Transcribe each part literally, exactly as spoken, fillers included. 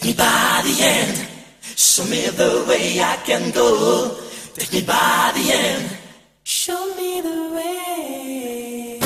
me by the end. Show me the way I can go. Take me by the end. Show me the way.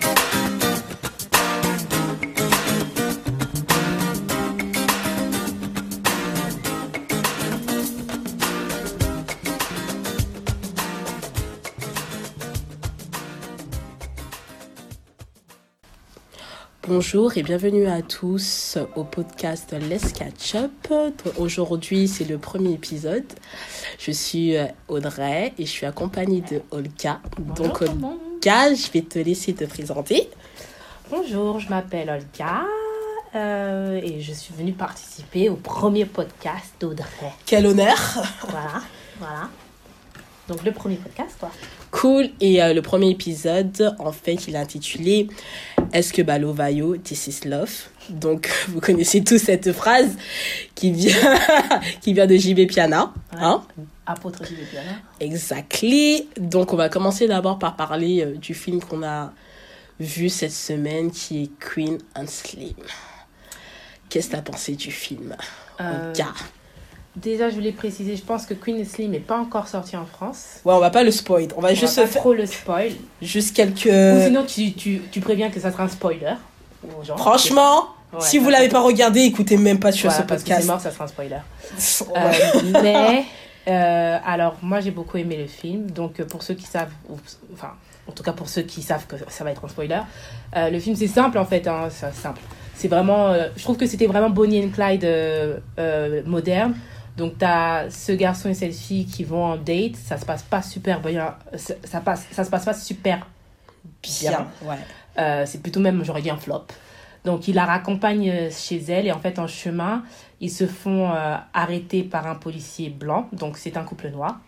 Bonjour et bienvenue à tous au podcast Let's Catch Up. Aujourd'hui, c'est le premier épisode. Je suis Audrey et je suis accompagnée de Olga. Donc, Olga, je vais te laisser te présenter. Bonjour, je m'appelle Olga euh, et je suis venue participer au premier podcast d'Audrey. Quel honneur! Voilà, voilà. Donc, le premier podcast, quoi. Cool. Et euh, le premier épisode, en fait, il est intitulé « Est-ce que Balovayo, this is love ?» Donc, vous connaissez tous cette phrase qui vient, qui vient de J B Piana. Ouais. Hein? Apôtre J B Piana. Exactly. Donc, on va commencer d'abord par parler euh, du film qu'on a vu cette semaine, qui est Queen and Slim. Qu'est-ce que tu as pensé du film, Euh, Olga? Déjà, je voulais préciser, je pense que Queen and Slim n'est pas encore sorti en France. Ouais, on va pas le spoil. On va On juste va pas faire trop le spoil. juste quelques... Ou sinon, tu, tu, tu préviens que ça sera un spoiler. aux gens. Franchement, Ouais, si vous ça- l'avez pas regardé, écoutez même pas sur Voilà, ce parce que podcast. c'est mort, ça sera un spoiler. Ouais. Euh, mais, euh, alors, moi, j'ai beaucoup aimé le film. Donc, euh, pour ceux qui savent, ou- enfin, en tout cas pour ceux qui savent que ça va être un spoiler, euh, le film, c'est simple, en fait. Hein, c'est simple. C'est vraiment... euh, je trouve que c'était vraiment Bonnie and Clyde euh, euh, moderne. Donc, t'as ce garçon et cette fille qui vont en date. Ça se passe pas super bien. Ça, ça, passe, ça se passe pas super bien. Bien, ouais. Euh, c'est plutôt même, j'aurais dit, un flop. Donc, il la raccompagne euh, chez elle et en fait, en chemin, ils se font euh, arrêter par un policier blanc. Donc, c'est un couple noir.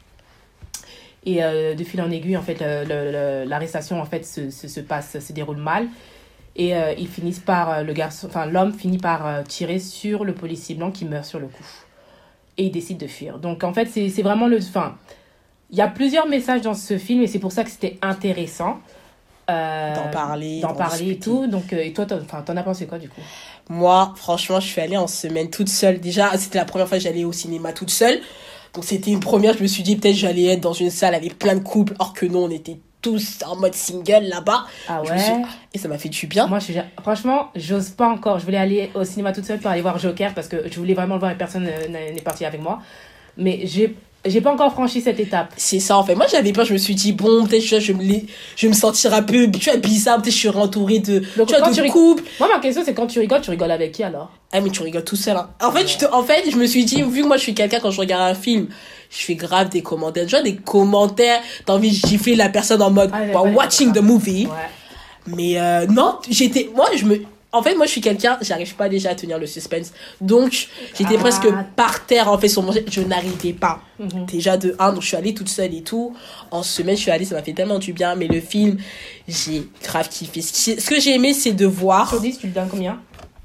Et euh, de fil en aiguille, en fait, le- le- le- l'arrestation, en fait, se, se, se passe, se déroule mal. Et euh, ils finissent par, euh, le garçon, enfin, l'homme finit par euh, tirer sur le policier blanc qui meurt sur le coup. Et il décide de fuir. Donc, en fait, c'est, c'est vraiment le... Enfin, il y a plusieurs messages dans ce film et c'est pour ça que c'était intéressant. Euh, D'en parler, d'en d'en parler et discuter. tout. Donc, euh, et toi, t'en, enfin, t'en as pensé quoi, du coup? Moi, franchement, je suis allée en semaine toute seule. Déjà, c'était la première fois que j'allais au cinéma toute seule. Donc, c'était une première. Je me suis dit, peut-être, j'allais être dans une salle avec plein de couples. Or que non, on était tous en mode single là-bas. Ah Je me suis- ouais? Et ça m'a fait du bien. Moi, je suis... franchement, j'ose pas encore. Je voulais aller au cinéma toute seule pour aller voir Joker parce que je voulais vraiment le voir et personne euh, n'est n'est parti avec moi. Mais j'ai, j'ai pas encore franchi cette étape. C'est ça, en fait. Moi, j'avais peur. Je me suis dit, bon, peut-être, tu vois, je vais me, la- je vais me sentir un peu, tu vois, bizarre. Peut-être, je serai entourée de, Donc, tu vois, quand de tu rig- couples. Moi, ma question, c'est quand tu rigoles, tu rigoles avec qui alors? Ah, mais tu rigoles tout seul, hein. En fait, je te, en fait, je me suis dit, vu que moi, je suis quelqu'un, quand je regarde un film, je fais grave des commentaires. Tu vois, des commentaires, t'as envie de gifler la personne en mode, Ah, j'ai while pas les watching the commentaires. movie. Ouais. Mais, euh, non, j'étais, moi, je me, en fait, moi, je suis quelqu'un, j'arrive pas déjà à tenir le suspense. Donc, j'étais Ah. presque par terre, en fait, sur mon, je n'arrivais pas. Mhm. Déjà de un, donc je suis allée toute seule et tout. En semaine, je suis allée, ça m'a fait tellement du bien. Mais le film, j'ai grave kiffé. Ce qui- ce que j'ai aimé, c'est de voir Sur dix, tu le donnes combien?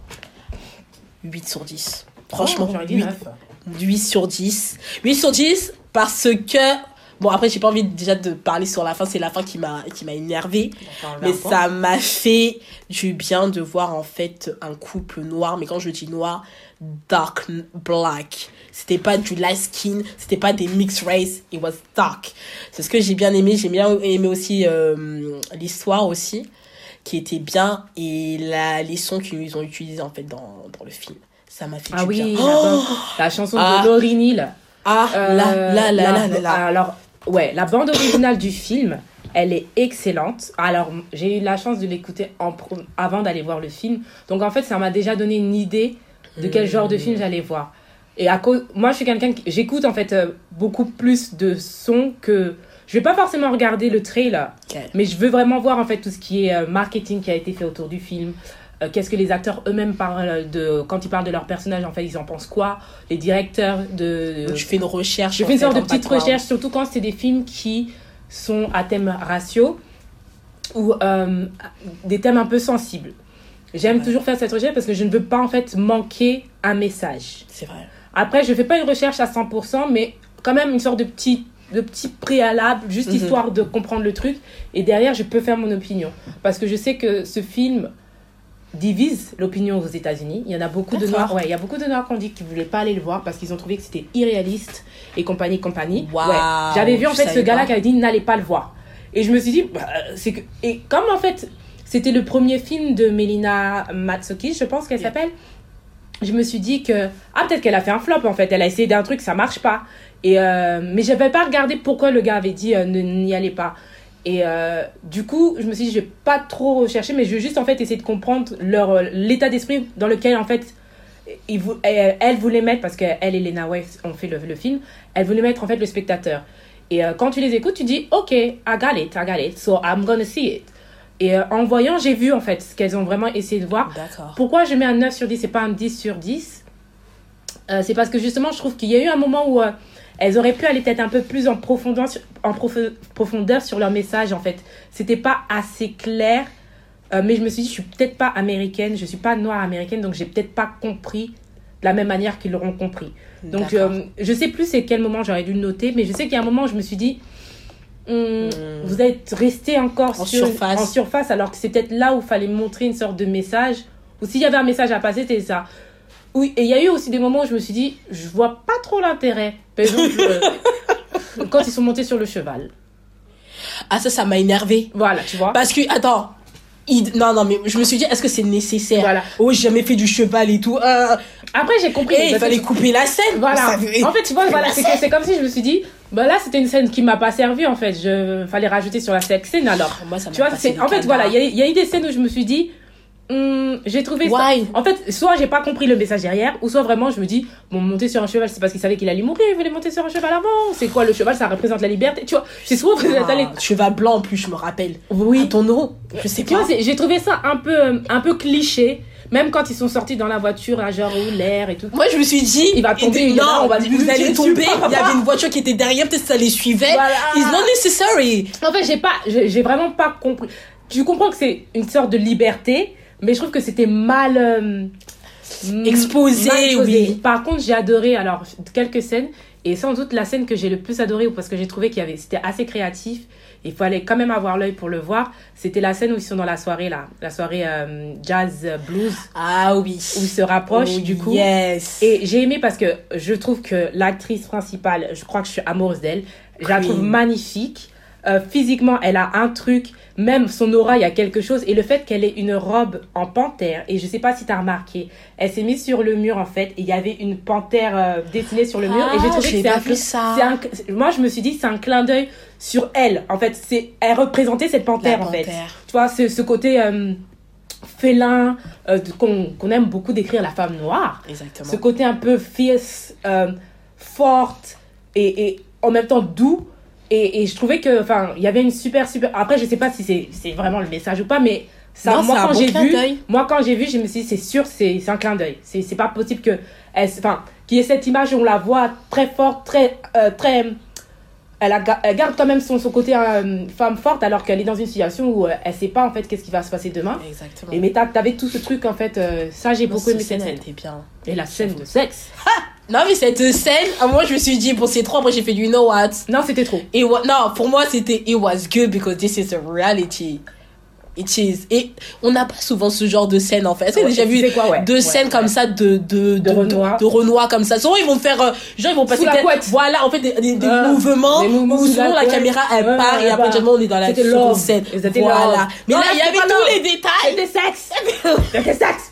huit sur dix. Franchement, Oh, j'aurais dit huit. neuf. huit sur dix. huit sur dix parce que... Bon, après, j'ai pas envie déjà de parler sur la fin. C'est la fin qui m'a, qui m'a énervée. Enfin, Mais vingt points. ça m'a fait du bien de voir, en fait, un couple noir. Mais quand je dis noir, dark black. C'était pas du light skin. C'était pas des mixed race. It was dark. C'est ce que j'ai bien aimé. J'ai bien aimé aussi euh, l'histoire aussi, qui était bien. Et la, les sons qu'ils ont utilisés, en fait, dans, dans le film. Ça m'a fait Ah du oui, bien. la, Oh bande- la chanson Ah. de Laurie Neal. Ah, Euh, là, là, là, là, là, là. Alors, ouais, la bande originale du film, elle est excellente. Alors, j'ai eu la chance de l'écouter en pro- avant d'aller voir le film. Donc, en fait, ça m'a déjà donné une idée de quel genre de film j'allais voir. Et à cause, moi, je suis quelqu'un qui, j'écoute en fait euh, beaucoup plus de sons que, je vais pas forcément regarder le trailer, Ok. mais je veux vraiment voir en fait tout ce qui est euh, marketing qui a été fait autour du film. Euh, qu'est-ce que les acteurs eux-mêmes parlent de, quand ils parlent de leur personnage, en fait, ils en pensent quoi? Les directeurs de, Donc, tu fais une recherche. je en fais une fait, sorte de en petite background. recherche, surtout quand c'est des films qui sont à thème ratio ou euh, des thèmes un peu sensibles. J'aime Ouais. toujours faire cette recherche parce que je ne veux pas en fait manquer un message. C'est vrai. Après, je ne fais pas une recherche à cent pour cent, mais quand même une sorte de petit, de petit préalable, juste Mhm. histoire de comprendre le truc. Et derrière, je peux faire mon opinion. Parce que je sais que ce film, divise l'opinion aux États-Unis. Il y en a beaucoup D'accord. de Noirs, ouais, il y a beaucoup de Noirs qui ont dit qu'ils voulaient pas aller le voir parce qu'ils ont trouvé que c'était irréaliste et compagnie, compagnie. Waouh, ouais. J'avais vu en je fait ce savais gars-là pas. qui avait dit n'allez pas le voir. Et je me suis dit, bah, c'est que... Et comme en fait, c'était le premier film de Melina Matsoukas, je pense qu'elle Yeah. s'appelle, je me suis dit que, ah, peut-être qu'elle a fait un flop en fait, elle a essayé d'un truc, ça marche pas. Et euh, mais je n'avais pas regardé pourquoi le gars avait dit euh, ne, n'y allez pas. Et euh, du coup, je me suis dit, je vais pas trop rechercher, mais je vais juste en fait essayer de comprendre leur, euh, l'état d'esprit dans lequel en fait, ils, vou- elle, elle voulait mettre, parce qu'elle et Lena Waithe ont fait le, le film, elle voulait mettre en fait le spectateur. Et euh, quand tu les écoutes, tu dis, ok, I got it, I got it, so I'm gonna see it. Et euh, en voyant, j'ai vu en fait ce qu'elles ont vraiment essayé de voir. D'accord. Pourquoi je mets un neuf sur dix, c'est pas un dix sur dix? euh, C'est parce que justement, je trouve qu'il y a eu un moment où euh, elles auraient pu aller peut-être un peu plus en profondeur, sur, en prof- profondeur sur leur message en fait. C'était pas assez clair, euh, mais je me suis dit, je suis peut-être pas américaine, je suis pas noire américaine, donc j'ai peut-être pas compris de la même manière qu'ils l'auront compris. Donc D'accord. euh, je sais plus c'est quel moment j'aurais dû le noter, mais je sais qu'il y a un moment où je me suis dit, hum, Mm. vous êtes resté encore En sur, surface. en surface, alors que c'est peut-être là où il fallait montrer une sorte de message, ou s'il y avait un message à passer, c'était ça. Oui, et il y a eu aussi des moments où je me suis dit, je vois pas trop l'intérêt. Par exemple, euh, quand ils sont montés sur le cheval. Ah, ça, ça m'a énervé. Voilà, tu vois. Parce que, attends, il... non, non, mais je me suis dit, est-ce que c'est nécessaire? Voilà. Oh, j'ai jamais fait du cheval et tout. Euh... Après, j'ai compris. Et il parce fallait que- couper la scène. Voilà. Ça veut- En fait, tu vois, couper voilà, la c'est, que- scène. c'est comme si je me suis dit, bah là, c'était une scène qui m'a pas servi, en fait. Je fallait rajouter sur la sex scène, alors. Moi, ça m'a Tu vois, passé c'est, des en fait, canards. voilà, il y, a- il y a eu des scènes où je me suis dit, hum, j'ai trouvé ça. Why? En fait, soit j'ai pas compris le message derrière, ou soit vraiment je me dis, bon, monter sur un cheval, c'est parce qu'il savait qu'il allait mourir, il voulait monter sur un cheval avant. C'est quoi le cheval? Ça représente la liberté. Tu vois, c'est souvent Ah, cheval blanc en plus, je me rappelle. Oui. À ton nom, je sais Tu pas. vois, c'est- j'ai trouvé ça un peu, euh, un peu cliché, même quand ils sont sortis dans la voiture, à genre où l'air et tout. Moi, je me suis dit, Il va tomber, et- il y en a, non, on va lui vous tirer allez dessus, tomber. papa. Il y avait une voiture qui était derrière, peut-être ça les suivait. Voilà. It's not necessary. En fait, j'ai pas, j'ai, j'ai vraiment pas compris. Tu comprends que c'est une sorte de liberté, mais je trouve que c'était mal euh, Exposé, mal exposé. oui. Par contre, j'ai adoré alors quelques scènes, et sans doute la scène que j'ai le plus adorée, parce que j'ai trouvé qu'il y avait, c'était assez créatif. Il fallait quand même avoir l'œil pour le voir. C'était la scène où ils sont dans la soirée là, la soirée euh, jazz euh, blues, Ah oui. où ils se rapprochent Oh, du coup. Yes. Et j'ai aimé parce que je trouve que l'actrice principale, je crois que je suis amoureuse d'elle. Je la Queen. trouve magnifique. Euh, physiquement, elle a un truc. Même son aura, il y a quelque chose. Et le fait qu'elle ait une robe en panthère, et je sais pas si tu as remarqué, elle s'est mise sur le mur en fait. Et il y avait une panthère euh, dessinée sur le mur. Ah, et j'ai trouvé je que l'ai c'est pas un, vu ça. c'est un. Moi, je me suis dit, c'est un clin d'œil sur elle. En fait, c'est, elle représentait cette panthère, La en fait. panthère. Tu vois, ce, ce côté euh, félin euh, de- qu'on, qu'on aime beaucoup décrire la femme noire. Exactement. Ce côté un peu fierce, euh, forte et, et en même temps doux. Et, et je trouvais que, enfin, il y avait une super, super. Après, je sais pas si c'est, c'est vraiment le message ou pas, mais ça, Non, moi, c'est un quand bon j'ai clin vu, d'œil. moi, quand j'ai vu, je me suis dit, c'est sûr, c'est, c'est un clin d'œil. C'est, c'est pas possible que, elle, enfin, qu'il y ait cette image où on la voit très forte, très, euh, très. Elle, a, elle garde quand même son, son côté euh, femme forte, alors qu'elle est dans une situation où euh, elle sait pas en fait qu'est-ce qui va se passer demain. Exactement. Et mais t'as- t'avais tout ce truc en fait, euh, ça j'ai Non, beaucoup aimé cette cette scène, scène. elle était bien. Et la scène de sexe. Non, mais cette scène, à moi, je me suis dit, bon, c'est trop. Après, j'ai fait du you know what. Non, c'était trop. Et wa- non, pour moi, c'était it was good because this is a reality. It is. Et on n'a pas souvent ce genre de scène en fait. Est-ce que Ouais, t'as déjà tu vu sais quoi, ouais. deux Ouais, scènes ouais. comme ça de de de, Renoir. de, de Renoir comme ça. Souvent ils vont faire euh, genre ils vont passer Sous la peut-être- couette. voilà en fait des, des, des Ah, mouvements des mouvements où sous souvent la la, couette. caméra elle Ouais, part et elle après part. généralement on est dans la C'était seconde love. scène. Et c'était Voilà. love. Mais Non, là il y c'était avait pas tous love. les détails. C'était sexe. C'était sexe.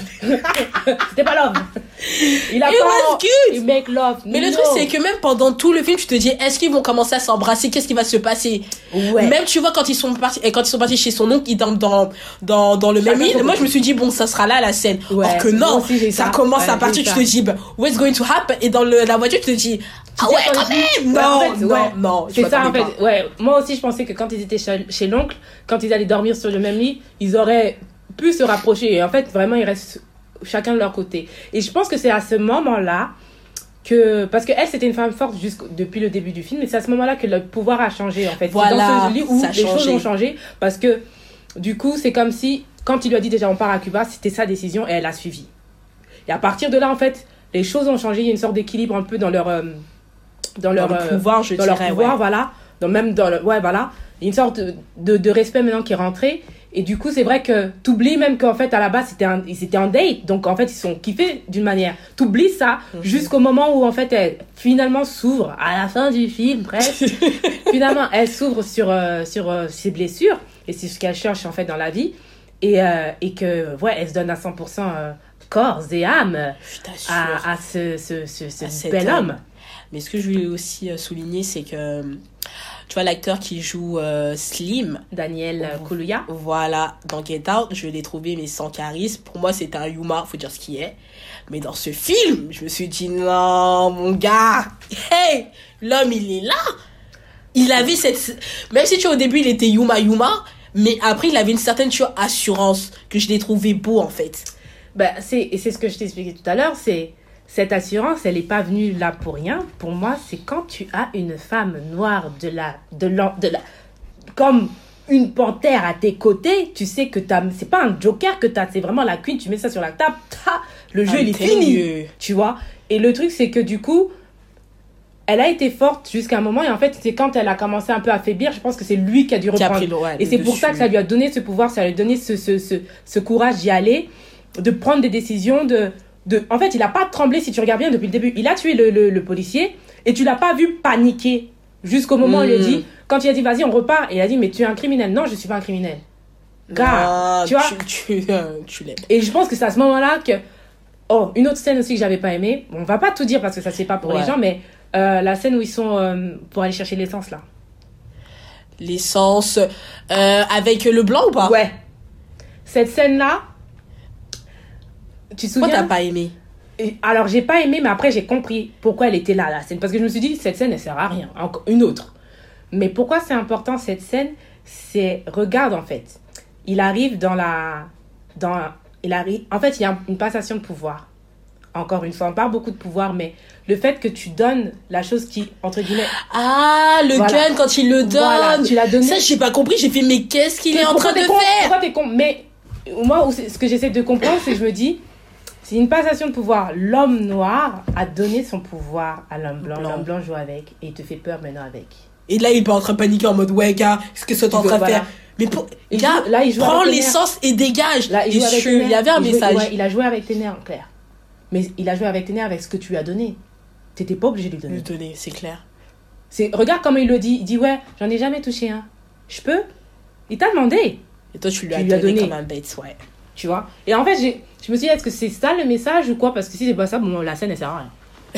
C'était pas love. Il a It pas. was good. Il make love. Mais le No. truc c'est que même pendant tout le film tu te dis est-ce qu'ils vont commencer à s'embrasser, qu'est-ce qui va se passer. Ouais. Même tu vois quand ils sont partis et quand ils sont partis chez son oncle ils dorment dans dans dans le Chacun même son île. Moi côté. je me suis dit bon ça sera là la scène. Ouais. Or que Moi non, aussi, j'ai ça ça. commence Ouais, à partir j'ai tu te ça. dis bah, what's going to happen et dans le, la voiture tu te dis ah Tu ouais t'y quand attendais même plus. non Ouais, en fait, non ouais. non je C'est ça en m'attendais fait. Ouais. Moi aussi je pensais que quand ils étaient chez, chez l'oncle, quand ils allaient dormir sur le même lit, ils auraient pu se rapprocher. Et en fait vraiment ils restent chacun de leur côté. Et je pense que c'est à ce moment-là que parce que elle c'était une femme forte jusqu'au depuis le début du film, et c'est à ce moment-là que le pouvoir a changé en fait. Voilà, c'est dans ce lit où ça a les choses changé. ont changé parce que du coup c'est comme si quand il lui a dit déjà on part à Cuba, c'était sa décision et elle a suivi. Et à partir de là en fait les choses ont changé. Il y a une sorte d'équilibre un peu dans leur euh, dans leur le euh, pouvoir, je dans leur dirais, pouvoir, ouais. voilà, dans, même dans le, ouais voilà, il y a une sorte de, de, de respect maintenant qui est rentré, Et du coup, c'est vrai que t'oublies même qu'en fait, à la base, c'était un, ils étaient en date. Donc, en fait, ils sont kiffés d'une manière. T'oublies ça Mhm. jusqu'au moment où, en fait, elle finalement s'ouvre à la fin du film, presque. Finalement, elle s'ouvre sur, euh, sur euh, ses blessures et c'est ce qu'elle cherche, en fait, dans la vie. Et, euh, et que, ouais, elle se donne à cent pour cent euh, corps et âme Je t'assure. à, à ce, ce, ce, ce À cet bel homme. homme. Mais ce que je voulais aussi euh, souligner, c'est que, tu vois, l'acteur qui joue euh, Slim, Daniel euh, Kaluuya. voilà, dans Get Out, je l'ai trouvé, mais sans charisme. Pour moi, c'était un Yuma, faut dire ce qui est. Mais dans ce film, je me suis dit, non, mon gars, hey, l'homme, il est là. Il avait cette... Même si, tu vois, au début, il était Yuma Yuma, mais après, il avait une certaine, tu vois, assurance que je l'ai trouvé beau, en fait. Bah, c'est, et c'est ce que je t'expliquais tout à l'heure, c'est cette assurance, elle n'est pas venue là pour rien. Pour moi, c'est quand tu as une femme noire de la, de la, de la, comme une panthère à tes côtés, tu sais que t'as, c'est pas un joker que t'as, c'est vraiment la queen, tu mets ça sur la table, ta, le jeu, I'm il est telling fini, you. tu vois. Et le truc, c'est que du coup, elle a été forte jusqu'à un moment, et en fait, c'est quand elle a commencé un peu à faiblir, je pense que c'est lui qui a dû Qui a reprendre. pris le- ouais, Et le c'est pour dessus. ça que ça lui a donné ce pouvoir, ça lui a donné ce, ce, ce, ce courage d'y aller, de prendre des décisions, de, de... En fait, il n'a pas tremblé, si tu regardes bien, depuis le début. Il a tué le, le, le policier, et tu l'as pas vu paniquer jusqu'au moment où il a Mm. dit... Quand il a dit, vas-y, on repart, et il a dit, mais tu es un criminel. Non, je suis pas un criminel. Gars, Ah, tu vois. Tu, tu, euh, tu l'aimes. Et je pense que c'est à ce moment-là que... Oh, une autre scène aussi que j'avais pas aimée. Bon, on va pas tout dire parce que ça, c'est pas pour Ouais. les gens, mais euh, la scène où ils sont euh, pour aller chercher l'essence, là. L'essence, euh, avec le blanc ou pas? Ouais. Cette scène-là, tu te Pourquoi souviens? t'as pas aimé? Et alors, j'ai pas aimé, mais après, j'ai compris pourquoi elle était là, la scène. Parce que je me suis dit, cette scène, elle sert à rien. Encore une autre. Mais pourquoi c'est important, cette scène? C'est, regarde, en fait. Il arrive dans la... Dans, il arrive, en fait, il y a une passation de pouvoir. Encore une fois, on parle beaucoup de pouvoir, mais le fait que tu donnes la chose qui, entre guillemets... Ah, le Voilà. gun quand il le donne. Voilà, tu l'as donné. Ça, j'ai pas compris. J'ai fait, mais qu'est-ce qu'il est en Pourquoi train de t'es con faire? Pourquoi t'es con? Mais moi, où c'est- ce que j'essaie de comprendre, c'est que je me dis, c'est une passation de pouvoir. L'homme noir a donné son pouvoir à l'homme blanc. Blanc. L'homme blanc joue avec et il te fait peur maintenant avec. Et là, il est pas en train de paniquer en mode, ouais, gars, qu'est-ce que c'est en train de Voilà. faire? Mais pour, Il gars, joue- là, il joue prends avec les l'essence et dégage. Là, il, Et joue avec je- tes nerfs. il y avait un Il joue- message. ouais, il a joué avec tes nerfs, en clair. Mais il a joué avec tes nerfs avec ce que tu lui as donné. T'étais pas obligé de lui donner. Lui donner, c'est clair. C'est, regarde comment il le dit. Il dit, ouais, j'en ai jamais touché un. Je peux? Il t'a demandé. Et toi, tu lui Tu as lui as donné, donné. comme un bête, ouais. Tu vois. Et en fait, j'ai, je me suis dit, est-ce que c'est ça le message ou quoi? Parce que si c'est pas ça, bon, la scène, elle sert à rien.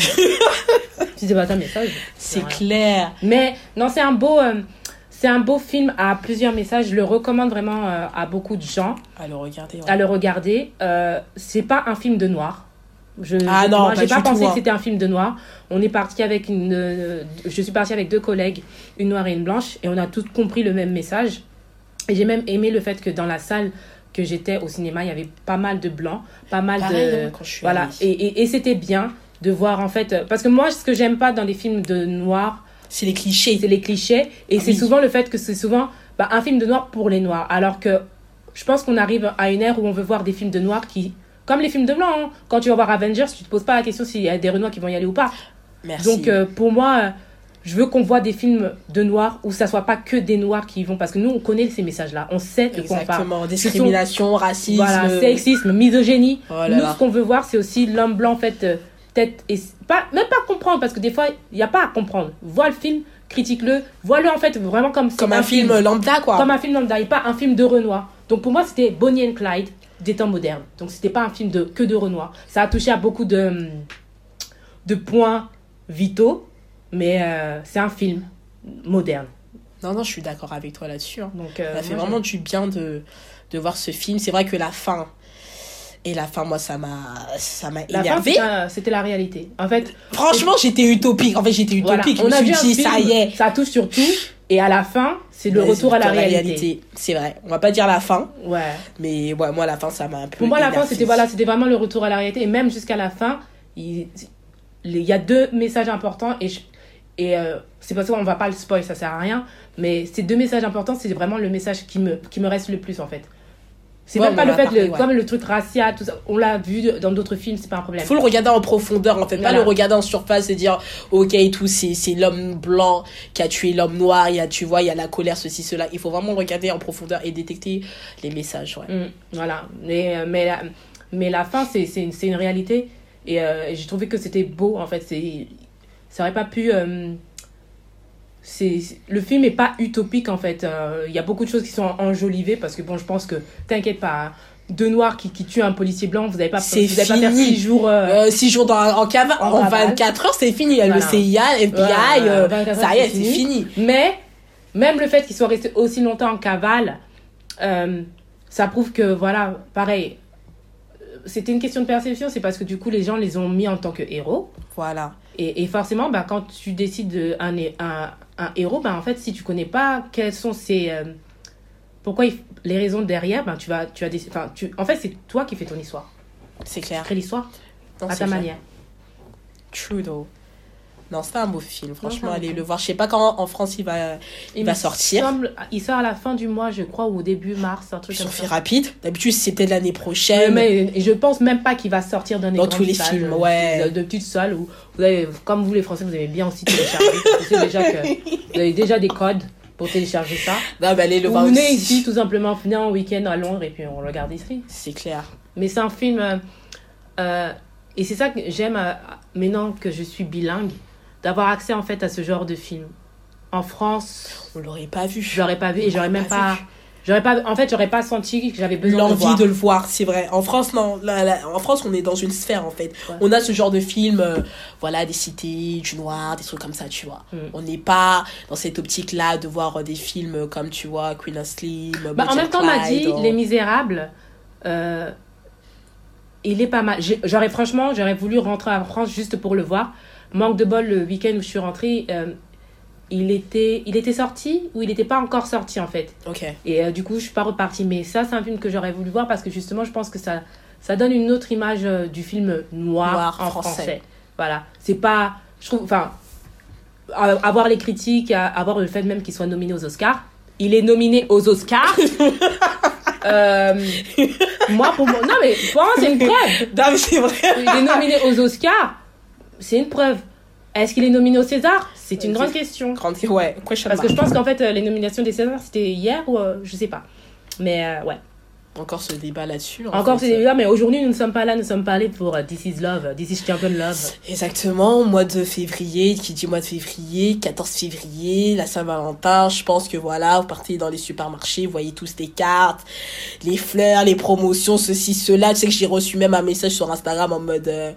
Si c'est pas ça le message, ça C'est sert à rien. clair. Mais non, c'est un beau, euh, c'est un beau film à plusieurs messages. Je le recommande vraiment euh, à beaucoup de gens Alors, regardez. ouais. à le regarder. Euh, c'est pas un film de noir. Je, Ah non, moi, pas j'ai du pas tout, pensé hein. que c'était un film de noir. On est parti avec une, euh, je suis partie avec deux collègues, une noire et une blanche, et on a toutes compris le même message. Et j'ai même aimé le fait que dans la salle que j'étais au cinéma, il y avait pas mal de blancs, pas mal Pareil, de, hein, quand je suis voilà. allée. Et, et, et c'était bien de voir en fait, euh, parce que moi, ce que j'aime pas dans les films de noir, C'est les clichés. c'est les clichés, et Ah c'est oui. souvent le fait que c'est souvent bah, un film de noir pour les noirs, alors que je pense qu'on arrive à une ère où on veut voir des films de noirs qui, comme les films de blancs, hein. Quand tu vas voir Avengers, tu te poses pas la question s'il y a des Renois qui vont y aller ou pas. Merci. Donc euh, pour moi, euh, je veux qu'on voit des films de noirs où ça soit pas que des noirs qui y vont, parce que nous on connaît ces messages-là, on sait de quoi on parle. Exactement. Discrimination, racisme. Voilà, sexisme, misogynie. Oh là Nous, là. ce qu'on veut voir, c'est aussi l'homme blanc, en fait, euh, peut-être, et c'est pas, même pas comprendre, parce que des fois, il n'y a pas à comprendre. Vois le film, critique-le, vois-le, en fait, vraiment comme, Comme un film lambda, quoi. Comme un film lambda, et pas un film de Renoir. Donc pour moi, c'était Bonnie and Clyde des temps modernes. Donc c'était pas un film de, que de Renoir. Ça a touché à beaucoup de, de points vitaux, mais euh, c'est un film moderne. Non, non, je suis d'accord avec toi là-dessus. hein. Donc, euh, Ça fait moi, vraiment du bien de, de voir ce film. C'est vrai que la fin... Et la fin, moi, ça m'a ça m'a La fin, énervé. c'était un- c'était la réalité. En fait, Franchement, j'étais utopique. En fait, j'étais voilà, utopique. on je a me vu suis un dit, film, ça y est. ça touche sur tout, et à la fin, c'est le Ouais, retour à la réalité. C'est vrai. On va pas dire la fin, Ouais. mais ouais, moi, la fin, ça m'a un peu Pour moi, la fin, énervé. c'était voilà, c'était vraiment le retour à la réalité. Et même jusqu'à la fin, il, il y a deux messages importants. Et, je- et euh, c'est parce qu'on va pas le spoil, ça sert à rien. Mais ces deux messages importants, c'est vraiment le message qui me, qui me reste le plus, en fait. C'est Ouais, même pas on le en a fait, parlé, le, ouais. comme le truc racial, tout ça, on l'a vu dans d'autres films, c'est pas un problème. Faut le regarder en profondeur, en fait, Voilà. pas le regarder en surface et dire, ok, et tout, c'est, c'est l'homme blanc qui a tué l'homme noir, il y a, tu vois, il y a la colère, ceci, cela. Il faut vraiment le regarder en profondeur et détecter les messages, ouais. Mm, voilà. Mais, euh, mais, la, mais la fin, c'est, c'est, une, c'est une réalité. Et, euh, et j'ai trouvé que c'était beau, en fait. C'est, ça aurait pas pu... Euh, c'est, c'est- le film est pas utopique, en fait. Euh, Il y a beaucoup de choses qui sont enjolivées, parce que, bon, je pense que, t'inquiète pas, hein, deux noirs qui, qui tuent un policier blanc, vous n'avez pas, C'est vous avez pas faire fini. six jours... euh, Euh, six jours dans, en cavale, En en, cavale. vingt-quatre heures, c'est fini. Il y a le Voilà. C I A, F B I, Ouais, euh, vingt-quatre ça heures, y est, c'est c'est fini. fini. Mais, même le fait qu'ils soient restés aussi longtemps en cavale, euh, ça prouve que, voilà, pareil, euh, c'était une question de perception, c'est parce que du coup, les gens les ont mis en tant que héros. Voilà. Et, et forcément, bah, quand tu décides de, un, un, un héros, bah, en fait, si tu connais pas quelles sont ses... euh, pourquoi il- les raisons derrière, bah, tu vas, tu vas décider... Enfin, tu, en fait, c'est toi qui fais ton histoire. C'est Tu clair. crées l'histoire Non, à c'est ta clair. manière. True, though. Non, c'est un beau film. Franchement, Non, c'est un allez beau le voir. Je sais pas quand en France il va, il va me sortir. semble- il sort à la fin du mois, je crois, ou au début mars, un truc Ils ont comme fait ça. rapide. D'habitude, c'était l'année Ouais, prochaine. mais et je pense même pas qu'il va sortir dans, des Dans grandes tous les salles, films, euh, ouais. de, de petites salles où vous avez, comme vous les Français, vous aimez bien aussi télécharger. Vous savez déjà que vous avez déjà des codes pour télécharger ça. Non, mais allez le Vous voir venez aussi. ici, tout simplement, venez en week-end à Londres et puis on le regarde ici. C'est clair. Mais c'est un film... euh, euh, et c'est ça que j'aime euh, maintenant que je suis bilingue, d'avoir accès en fait à ce genre de film. En France, On l'aurait pas vu. je l'aurais pas vu et j'aurais même pas... vu. J'aurais pas, en fait, j'aurais pas senti que j'avais besoin de L'envie voir. de le voir, c'est vrai. En France, non. Là, là, en France, on est dans une sphère, en fait. Ouais. On a ce genre de film, euh, voilà, des cités, du noir, des trucs comme ça, tu vois. Mm. On n'est pas dans cette optique-là de voir euh, des films comme, tu vois, Queen and Slim, Bah, en Bonnie même temps, on and m'a dit, Clyde, Les Misérables, euh, il est pas mal. J'ai- J'aurais franchement, j'aurais voulu rentrer en France juste pour le voir. Manque de bol, le week-end où je suis rentrée, euh, il, était, il était sorti ou il n'était pas encore sorti en fait. Ok. Et euh, du coup, je suis pas repartie. Mais ça, c'est un film que j'aurais voulu voir parce que justement, je pense que ça, ça donne une autre image euh, du film noir, Noir, en français. français. Voilà. C'est pas, je trouve, enfin, à- avoir les critiques, à- avoir le fait même qu'il soit nominé aux Oscars. Il est nominé aux Oscars. Euh, moi, pour moi, non, mais pour moi, c'est une preuve. Non, mais c'est vrai. Il est nominé aux Oscars, c'est une preuve. Est-ce qu'il est nominé au César? C'est une Euh, grande c'est- question. Grande... Ouais, question Parce que je mark. pense qu'en fait, euh, les nominations des Césars, c'était hier ou euh, je sais pas. Mais euh, ouais. Encore ce débat là-dessus. en Encore, fait. c'est là, mais aujourd'hui, nous ne sommes pas là, nous sommes pas allés pour euh, This is Love, This is Champion Love. Exactement, mois de février, qui dit mois de février, quatorze février, la Saint-Valentin, je pense que voilà, vous partez dans les supermarchés, vous voyez tous les cartes, les fleurs, les promotions, ceci, cela. Tu sais que j'ai reçu même un message sur Instagram en mode... euh,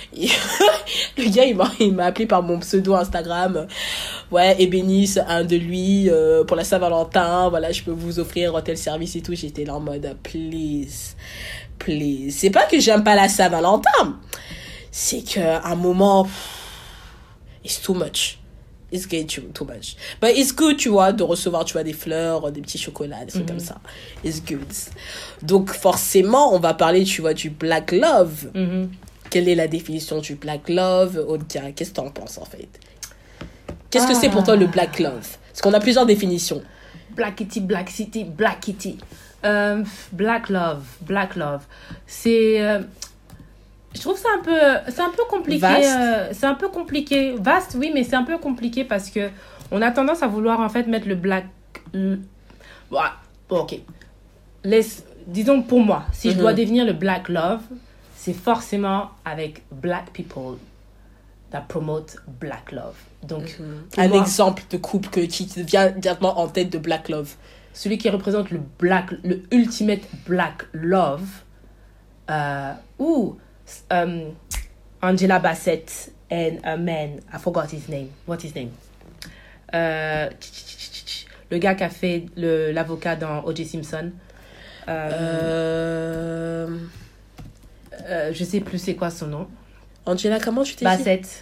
le gars, il m'a, il m'a appelé par mon pseudo Instagram. Ouais, ébénisse un de lui euh, pour la Saint-Valentin, voilà, je peux vous offrir tel service et tout. J'étais là en mode, please, please. C'est pas que j'aime pas la Saint-Valentin, c'est qu'à un moment, it's too much. It's getting too, too much. But it's good, tu vois, de recevoir, tu vois, des fleurs, des petits chocolats, des trucs Mhm. comme ça. It's good. Donc, forcément, on va parler, tu vois, du black love. Mhm. Quelle est la définition du black love, Olga? Qu'est-ce que t'en penses, en fait? Qu'est-ce que Ah. c'est pour toi, le black love? Parce qu'on a plusieurs définitions. Black Kitty, Black City, Black Kitty. Euh, Black Love, Black Love. C'est... euh, je trouve ça un peu... C'est un peu compliqué. Vaste. euh, c'est un peu compliqué. Vaste, oui, mais c'est un peu compliqué parce que on a tendance à vouloir, en fait, mettre le black... le- Bon, ah, bon, ok. Laisse... Disons, pour moi, si je Mhm. dois définir le Black Love, c'est forcément avec Black people that promote Black Love. Donc, pour Un moi, exemple de couple que, qui te vient directement en tête de black love. celui qui représente le black, le ultimate black love, euh, ou um, Angela Bassett and a man, I forgot his name. What's his name? Euh, tch, tch, tch, tch, tch. Le gars qui a fait le, l'avocat dans O J Simpson. Euh, Euh... euh, je sais plus c'est quoi son nom. Angela, comment tu t'es dit? Bassett.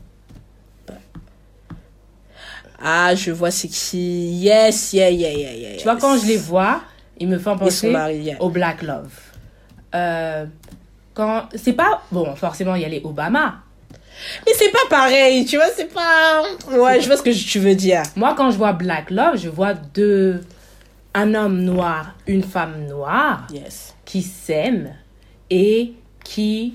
Ah, je vois c'est qui. Yes, yeah, yeah, yeah, yeah. Tu vois, quand je les vois, ils me font Ils sont penser mariés. au black love. Euh, quand c'est pas bon, forcément il y a les Obama. Mais c'est pas pareil, tu vois, c'est pas... Ouais, je vois ce que tu veux dire. Moi, quand je vois black love, je vois deux un homme noir, une femme noire, Yes. qui s'aiment et qui,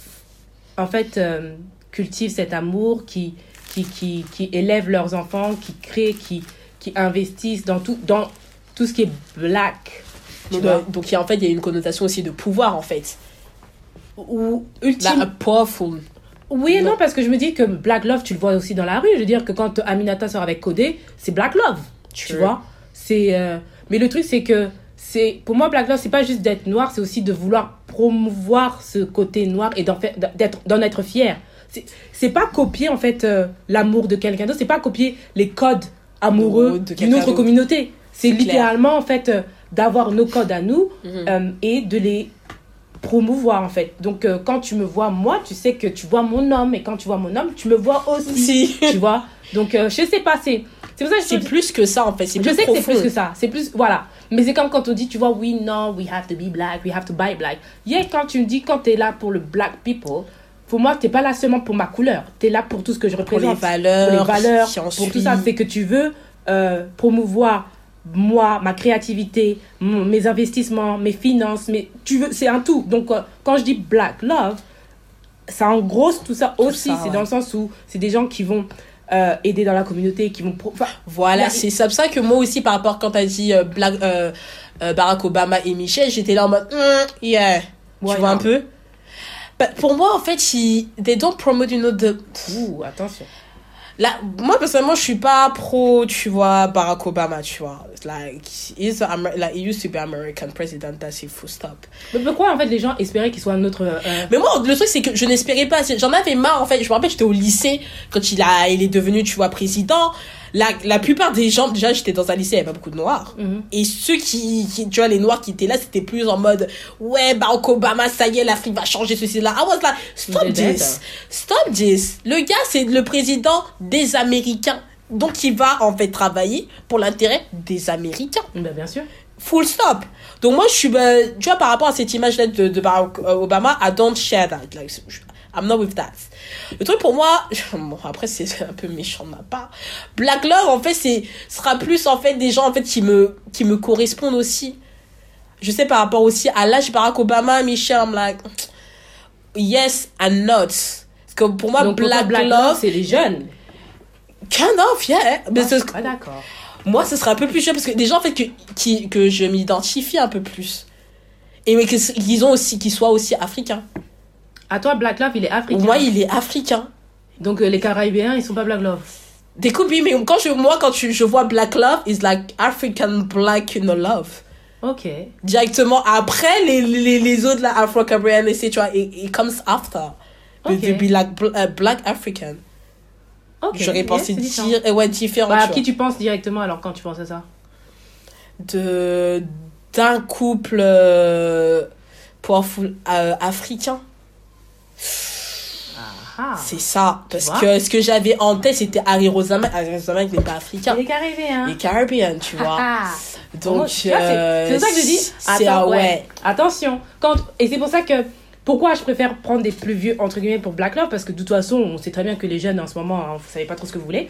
en fait, euh, cultivent cet amour, qui, qui, qui, qui élèvent leurs enfants, qui créent, qui, qui investissent dans tout, dans tout ce qui est black. Tu Donc, vois? euh, donc il y a, en fait, il y a une connotation aussi de pouvoir, en fait. Ou ultime. Là, powerful. Oui et Non. non, parce que je me dis que Black Love, tu le vois aussi dans la rue. Je veux dire que quand Aminata sort avec Codé, c'est Black Love. Tu True. vois? C'est, euh, mais le truc, c'est que c'est, pour moi, Black Love, c'est pas juste d'être noir, c'est aussi de vouloir promouvoir ce côté noir et d'en, faire, d'être, d'en être fier. C'est, c'est pas copier, en fait, euh, l'amour de quelqu'un d'autre. C'est pas copier les codes amoureux Amoureux de d'une quelqu'un autre d'autre. communauté. C'est, C'est clair. littéralement, en fait, euh, d'avoir nos codes à nous Mhm. euh, et de les promouvoir en fait. Donc euh, quand tu me vois moi, tu sais que tu vois mon homme et quand tu vois mon homme, tu me vois aussi. Si. Tu vois. Donc euh, je sais pas, c'est c'est pour ça que je C'est te- plus que ça, en fait. C'est je plus sais que c'est profond. plus que ça. C'est plus voilà. Mais c'est comme quand on dit tu vois oui non, we have to be black, we have to buy black. Yeah, quand tu me dis quand tu es là pour le black people, pour moi, t'es pas là seulement pour ma couleur. Tu es là pour tout ce que je Pour représente. les valeurs. Pour les valeurs, qui en pour tout suivent. ça, c'est que tu veux euh, promouvoir moi, ma créativité, mon- mes investissements, mes finances, mes, tu veux, c'est un tout. Donc, euh, quand je dis Black Love, ça engrosse tout ça aussi. ça, c'est ouais. dans le sens où c'est des gens qui vont euh, aider dans la communauté, qui vont... pro- enfin, Voilà, Là, c'est ça, ça que moi aussi, par rapport quand t'as dit euh, Black, euh, euh, Barack Obama et Michelle, j'étais là en mode, mm, yeah, Ouais, tu vois un non. peu. Bah, pour moi, en fait, ils, they don't promote, you know, the... ouh, attention. Là, moi, personnellement, je suis pas pro, tu vois, Barack Obama, tu vois. Like, he's a, Amer- like, he used to be American president, that's it, full stop. Mais pourquoi, en fait, les gens espéraient qu'il soit notre... euh, Mais moi, le truc, c'est que je n'espérais pas. c'est- J'en avais marre, en fait. Je me rappelle, j'étais au lycée quand il, a, il est devenu, tu vois, président. La, la plupart des gens, déjà, j'étais dans un lycée, il n'y avait pas beaucoup de noirs. Mhm. Et ceux qui, qui, tu vois, les noirs qui étaient là, c'était plus en mode, ouais, Barack Obama, ça y est, l'Afrique va changer ceci, là. I was like, stop Il est dead. this. Stop this. Le gars, c'est le président des Américains. Donc, il va, en fait, travailler pour l'intérêt des Américains. Ben, bien sûr. Full stop. Donc moi je suis bah, tu vois par rapport à cette image là de, de Barack Obama, I don't share that, like I'm not with that. Le truc pour moi, bon après c'est un peu méchant de ma part, Black Love en fait c'est sera plus en fait des gens en fait qui me qui me correspondent aussi. Je sais par rapport aussi à l'âge Barack Obama, Michelle, I'm like yes and not. Parce que pour moi Donc, pour toi, Black, Black Love, Love, c'est les jeunes. kind of yeah. Mais Ah, c'est- ah, d'accord. moi, ce serait un peu plus jeune parce que des gens en fait que, qui, que je m'identifie un peu plus. Et mais que- qu'ils ont aussi, qu'ils soient aussi africains. À toi, Black Love, il est africain. Moi, il est africain. Donc, euh, les Caribéens, ils sont pas Black Love. Des copines, mais quand je, moi, quand tu, je vois Black Love, it's like African Black, you know, love. Ok. Directement après les, les, les autres, là, Afro-Caribbean, et c'est, tu vois, it, it comes after. Ok. To be like bl- uh, Black African. Ok. J'aurais yes, pensé c'est différent. dire, euh, ouais, différent, Bah, à tu qui vois. tu penses directement alors quand tu penses à ça? De, d'un couple, euh, powerful, euh, africain. Ah. C'est ça. Parce vois? que ce que j'avais en tête, c'était Harry Rosamond. Harry Rosamond, il n'est pas africain. Les Caribéens. Il est caribéen, tu vois. Ah. Donc, Tu vois, c'est- euh, c'est pour ça que je dis, c'est attends, ah ouais. ouais. Attention. Quand, et c'est pour ça que, pourquoi je préfère prendre des plus vieux, entre guillemets, pour Black Love, parce que de toute façon, on sait très bien que les jeunes, en ce moment, hein, vous savez pas trop ce que vous voulez.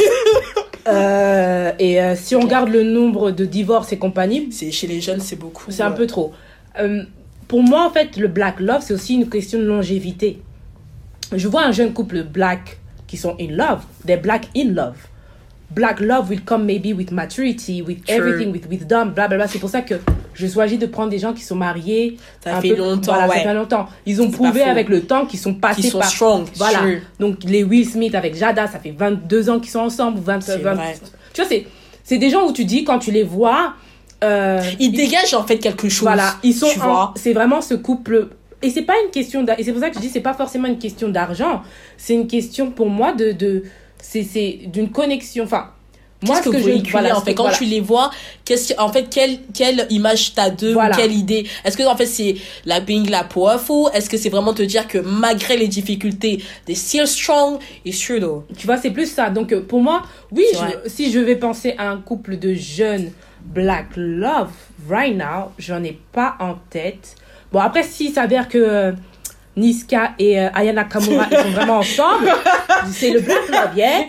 euh, et euh, si on regarde le nombre de divorces et compagnie, C'est, chez les jeunes, c'est beaucoup. c'est un ouais. peu trop. Euh, pour moi, en fait, le Black Love, c'est aussi une question de longévité. Je vois un jeune couple black qui sont in love. They're black in love. Black love will come maybe with maturity, with True. everything, with wisdom, bla bla bla. C'est pour ça que je choisis de prendre des gens qui sont mariés. Ça un fait peu- longtemps, voilà, ouais. Ça fait longtemps. Ils ont C'est prouvé pas faux. avec le temps qu'ils sont passés Qui sont par... strong. Voilà. True. Donc les Will Smith avec Jada, ça fait vingt-deux ans qu'ils sont ensemble. vingt, C'est vingt vrai. Tu vois, c'est, c'est des gens où tu dis, quand tu les vois... Euh, Ils dégagent en fait quelque chose. voilà, ils sont tu en- vois. c'est vraiment ce couple et c'est pas une question d'a- et c'est pour ça que je dis c'est pas forcément une question d'argent, c'est une question pour moi de de c'est c'est d'une connexion enfin moi Qu'est-ce ce que, que vous je véhiculez voilà, en ce fait que- quand voilà. tu les vois, qu'est-ce que- en fait quelle quelle image t'as d'eux, Voilà. ou quelle idée? Est-ce que en fait c'est la being la powerful? Est-ce que c'est vraiment te dire que malgré les difficultés, they're still strong? It's true though. Tu vois, c'est plus ça. Donc, euh, pour moi, oui, C'est vrai. je- si je vais penser à un couple de jeunes Black Love, right now, j'en ai pas en tête. Bon, après, s'il s'avère que, euh, Niska et euh, Aya Nakamura, ils sont vraiment ensemble. C'est le Black Love, yeah.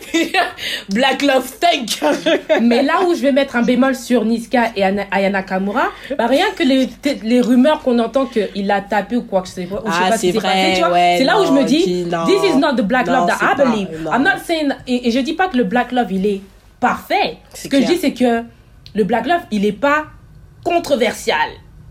Black Love Tank. Mais là où je vais mettre un bémol sur Niska et Ana- Aya Nakamura, bah rien que les, t- les rumeurs qu'on entend qu'il a tapé ou quoi que ce soit, ou je sais Ah, pas c'est si c'est vrai, passé, tu vois, ouais, c'est là où je me non, dis, qui- non. this is not the Black Non, Love that c'est I pas- believe. non. I'm not saying, et, et je dis pas que le Black Love, il est parfait. C'est Ce que clair. je dis, c'est que le Black Love, il est pas controversial.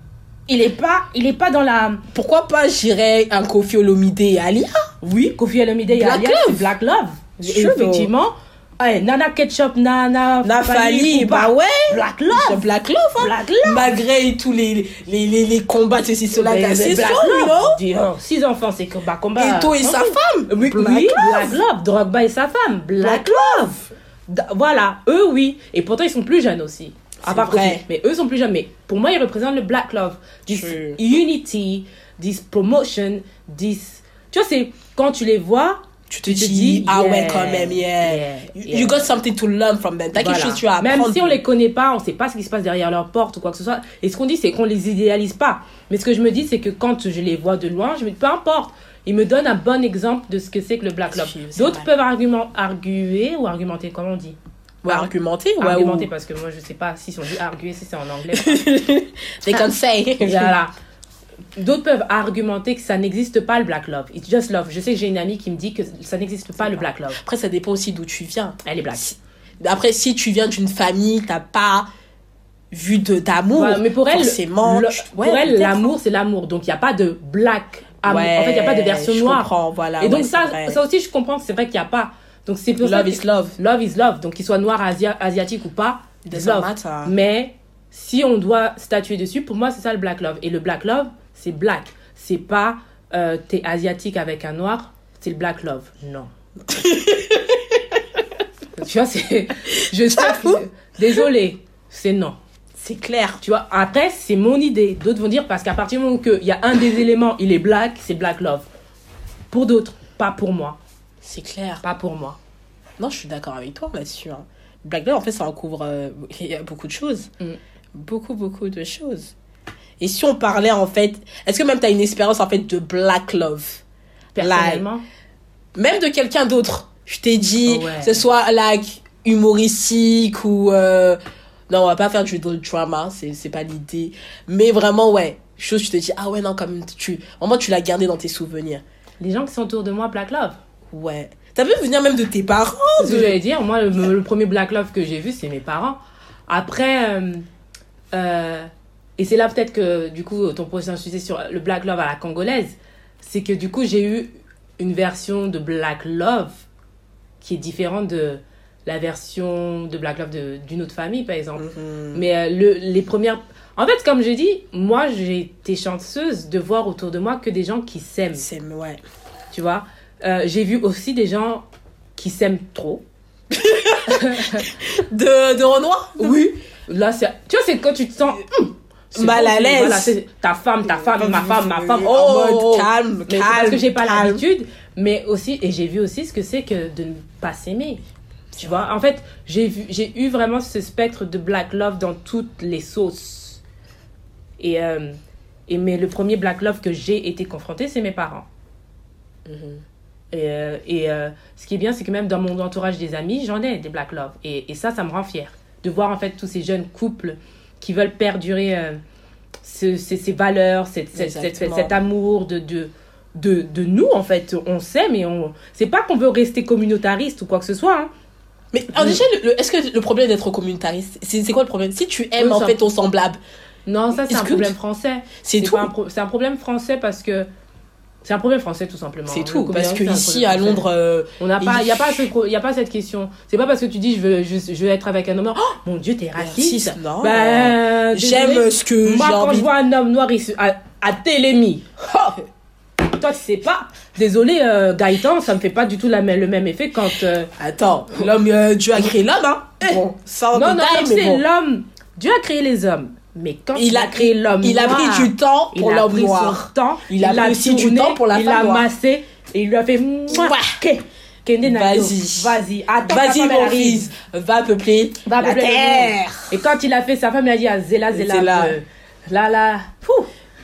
Il est pas, il est pas dans la... Pourquoi pas, j'irais un Kofi Olomide et Alia? Oui, Kofi Olomide et Black Alia, Love. c'est Black Love. Et Sure. effectivement, ouais, Nana Ketchup, Nana... Nafali, bah ouais. Black Love. C'est Black Love, hein. Black Love. Malgré tous les, les, les, les combats, ceci, cela, Mais- c'est mais sûr, Black you Love. know? Dis, oh, six enfants, c'est combat, combat. Eto'o et sa Oui. femme. Oui, Black oui, Love. Black Love. Drogba et sa femme. Black, Black Love. D- Voilà, eux, oui. Et pourtant, ils sont plus jeunes aussi. À C'est part vrai. Kofi. Mais eux sont plus jeunes. Mais pour moi, ils représentent le Black Love. This True. unity, this promotion, this... Tu vois, c'est quand tu les vois... Tu te dis, ah ouais, quand même, yeah. yeah, You- yeah. You got something to learn from them. T'as quelque Voilà. chose tu as à Même apprendre. si on les connaît pas, on sait pas ce qui se passe derrière leur porte ou quoi que ce soit. Et ce qu'on dit, c'est qu'on les idéalise pas. Mais ce que je me dis, c'est que quand je les vois de loin, je me dis, peu importe. Ils me donnent un bon exemple de ce que c'est que le Black Love. C'est D'autres vrai. peuvent argument, arguer ou argumenter, comment on dit Ouais, argumenter, ouais. Argumenter, ou- parce que moi, je sais pas si on dit arguer, si c'est en anglais. They can say. Voilà. D'autres peuvent argumenter que ça n'existe pas le Black Love. It's just love. Je sais que j'ai une amie qui me dit que ça n'existe pas le Black Love. Après, ça dépend aussi d'où tu viens. Elle est black. Après, si tu viens d'une famille, t'as pas vu de d'amour. Ouais, mais pour elle, forcément, le- tu- pour ouais, elle, peut-être. l'amour, c'est l'amour. Donc, il n'y a pas de black amour. Ouais, en fait, il n'y a pas de version je noire. comprends, voilà, Et donc, ouais, ça, c'est vrai. ça aussi, je comprends que c'est vrai qu'il n'y a pas. Donc, c'est pour ça Love que- is love. Love is love. Donc, qu'il soit noir, asia- asiatique ou pas, it's Doesn't love. matter. Mais si on doit statuer dessus, pour moi, c'est ça le black love. Et le black love, c'est black. C'est pas euh, t'es asiatique avec un noir, c'est le black love. Non. Tu vois, c'est. Je sais. J'avoue. Désolée, c'est non. C'est clair. Tu vois, après, c'est mon idée. D'autres vont dire parce qu'à partir du moment où il y a un des éléments, il est black, c'est black love. Pour d'autres, pas pour moi. C'est clair. Pas pour moi. Non, je suis d'accord avec toi là-dessus. Hein. Black Love, en fait, ça recouvre euh, il y a beaucoup de choses. Mm. Beaucoup, beaucoup de choses. Et si on parlait, en fait... Est-ce que même tu as une expérience, en fait, de Black Love? Personnellement. Même de quelqu'un d'autre. Je t'ai dit, Ouais. que ce soit, like, humoristique ou... euh, Non, on va pas faire du drama, c'est, c'est pas l'idée. Mais vraiment, ouais, chose, tu te dis, ah ouais, non, comme tu... Vraiment, tu l'as gardé dans tes souvenirs. Les gens qui sont autour de moi, black love. Ouais. Ça peut venir même de tes parents. C'est ce que de- j'allais dire. Moi, le, le premier black love que j'ai vu, c'est mes parents. Après, euh, euh, et c'est là peut-être que, du coup, ton prochain sujet sur le black love à la congolaise, c'est que du coup, j'ai eu une version de black love qui est différente de la version de black love de, d'une autre famille, par exemple. Mhm. Mais euh, le, les premières... En fait, comme j'ai dit, moi, j'ai été chanceuse de voir autour de moi que des gens qui s'aiment, C'est... Ouais. tu vois. Euh, j'ai vu aussi des gens qui s'aiment trop. De, de Renoir? Oui. Là, c'est... Tu vois, c'est quand tu te sens... hum, c'est Mal bon, à c'est- l'aise. Voilà, c'est ta femme, ta femme, ma femme, ma femme. Oh, en mode calme, Mais c'est calme. parce que j'ai pas calme. l'habitude. Mais aussi, et j'ai vu aussi ce que c'est que de ne pas s'aimer. Tu vois, en fait, j'ai, vu, j'ai eu vraiment ce spectre de black love dans toutes les sauces. Et, euh, et mais le premier black love que j'ai été confrontée, c'est mes parents. Mhm. Et, euh, et euh, ce qui est bien, c'est que même dans mon entourage des amis, j'en ai des black love. Et, et ça, ça me rend fière. De voir en fait tous ces jeunes couples qui veulent perdurer euh, ce, ces, ces valeurs, cette, cette, cette- Exactement. cet amour de, de, de, de nous, en fait. On s'aime et on... C'est pas qu'on veut rester communautariste ou quoi que ce soit. Hein. Mais alors, déjà, le, le- est-ce que le problème d'être communautariste, c'est, c'est quoi le problème? Si tu aimes, Oui, en ça- fait, ton semblable, Non, ça, c'est Est-ce un que problème tu- français. c'est tout. pas un pro- C'est un problème français parce que... C'est un problème français, tout simplement. C'est Le tout. Parce que communautariste, c'est un ici, à problème Londres... français. euh, On n'a pas, il il y a pas, ce pro- y a pas cette question. C'est pas parce que tu dis je veux, je, je veux être avec un homme noir. Oh mon Dieu, t'es raciste. Raciste, non. Ben, J'aime désolé. ce que Moi, j'ai quand envie. je vois un homme noir il se- à, à Télémy, oh, toi tu sais pas. Désolé, euh, Gaëtan, ça me fait pas du tout la, même- le même effet quand. euh, Attends, l'homme, euh, Dieu a créé l'homme, hein. Bon. Sans non, non, détail, non, mais c'est bon. l'homme. Dieu a créé les hommes. Mais quand il, Il a a- créé l'homme Il a noir, pris du temps pour il a l'homme pris noir. son temps, Il a l'a pris aussi du tourné, temps pour la il femme l'a noire. massé et il lui a fait mouah, Mouah. Ke- Kende Nayo. Vas-y. Vas-y. Attends, ta Vas-y, femme, elle mon arrive. fils, va peupler Va la peupler le terre. monde. Et quand il a fait, sa femme, elle a dit à Zéla, Zéla, Zéla. euh, là, là, pouf,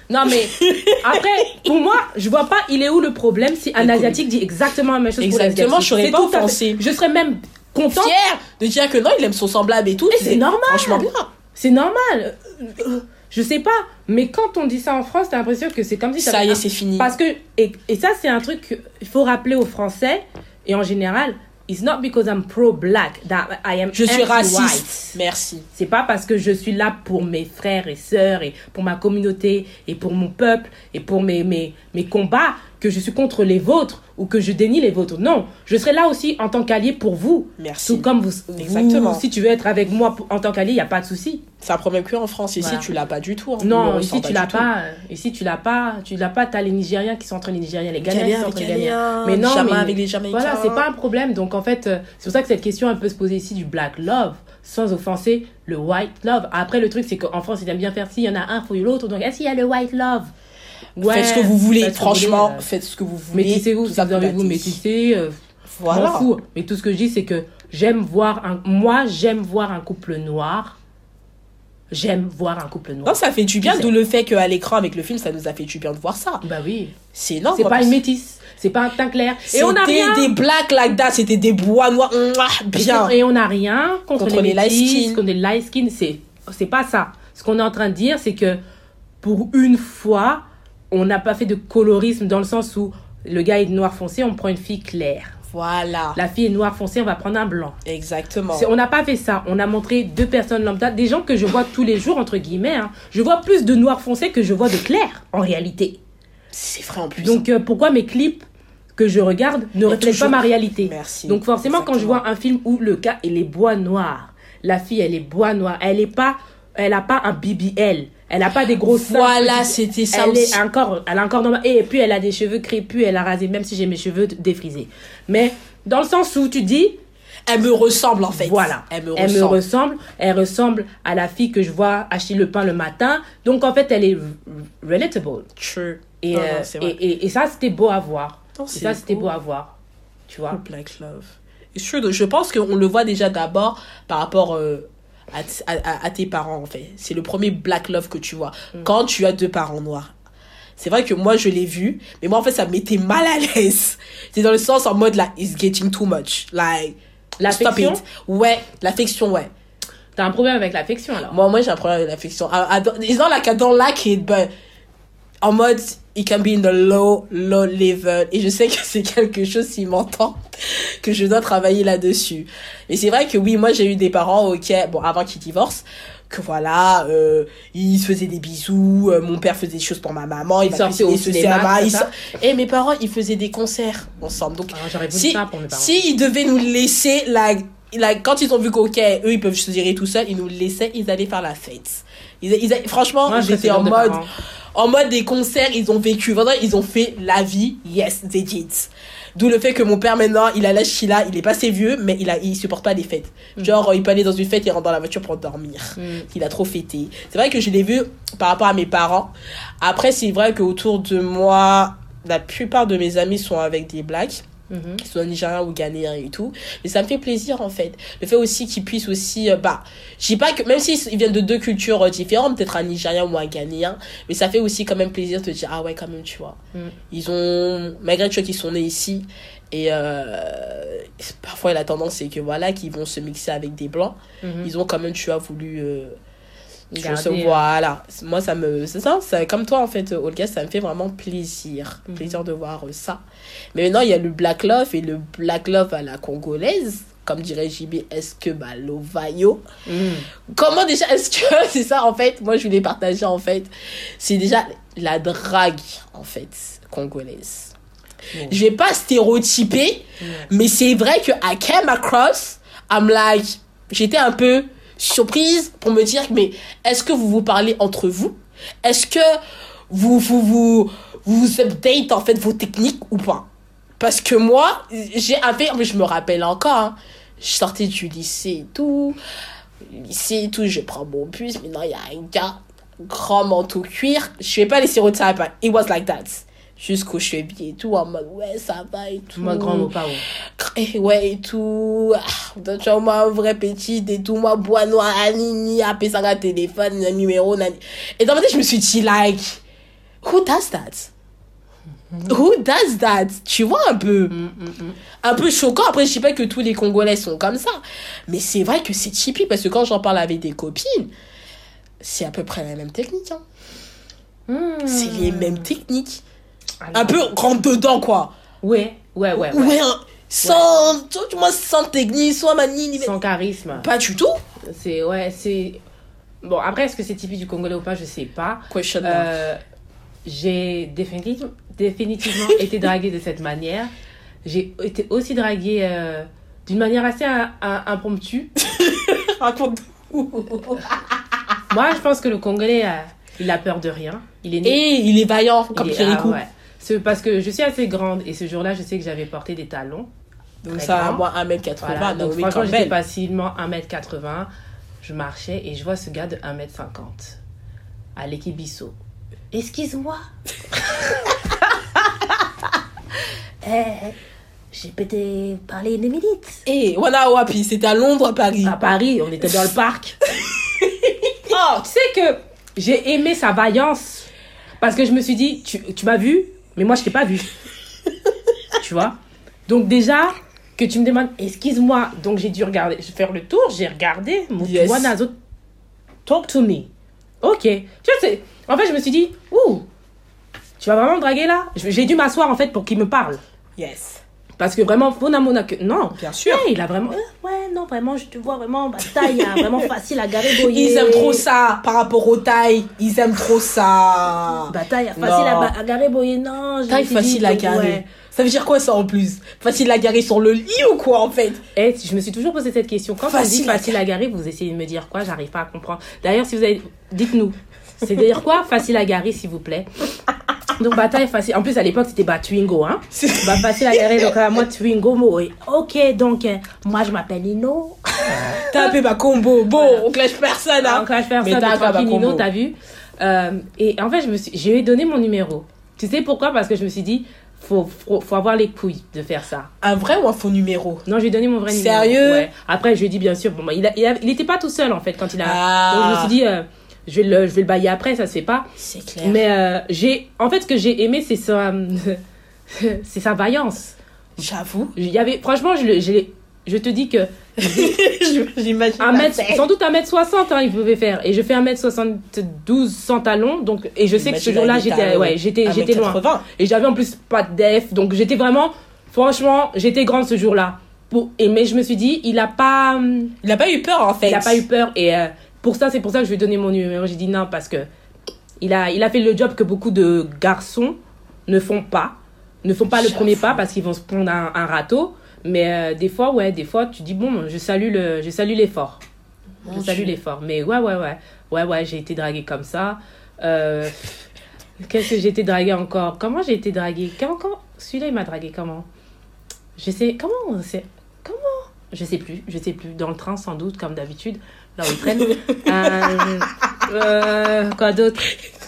Non, mais après, pour moi, je vois pas, il est où le problème si un asiatique dit exactement la même chose pour Exactement, l'asiatique. je serais C'est pas tout à fait- offensée. Je serais même contente. Fière de dire que non, il aime son semblable et tout. Et c'est normal. Franchement bien. C'est normal. Euh, Je sais pas, mais quand on dit ça en France, t'as l'impression que c'est comme si... Ça y est, c'est fini. Parce que, et, et ça, c'est un truc qu'il faut rappeler aux Français, et en général, it's not because I'm pro-black that I am Je suis anti-white. raciste. Merci. C'est pas parce que je suis là pour mes frères et sœurs, et pour ma communauté, et pour mon peuple, et pour mes, mes, mes combats, que je suis contre les vôtres, ou que je dénie les vôtres. Non, je serai là aussi en tant qu'allié pour vous. Merci. Tout comme vous, Exactement. vous, si tu veux être avec moi pour- en tant qu'allié, il n'y a pas de souci. C'est un problème que en France. Ici, Voilà. tu l'as pas du tout. hein. On Non, le ici ressent tu l'as du tout. pas. euh, Ici tu l'as pas. Tu l'as pas. T'as les Nigériens qui sont entre les Nigériens, les Ghanéens qui Ghanéens sont entre les avec Ghanéens. Ghanéens, Mais non, Jama mais avec les Jamaïcains. voilà, c'est pas un problème. Donc en fait, euh, c'est pour ça que cette question elle peut se poser ici du black love, sans offenser le white love. Après le truc c'est qu'en France ils aiment bien faire si il y en a un faut l'autre. Donc est-ce qu'il y a le white love? Ouais, Faites ce que vous voulez. faites ce que Franchement, vous voulez, euh. faites ce que vous voulez. Métissez-vous, Tout si ça vous avez peut vous dater. métissez. Euh, Voilà. m'en fous. Mais tout ce que je dis c'est que j'aime voir un. Moi j'aime voir un couple noir. J'aime voir un couple noir. Non, ça fait du bien, C'est- d'où le fait qu'à l'écran, avec le film, ça nous a fait du bien de voir ça. Bah oui. C'est énorme. C'est en pas plus. une métisse. C'est pas un teint clair. Et on a C'était rien. des blacks like that, c'était des bois noirs. Mouah, Et bien. c'est- Et on n'a rien contre, Contre les, les light métis, skin. contre les light skin. C'est, c'est pas ça. Ce qu'on est en train de dire, c'est que pour une fois, on n'a pas fait de colorisme dans le sens où le gars est noir foncé, on prend une fille claire. Voilà. La fille est noire foncé, on va prendre un blanc. Exactement. C'est- on n'a pas fait ça. On a montré deux personnes lambda, des gens que je vois tous les jours, entre guillemets. hein. Je vois plus de noirs foncés que je vois de clairs, en réalité. C'est vrai en plus. Donc, euh, pourquoi mes clips que je regarde ne reflètent toujours- pas ma réalité? Merci. Donc, forcément, quand je Exactement. vois un film où le gars, il est bois noir, la fille, elle est bois noir, elle est pas, elle a pas un B B L, elle a pas des gros seins Voilà, petits. c'était ça elle aussi. Est encore, elle a encore normal. Et puis, elle a des cheveux crépus, elle a rasé, même si j'ai mes cheveux défrisés. Mais, dans le sens où tu dis, Elle me ressemble en fait. voilà. Elle me elle ressemble. me ressemble. Elle ressemble à la fille que je vois acheter le pain le matin. Donc, en fait, elle est r- relatable. True. Et, Non, non, euh, c'est vrai. et, et, et ça, c'était beau à voir. Non, Et c'est ça, c'était beau. beau à voir. Tu vois? Black love. It's true. Je pense qu'on le voit déjà d'abord par rapport euh, à, t- à, à- à tes parents en fait. C'est le premier black love que tu vois. Mm. Quand tu as deux parents noirs. C'est vrai que moi je l'ai vu, mais moi en fait ça me mettait mal à l'aise. C'est dans le sens en mode là, it's getting too much. Like, stop L'affection? it. Ouais, l'affection, ouais. T'as un problème avec l'affection, alors? Moi, moi j'ai un problème avec l'affection. I, I don't, it's not like I don't like it, but en mode, it can be in the low, low level. Et je sais que c'est quelque chose, s'il m'entend, que je dois travailler là-dessus. Et c'est vrai que oui, moi j'ai eu des parents, ok, bon, avant qu'ils divorcent, que voilà, euh, ils se faisaient des bisous, euh, mon père faisait des choses pour ma maman, il Ils va sortaient cuisiner au ce cinéma, cinéma, c'est ils ça sort- Et mes parents, ils faisaient des concerts ensemble. Donc, Ah, j'aurais voulu si, ça pour mes parents. si ils devaient nous laisser, like, like, quand ils ont vu qu'ok, eux, ils peuvent se gérer tout seuls, ils nous laissaient, ils allaient faire la fête. Ils, ils, franchement, Moi, je ils serais étaient ce en genre de mode, parents. en mode des concerts, ils ont vécu. Vraiment, ils ont fait la vie. Yes, they did. D'où le fait que mon père, maintenant, il a l'âge qu'il a, il est pas assez vieux, mais il a, il supporte pas les fêtes. Genre, il peut aller dans une fête, il rentre dans la voiture pour dormir. Mm. Il a trop fêté. C'est vrai que je l'ai vu par rapport à mes parents. Après, c'est vrai qu'autour de moi, la plupart de mes amis sont avec des blacks. Mhm. Qui soient nigériens ou ghanéens et tout, mais ça me fait plaisir en fait, le fait aussi qu'ils puissent aussi euh, bah je dis pas que même s'ils viennent de deux cultures euh, différentes, peut-être un nigérien ou un ghanéen, mais ça fait aussi quand même plaisir de te dire ah ouais quand même tu vois, Mm. ils ont malgré tout qu'ils sont nés ici et euh, parfois la tendance c'est que voilà qu'ils vont se mixer avec des blancs, Mhm. ils ont quand même tu as voulu euh, je Garder, sais, euh, voilà, moi ça me c'est ça, ça comme toi en fait Olga, ça me fait vraiment plaisir Mhm. plaisir de voir euh, ça. Mais maintenant il y a le black love et le black love à la congolaise, comme dirait J B, est-ce que bah l'ovayo Mm. comment déjà est-ce que c'est ça en fait, moi je voulais partager en fait, c'est déjà la drague en fait congolaise. Mm. Je vais pas stéréotyper, Mm. mais c'est vrai que I came across, I'm like, j'étais un peu surprise pour me dire, mais est-ce que vous vous parlez entre vous? Est-ce que vous vous, vous, vous update en fait vos techniques ou pas? Parce que moi, j'ai un fait, mais je me rappelle encore, hein, je sortais du lycée et tout, lycée et tout, je prends mon bus, maintenant il y a un gars, grand manteau cuir, je fais pas les stéréotypes, hein, it was like that. Jusqu'aux chevilles et tout, en mode ouais, ça va et tout. Moi, grand mot pas. Et ouais, et tout. Ah, tu vois, moi, un vrai petit et tout. Moi, bois noir, anini, appeler ça un téléphone, un numéro, nani. Et dans ma tête, je me suis dit, like, Who does that? Who does that? Tu vois un peu. Mm, mm, mm. Un peu choquant. Après, je sais pas que tous les Congolais sont comme ça. Mais c'est vrai que c'est typique parce que quand j'en parle avec des copines, c'est à peu près la même technique. Hein. Mm. C'est les mêmes techniques. Alors, Un peu rentre dedans, quoi. Ouais, ouais, ouais. ouais. Ouais, hein. sans, ouais. Soit, moi, sans technique, soit manie. Sans charisme. Pas du tout. C'est, ouais, c'est... Bon, après, est-ce que c'est typique du Congolais ou pas, je sais pas. Question euh, J'ai définitivement, définitivement été draguée de cette manière. J'ai été aussi draguée euh, d'une manière assez un, un, impromptue. Raconte-nous. Moi, je pense que le Congolais, euh, il a peur de rien. Il est né... Et il est vaillant, comme Kirikou. Ah, ouais. C'est parce que je suis assez grande et ce jour-là, je sais que j'avais porté des talons. Donc ça, grand. Moi, un mètre quatre-vingts. Voilà. Donc oui, franchement, j'étais facilement un mètre quatre-vingts. Je marchais et je vois ce gars de un mètre cinquante à l'équipe Bissau. Excuse-moi. eh, j'ai peut-être parlé une minute. Et voilà, Wapi, c'était à Londres, à Paris. À Paris, on était dans le parc. Oh, tu sais que j'ai aimé sa vaillance parce que je me suis dit, tu, tu m'as vu, mais moi je t'ai pas vu. Tu vois? Donc déjà, que tu me demandes, excuse-moi, donc j'ai dû regarder, faire le tour, j'ai regardé, mon yes. Nazo, talk to me. Ok. Tu sais, en fait, je me suis dit, ouh, tu vas vraiment me draguer là? J'ai dû m'asseoir en fait pour qu'il me parle. Yes. Parce que vraiment, Fonamona, que non. Bien sûr. Ouais, il a vraiment, euh, ouais, non, vraiment, je te vois vraiment, bah, taille, hein, vraiment facile à garer boyer. Ils aiment trop ça par rapport aux tailles. Ils aiment trop ça. Bah, taille, facile à, à garer boyer, non. Taille facile à garer. Ouais. Ça veut dire quoi ça en plus? Facile à garer sur le lit ou quoi en fait? Et je me suis toujours posé cette question. Quand facile on dit facile à garer, vous essayez de me dire quoi? J'arrive pas à comprendre. D'ailleurs, si vous avez, dites-nous. C'est dire quoi? Facile à garer, s'il vous plaît. Donc, bataille facile. En plus, à l'époque, c'était bah, Twingo, hein. Bah, facile à garer. Donc, à moi, Twingo, moi. Ok, donc, euh, moi, je m'appelle Nino. T'as appelé ma combo. Bon, voilà. On clash personne, hein. On clash personne. Mais t'as appelé Nino, t'as vu? Euh, et en fait, je me suis, j'ai donné mon numéro. Tu sais pourquoi? Parce que je me suis dit, faut, faut, faut avoir les couilles de faire ça. Un vrai ou un faux numéro? Non, je lui ai donné mon vrai Sérieux? numéro. Sérieux? Ouais. Après, je lui ai dit, bien sûr, bon, il, a, il, a, il était pas tout seul, en fait, quand il a. Ah. Donc, je me suis dit, euh, je vais le, je vais le bailler après, ça se fait pas. C'est clair. Mais j'ai, euh, j'ai, en fait, ce que j'ai aimé, c'est sa, c'est sa vaillance. J'avoue. Il y avait, franchement, je, je, je te dis que. J'imagine. Un mètre, sans doute un mètre soixante, hein, il pouvait faire. Et je fais un mètre soixante-douze sans talons. Donc, et je sais que ce jour-là, j'étais, ouais, j'étais, j'étais loin. Et j'avais en plus pas de def. Donc, j'étais vraiment, franchement, j'étais grande ce jour-là. Pour, et, mais je me suis dit, il a pas. Il a pas eu peur, en fait. Il a pas eu peur. Et euh, pour ça, c'est pour ça que je lui ai donné mon numéro. J'ai dit non, parce que il a, il a fait le job que beaucoup de garçons ne font pas. Ne font pas le premier pas parce qu'ils vont se prendre un, un râteau. Mais euh, des fois, ouais, des fois, tu dis, bon, je salue, le, je salue l'effort. Mon je salue Dieu. l'effort. Mais ouais, ouais, ouais. Ouais, ouais, j'ai été draguée comme ça. Euh, qu'est-ce que j'ai été draguée encore? Comment j'ai été draguée? Comment, comment... Celui-là, il m'a draguée comment? Je sais, comment c'est... Comment? Je sais plus, je sais plus. Dans le train, sans doute, comme d'habitude. Là où ils prennent. euh, euh, quoi d'autre?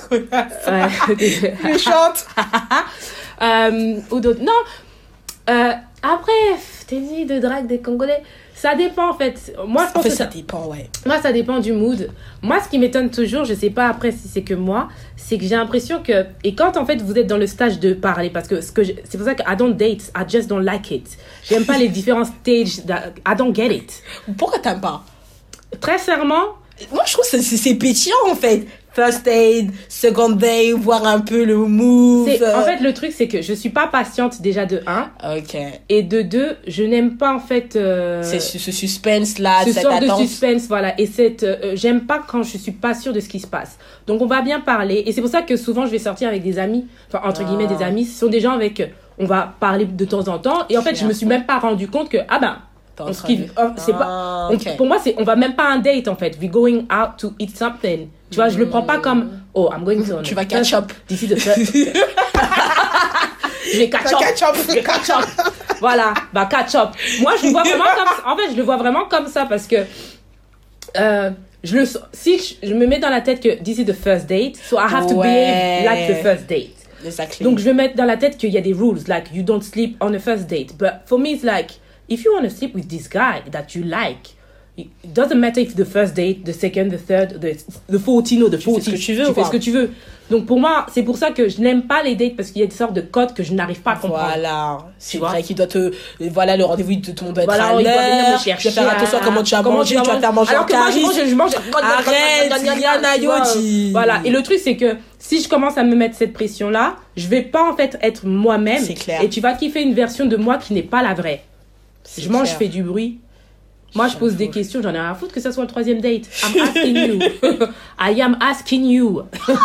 Je chante. euh, ou d'autres. Non. Euh, après, technique de drague des Congolais, ça dépend en fait. Moi, je pense en fait, que ça, ça dépend, ouais. Moi, ça dépend du mood. Moi, ce qui m'étonne toujours, je sais pas après si c'est que moi, c'est que j'ai l'impression que. Et quand en fait vous êtes dans le stage de parler, parce que, ce que je... c'est pour ça que I don't date, I just don't like it. J'aime pas les différents stages, that... I don't get it. Pourquoi t'aimes pas? Très sincèrement. Moi, je trouve que c'est, c'est pétillant en fait. First date, second date, voir un peu le move. C'est, en fait, le truc, c'est que je suis pas patiente déjà de un. Ok. Et de deux, je n'aime pas en fait. Euh, c'est ce, ce suspense-là, ce cette sort attente. de suspense, voilà. Et cette, euh, j'aime pas quand je suis pas sûre de ce qui se passe. Donc, on va bien parler. Et c'est pour ça que souvent, je vais sortir avec des amis. Enfin, entre ah. guillemets, des amis. Ce sont des gens avec. On va parler de temps en temps. Et en fait, je me suis même pas rendu compte que, ah ben. On skip, oh, c'est ah, pas, on, okay. Pour moi, c'est, on va même pas un date en fait. We're going out to eat something. Tu vois, mm. je le prends pas comme oh, I'm going to. Tu vas catch up. D'ici de fait. Je vais catch up. Catch up. Je vais catch up. Voilà, bah catch up. Moi, je le vois vraiment comme ça. En fait, je le vois vraiment comme ça parce que euh, je le, si je, je me mets dans la tête que this is the first date, so I have to ouais. behave like the first date. Exactly. Donc, je vais mettre dans la tête qu'il y a des rules, like you don't sleep on a first date. But for me, it's like if you want to sleep with this guy that you like, It doesn't matter if the first date, the second, the third, the, the fourteen or the Tu fais ce forty. que tu veux, Tu quoi. fais ce que tu veux. Donc pour moi, c'est pour ça que je n'aime pas les dates parce qu'il y a des sortes de codes que je n'arrive pas à comprendre. Voilà, c'est Tu vois. vrai qu'il doit te. Voilà, le rendez-vous, tout le monde doit être Voilà, à il doit venir me l'heure. chercher. Tu vas faire attention à comment tu vas manger, tu vas faire manger Alors en que moi, je caris. mange, je mange. Arrête, Yana Tu vois. Yodi. Voilà. Et le truc, c'est que si je commence à me mettre cette pression-là, je vais pas en fait être moi-même. C'est clair. Et tu vas kiffer une version de moi qui n'est pas la vraie. C'est Je mange, clair. je fais du bruit. Moi, je pose des J'avoue. questions, j'en ai rien à foutre que ça soit le troisième date. I'm asking you. I am asking you.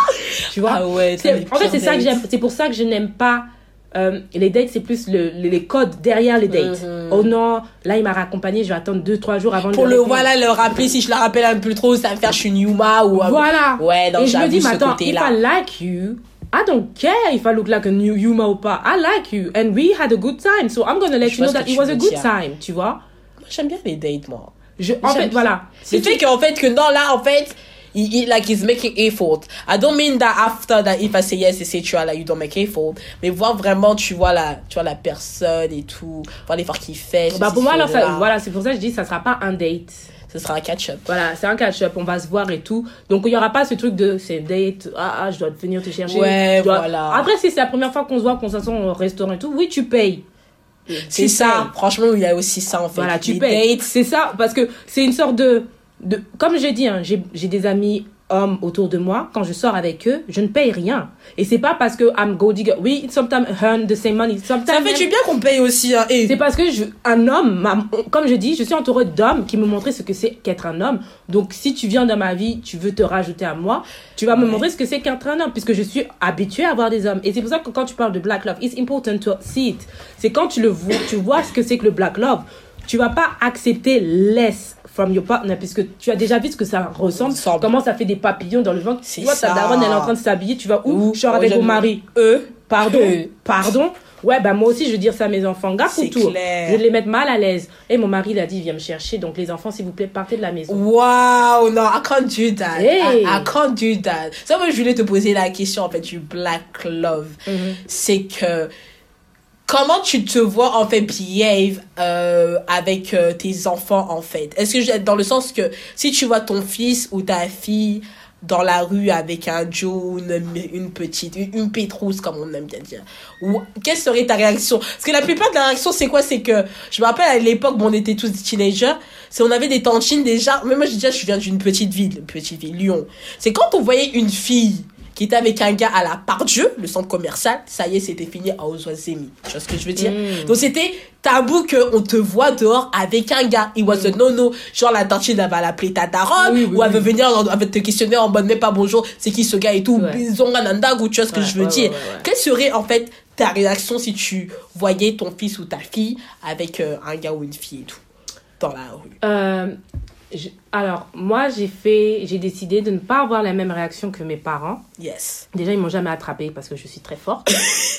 Tu vois? Ah ouais, C'est- t'as les en fait, pires c'est ça que dates. j'aime. C'est pour ça que je n'aime pas euh, les dates. C'est plus le, les, les codes derrière les dates. Mhm. Oh non, là, il m'a raccompagné, je vais attendre deux trois jours avant de Pour lui le répondre. voilà, le rappeler, si je le rappelle un peu trop, ça va me faire je suis une Yuma ou. Voilà. Ouais, donc Et je me j'avoue dis, mais ce attends, if côté-là. I like you, I don't care if I look like a new Yuma ou pas. I like you and we had a good time. So I'm gonna let Je you know vois ce that que it tu was a veux good dire. time. Tu vois? Moi, j'aime bien les dates, moi. Je, en J'aime fait, voilà. C'est le fait qu'en fait, que non, là, en fait, he, he, like, he's making effort. I don't mean that after that, if I say yes, et say tu vois, là, you don't make effort. Mais voir vraiment, tu vois, la, tu vois, la personne et tout, voir l'effort qu'il fait. Bah ceci, pour moi, alors, ça, cela. voilà, c'est pour ça que je dis, ça sera pas un date. Ce sera un catch-up. Voilà, c'est un catch-up, on va se voir et tout. Donc, il y aura pas ce truc de, c'est date, ah, ah, je dois venir te chercher. Ouais, je dois- voilà. Après, si c'est la première fois qu'on se voit, qu'on s'assoit au restaurant et tout, oui, tu payes. C'est Tu ça. payes. Franchement, il y a aussi ça, en fait. Voilà, tu les payes. dates. C'est ça, parce que c'est une sorte de, de comme j'ai dit, hein, j'ai, j'ai des amis hommes autour de moi. Quand je sors avec eux, je ne paye rien. Et c'est pas parce que I'm gold digger. Oui, sometimes earn the same money. Sometimes Ça fait du bien qu'on paye aussi, hein. Et c'est parce que je, un homme, m'a- comme je dis, je suis entourée d'hommes qui me montraient ce que c'est qu'être un homme. Donc, si tu viens dans ma vie, tu veux te rajouter à moi, tu vas me Ouais. montrer ce que c'est qu'être un homme, puisque je suis habituée à voir des hommes. Et c'est pour ça que quand tu parles de black love, it's important to see it. C'est quand tu le vois, tu vois ce que c'est que le black love, tu vas pas accepter less from your partner, puisque tu as déjà vu ce que ça ressemble, Ressemble. comment ça fait des papillons dans le ventre. C'est Tu vois, ta ça. daronne, elle est en train de s'habiller, tu vas où? Où? Je sors Oh, avec mon j'avoue. mari. Eux. Pardon, Eux. pardon. Ouais, bah moi aussi, je veux dire ça à mes enfants. Garde C'est autour. clair. Je vais les mettre mal à l'aise. Et mon mari, il a dit, viens me chercher. Donc, les enfants, s'il vous plaît, partez de la maison. Wow, non, I can't do that. Hey. I, I can't do that. Ça, moi, je voulais te poser la question, en fait, du black love. Mhm. C'est que, comment tu te vois, en fait, behave euh, avec euh, tes enfants, en fait? Est-ce que, je- dans le sens que, si tu vois ton fils ou ta fille dans la rue avec un Joe, une, une petite, une, une pétrousse, comme on aime bien dire, ou quelle serait ta réaction? Parce que la plupart de la réaction, c'est quoi? C'est que, je me rappelle à l'époque, bon, on était tous des teenagers, c'est on avait des tantines déjà, mais moi, je dis déjà, je viens d'une petite ville, une petite ville, Lyon. C'est quand on voyait une fille qui était avec un gars à la Part-Dieu, le centre commercial, ça y est, c'était fini à Ozoazemi. Tu vois ce que je veux dire? Mm. Donc, c'était tabou qu'on te voit dehors avec un gars. It was a no-no. Genre, la tantine, elle va l'appeler ta daronne, Oui, oui, ou elle veut oui. venir, elle va te questionner en mode, mais pas bonjour, c'est qui ce gars et tout, Ouais. Bizonganandag, ou tu vois ce que Ouais, je veux ouais, dire? ouais, ouais, ouais. Quelle serait, en fait, ta réaction si tu voyais ton fils ou ta fille avec euh, un gars ou une fille et tout, dans la rue? Euh, je- alors, moi, j'ai fait, j'ai décidé de ne pas avoir la même réaction que mes parents. Yes. Déjà, ils m'ont jamais attrapée parce que je suis très forte.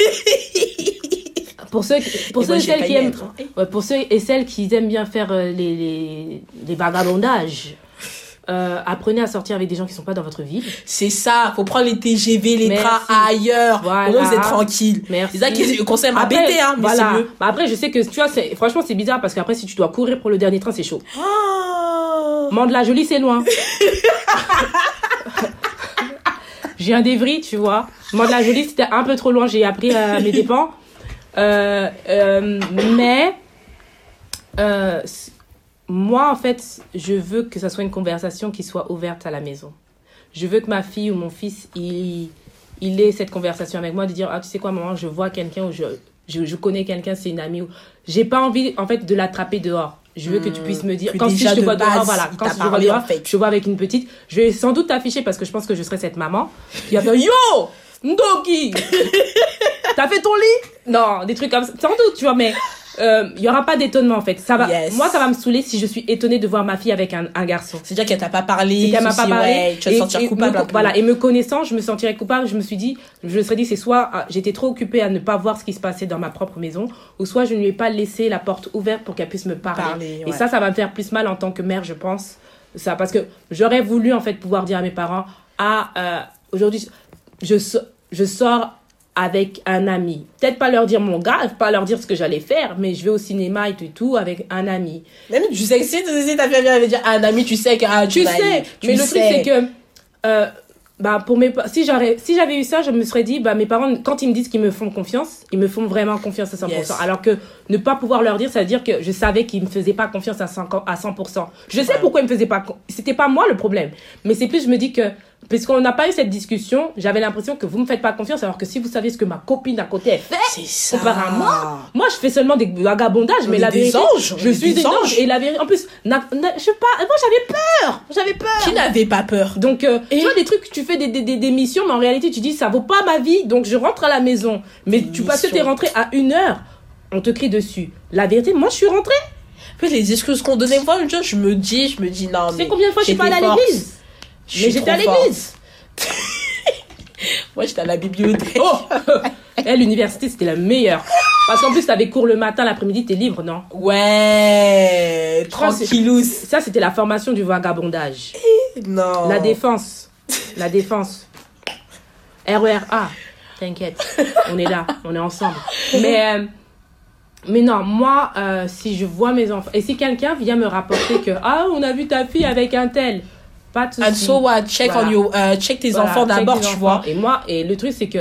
Pour ceux, qui- pour Et ceux moi, et j'ai celles failli qui aiment, être, hein. ouais, pour ceux et celles qui aiment bien faire euh, les, les, les vagabondages, euh, apprenez à sortir avec des gens qui sont pas dans votre ville. C'est ça, faut prendre les T G V, les Merci. trains ailleurs. Voilà. Au moins, vous êtes tranquille. Merci. C'est ça qui conseille ma Après, B T, hein, mais voilà. c'est mieux. Bah après, je sais que, tu vois, c'est, franchement, c'est bizarre parce qu'après, si tu dois courir pour le dernier train, c'est chaud. Oh. Mande-la-Jolie, c'est loin. J'ai un d'Evry, tu vois. Mande-la-Jolie, c'était un peu trop loin. J'ai appris à mes dépens. Euh, euh, mais, euh, c- moi, en fait, je veux que ça soit une conversation qui soit ouverte à la maison. Je veux que ma fille ou mon fils, il, il ait cette conversation avec moi, de dire, ah, tu sais quoi, maman, je vois quelqu'un ou je, je, je connais quelqu'un, c'est une amie. Ou... J'ai pas envie, en fait, de l'attraper dehors. Je veux que tu puisses me dire, que quand si déjà je te de vois base, dehors, voilà, il quand t'a si je te vois parlé, dehors, en fait. je te vois avec une petite, je vais sans doute t'afficher parce que je pense que je serai cette maman qui va faire, yo, Ndoki, t'as fait ton lit? Non, des trucs comme ça, sans doute, tu vois, mais euh, il y aura pas d'étonnement, en fait. Ça va, Yes. moi, ça va me saouler si je suis étonnée de voir ma fille avec un, un garçon. C'est-à-dire qu'elle t'a pas parlé. C'est qu'elle m'a pas ceci, parlé. ouais, tu vas te Et- sentir et coupable me- un peu. Voilà, et me connaissant, je me sentirais coupable. Je me suis dit, je me serais dit, c'est soit ah, j'étais trop occupée à ne pas voir ce qui se passait dans ma propre maison, ou soit je ne lui ai pas laissé la porte ouverte pour qu'elle puisse me parler. Parler, Et ouais. ça, ça va me faire plus mal en tant que mère, je pense. Ça, parce que j'aurais voulu, en fait, pouvoir dire à mes parents, ah, euh, aujourd'hui, je, so- je sors avec un ami. Peut-être pas leur dire mon gars, pas leur dire ce que j'allais faire, mais je vais au cinéma et tout, et tout avec un ami. Même tu sais que si, si ta fille vient dire à un ami, tu sais que ah, tu, tu sais. Tu mais sais. Le truc c'est que euh, bah pour mes si j'aurais si j'avais eu ça, je me serais dit bah mes parents quand ils me disent qu'ils me font confiance, ils me font vraiment confiance à cent pour cent. Yes. Alors que ne pas pouvoir leur dire, ça veut dire que je savais qu'ils me faisaient pas confiance à cent pour cent. Je sais ouais. pourquoi ils me faisaient pas c'était pas moi le problème, mais c'est plus je me dis que puisqu'on n'a pas eu cette discussion, j'avais l'impression que vous me faites pas confiance, alors que si vous saviez ce que ma copine à côté elle fait, c'est ça. Comparé à moi, moi je fais seulement des vagabondages, mais, mais la vérité, anges, je suis des anges. Et la vérité, en plus, na, na, je sais pas, moi j'avais peur, j'avais peur. Qui n'avait pas peur? Donc, euh, et... tu vois des trucs, tu fais des, des, des, des missions, mais en réalité tu dis ça vaut pas ma vie, donc je rentre à la maison. Mais des tu passes que t'es rentré à une heure, on te crie dessus. La vérité, moi je suis rentrée. En fait, les excuses qu'on donnait, moi, je me dis, je me dis non. Tu sais combien de fois je suis pas allée à l'église? Mais j'étais à l'église. Moi, j'étais à la bibliothèque. Oh et l'université, c'était la meilleure. Parce qu'en plus, t'avais cours le matin, l'après-midi, t'es libre, non? Ouais, tranquillous. Ça, c'était la formation du vagabondage. Non. La défense. La défense. R E R A. T'inquiète. On est là. On est ensemble. Mais, euh, mais non, moi, euh, si je vois mes enfants... Et si quelqu'un vient me rapporter que... Ah, on a vu ta fille avec un tel... Pas de soucis. And so what? Check voilà. on you, uh, check tes voilà, enfants d'abord, tu vois. Et moi, et le truc, c'est que...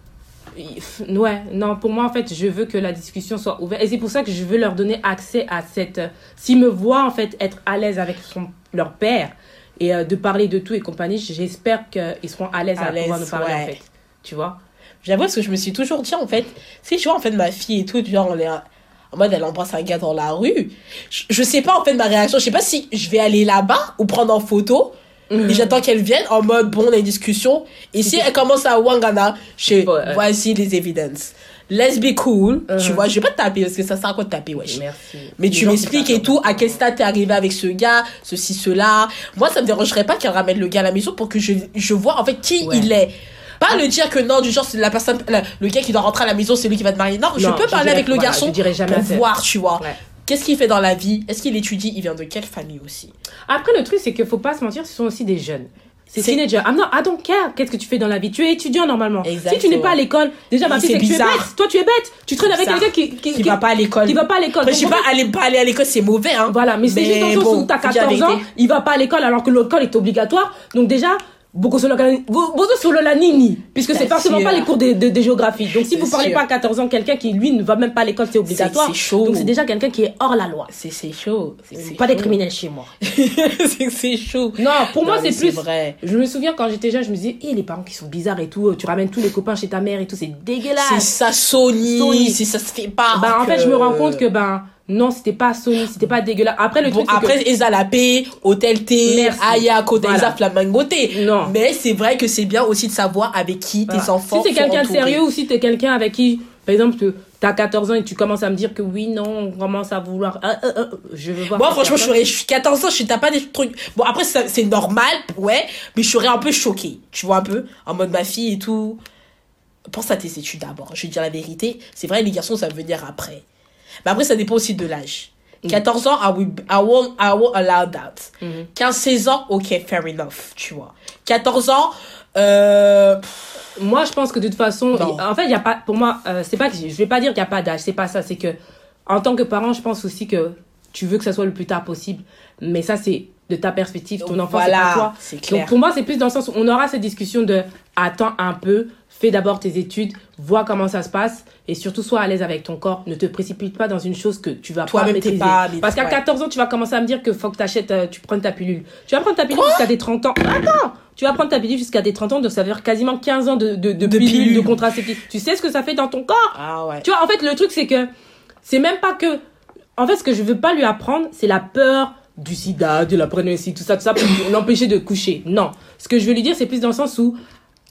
Ouais, non, pour moi, en fait, je veux que la discussion soit ouverte. Et c'est pour ça que je veux leur donner accès à cette... S'ils me voient, en fait, être à l'aise avec son, leur père et euh, de parler de tout et compagnie, j'espère qu'ils seront à l'aise à, à l'aise, pouvoir nous parler, ouais. en fait. Tu vois? J'avoue, parce que je me suis toujours dit, en fait, si tu vois, en fait, ma fille et tout, genre, on est... En mode, elle embrasse un gars dans la rue. Je, je sais pas, en fait, ma réaction. Je sais pas si je vais aller là-bas ou prendre en photo. Mm-hmm. Et j'attends qu'elle vienne en mode, bon, on a une discussion. Et si elle commence à Wangana, je ouais. voici les évidences. Let's be cool. Mm-hmm. Tu vois, je vais pas te taper parce que ça sert à quoi de taper, wesh. Merci. Mais tu m'expliques et tout, à quel stade t'es arrivé avec ce gars, ceci, cela. Moi, ça me dérangerait pas qu'elle ramène le gars à la maison pour que je, je vois, en fait, qui ouais. il est. Pas le dire que non, du genre, c'est la personne, la, le gars qui doit rentrer à la maison, c'est lui qui va te marier. Non, non je peux parler dirais, avec le voilà, garçon je dirais jamais pour voir, tu vois. Ouais. Qu'est-ce qu'il fait dans la vie? Est-ce qu'il étudie? Il vient de quelle famille aussi? Après, le truc, c'est qu'il faut pas se mentir, ce sont aussi des jeunes. C'est teenagers. Ah non, I don't care. Qu'est-ce que tu fais dans la vie? Tu es étudiant normalement. Exactement. Si tu n'es pas à l'école, déjà ma fille, c'est que tu es bête. Toi, tu es bête. Tu traînes avec quelqu'un qui, qui, qui va pas à l'école. Qui va pas à l'école. Je sais pas, aller, pas aller à l'école, c'est mauvais, hein. Voilà, mais, mais c'est juste dans le sens bon, où t'as quatorze ans, il va pas à l'école alors que l'école est obligatoire. Donc déjà, beaucoup sur la nini, puisque c'est forcément pas les cours de, de, de géographie. Donc si vous parlez sûr. pas à quatorze ans, quelqu'un qui lui ne va même pas à l'école, c'est obligatoire. C'est, c'est chaud. Donc c'est déjà quelqu'un qui est hors la loi. C'est, c'est chaud. C'est, c'est pas chaud. Des criminels chez moi. c'est, c'est chaud. Non, pour non, moi c'est plus. C'est vrai. Je me souviens quand j'étais jeune, je me disais, eh, les parents qui sont bizarres et tout, tu ramènes tous les copains chez ta mère et tout, c'est dégueulasse. C'est ça, Sony. Sony. C'est ça se fait pas. Bah en fait, je me rends compte que ben. Non, c'était pas Sony, c'était pas dégueulasse. Après, le bon, truc, c'est après, que... Ezalapé, Hôtel T, Aya, Kodaiza, voilà. Flamingoté. Non. Mais c'est vrai que c'est bien aussi de savoir avec qui voilà. tes enfants si t'es quelqu'un de sérieux ou si t'es quelqu'un avec qui, par exemple, t'as quatorze ans et tu commences à me dire que oui, non, on commence à vouloir... Euh, euh, euh, je veux voir... Moi, franchement, je serais, je suis quatorze ans, je t'as pas des trucs... Bon, après, c'est, c'est normal, ouais, mais je serais un peu choquée. Tu vois, un peu, en mode ma fille et tout. Pense à tes études d'abord. Je vais te dire la vérité. C'est vrai, les garçons, ça va venir après. Mais après, ça dépend aussi de l'âge. quatorze ans, I, will, I, won't, I won't allow that. Mm-hmm. quinze seize ans, ok, fair enough, tu vois. quatorze ans, euh... moi, je pense que de toute façon, non. en fait, il y a pas, pour moi, euh, c'est pas que, je vais pas dire qu'il y a pas d'âge, c'est pas ça, c'est que, en tant que parent, je pense aussi que tu veux que ça soit le plus tard possible. Mais ça, c'est de ta perspective, ton enfant, voilà, c'est pas toi. C'est clair. Donc, pour moi, c'est plus dans le sens où on aura cette discussion de, attends un peu, fais d'abord tes études, vois comment ça se passe et surtout sois à l'aise avec ton corps. Ne te précipite pas dans une chose que tu vas Toi pas même maîtriser. Pas, Parce qu'à ouais. quatorze ans, tu vas commencer à me dire que faut que t'achètes, euh, tu prennes ta pilule. Tu vas prendre ta pilule Quoi jusqu'à tes trente ans. Attends, tu vas prendre ta pilule jusqu'à tes trente ans, donc ça veut dire quasiment quinze ans de, de, de, de pilule, pilule, de contraceptif. Tu sais ce que ça fait dans ton corps? Ah ouais. Tu vois, en fait, le truc, c'est que c'est même pas que... En fait, ce que je veux pas lui apprendre, c'est la peur du sida, de la prégnancy, tout ça, tout ça, pour l'empêcher de coucher. Non. Ce que je veux lui dire, c'est plus dans le sens où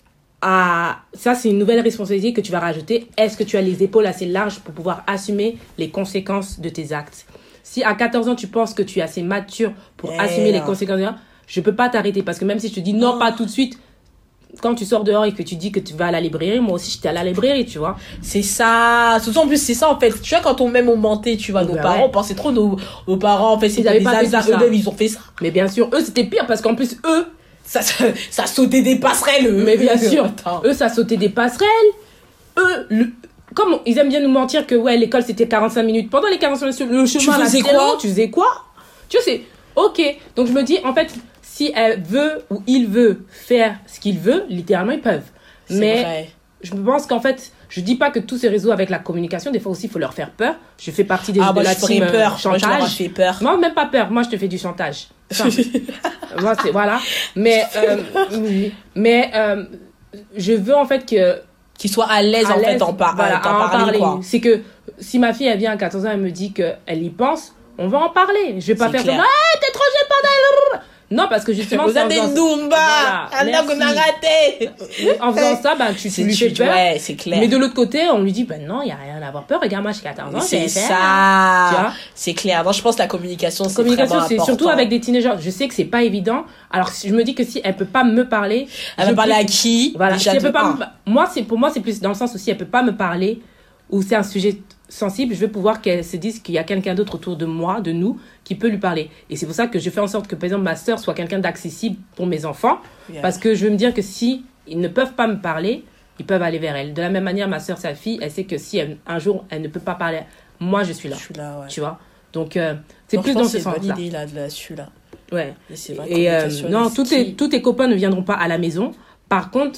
Ah, ça, c'est une nouvelle responsabilité que tu vas rajouter. Est-ce que tu as les épaules assez larges pour pouvoir assumer les conséquences de tes actes? Si à quatorze ans, tu penses que tu es assez mature pour yeah. assumer les conséquences, je peux pas t'arrêter. Parce que même si je te dis non, oh. pas tout de suite, quand tu sors dehors et que tu dis que tu vas à la librairie, moi aussi, j'étais à la librairie, tu vois. C'est ça. Surtout, en plus, c'est ça, en fait. Tu vois, quand on même on mentait, tu vois, nos bah parents, ouais. on pensait trop, nos, nos parents, en fait, ils avaient pas fait ça. Eux-mêmes, ils ont fait ça. Mais bien sûr, eux, c'était pire parce qu'en plus, eux, Ça, ça, ça sautait des passerelles, eux. Mais bien sûr. Attends. Eux, ça sautait des passerelles. eux, le, comme ils aiment bien nous mentir que ouais, l'école c'était quarante-cinq minutes. Pendant les quarante-cinq minutes, le chemin, tu faisais là, quoi? Tu faisais quoi? Tu sais, ok. Donc je me dis, en fait, si elle veut ou il veut faire ce qu'il veut, littéralement, ils peuvent. C'est Mais vrai. je pense qu'en fait, je dis pas que tous ces réseaux avec la communication, des fois aussi, il faut leur faire peur. Je fais partie des, Ah, de moi, la je ferais team euh, peur. Moi, chantage. je leur ai fait peur. Moi, même pas peur. Moi, je te fais du chantage. Simple. Moi, c'est, voilà. Mais, euh, oui. mais euh, je veux en fait que... Qu'ils soient à l'aise, à en fait, l'aise, d'en par- voilà, d'en à en parler, quoi. C'est que si ma fille, elle vient à quatorze ans, elle me dit qu'elle y pense, on va en parler. Je vais pas C'est faire clair. comme, ah, t'es trop jeune, bordel. Non, parce que justement, Vous c'est en êtes des faisant- Zumba. Voilà, Un homme qu'on a merci. raté. En faisant ça, ben, tu, tu C'est lui fais tu- peur. Ouais, c'est clair. Mais de l'autre côté, on lui dit, ben non, il n'y a rien à avoir peur. Regarde, moi, j'ai quatorze ans, C'est j'ai fait. ça. Tu vois? C'est clair. Non, je pense que la communication, c'est Communication, vraiment c'est important. surtout avec des teenagers. Je sais que c'est pas évident. Alors, si- je me dis que si elle peut pas me parler, Elle je va parler peux- à qui? Voilà. Déjà Si elle de peut pas un. me- Moi, c'est pour moi, c'est plus dans le sens où si elle peut pas me parler ou c'est un sujet sensible, je veux pouvoir qu'elle se dise qu'il y a quelqu'un d'autre autour de moi, de nous, qui peut lui parler. Et c'est pour ça que je fais en sorte que, par exemple, ma sœur soit quelqu'un d'accessible pour mes enfants, Yeah. parce que je veux me dire que si ils ne peuvent pas me parler, ils peuvent aller vers elle. De la même manière, ma sœur, sa fille, elle sait que si elle- un jour elle ne peut pas parler, moi je suis là. Je suis là, ouais. Tu vois. Donc euh, c'est Non, plus je dans pense ce que c'est une sens-là. bonne idée, là, de là-dessus, là. Ouais. Et c'est vrai, Et euh, communication, non, est tous key. tes, tous tes copains ne viendront pas à la maison. Par contre,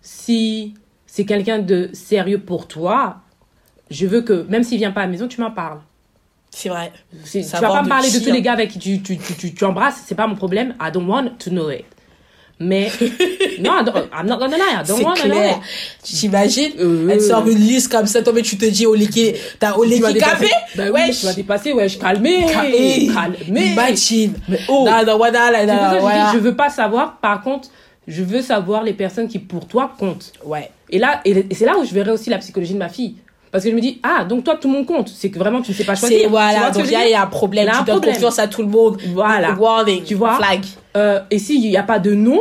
si c'est quelqu'un de sérieux pour toi, je veux que, même s'il vient pas à la maison, tu m'en parles. C'est vrai. C'est- Tu vas Savoir pas me de parler de qui, tous hein. les gars avec qui tu, tu, tu, tu, tu embrasses, c'est pas mon problème. I don't want to know it. Mais, non, I don't- I'm not gonna lie, I don't C'est want to know clair. it. Tu t'imagines? Euh, Elle sort une liste comme ça, toi, mais tu te dis, Oliki, t'as Tu m'as Oliki dépassé. Café? Ben oui, Ouais. tu m'as dépassé, ouais, je calmé. Calmé. Calmé. Imagine. Mais oh. Non, non, voilà, là, C'est pour ça là, que je voilà. dis, je veux pas savoir. Par contre, je veux savoir les personnes qui, pour toi, comptent. Ouais. Et là, et et c'est là où je verrai aussi la psychologie de ma fille. Parce que je me dis, ah, donc toi, tout le monde compte. C'est que vraiment, tu ne sais pas choisir. C'est, Tu voilà. vois ce que Donc, je il y veux a- dire il y a un problème. Il y a Tu un donnes problème. confiance à tout le monde. Voilà. Warning. Tu vois? Flag. Euh, et s'il n'y a pas de nom,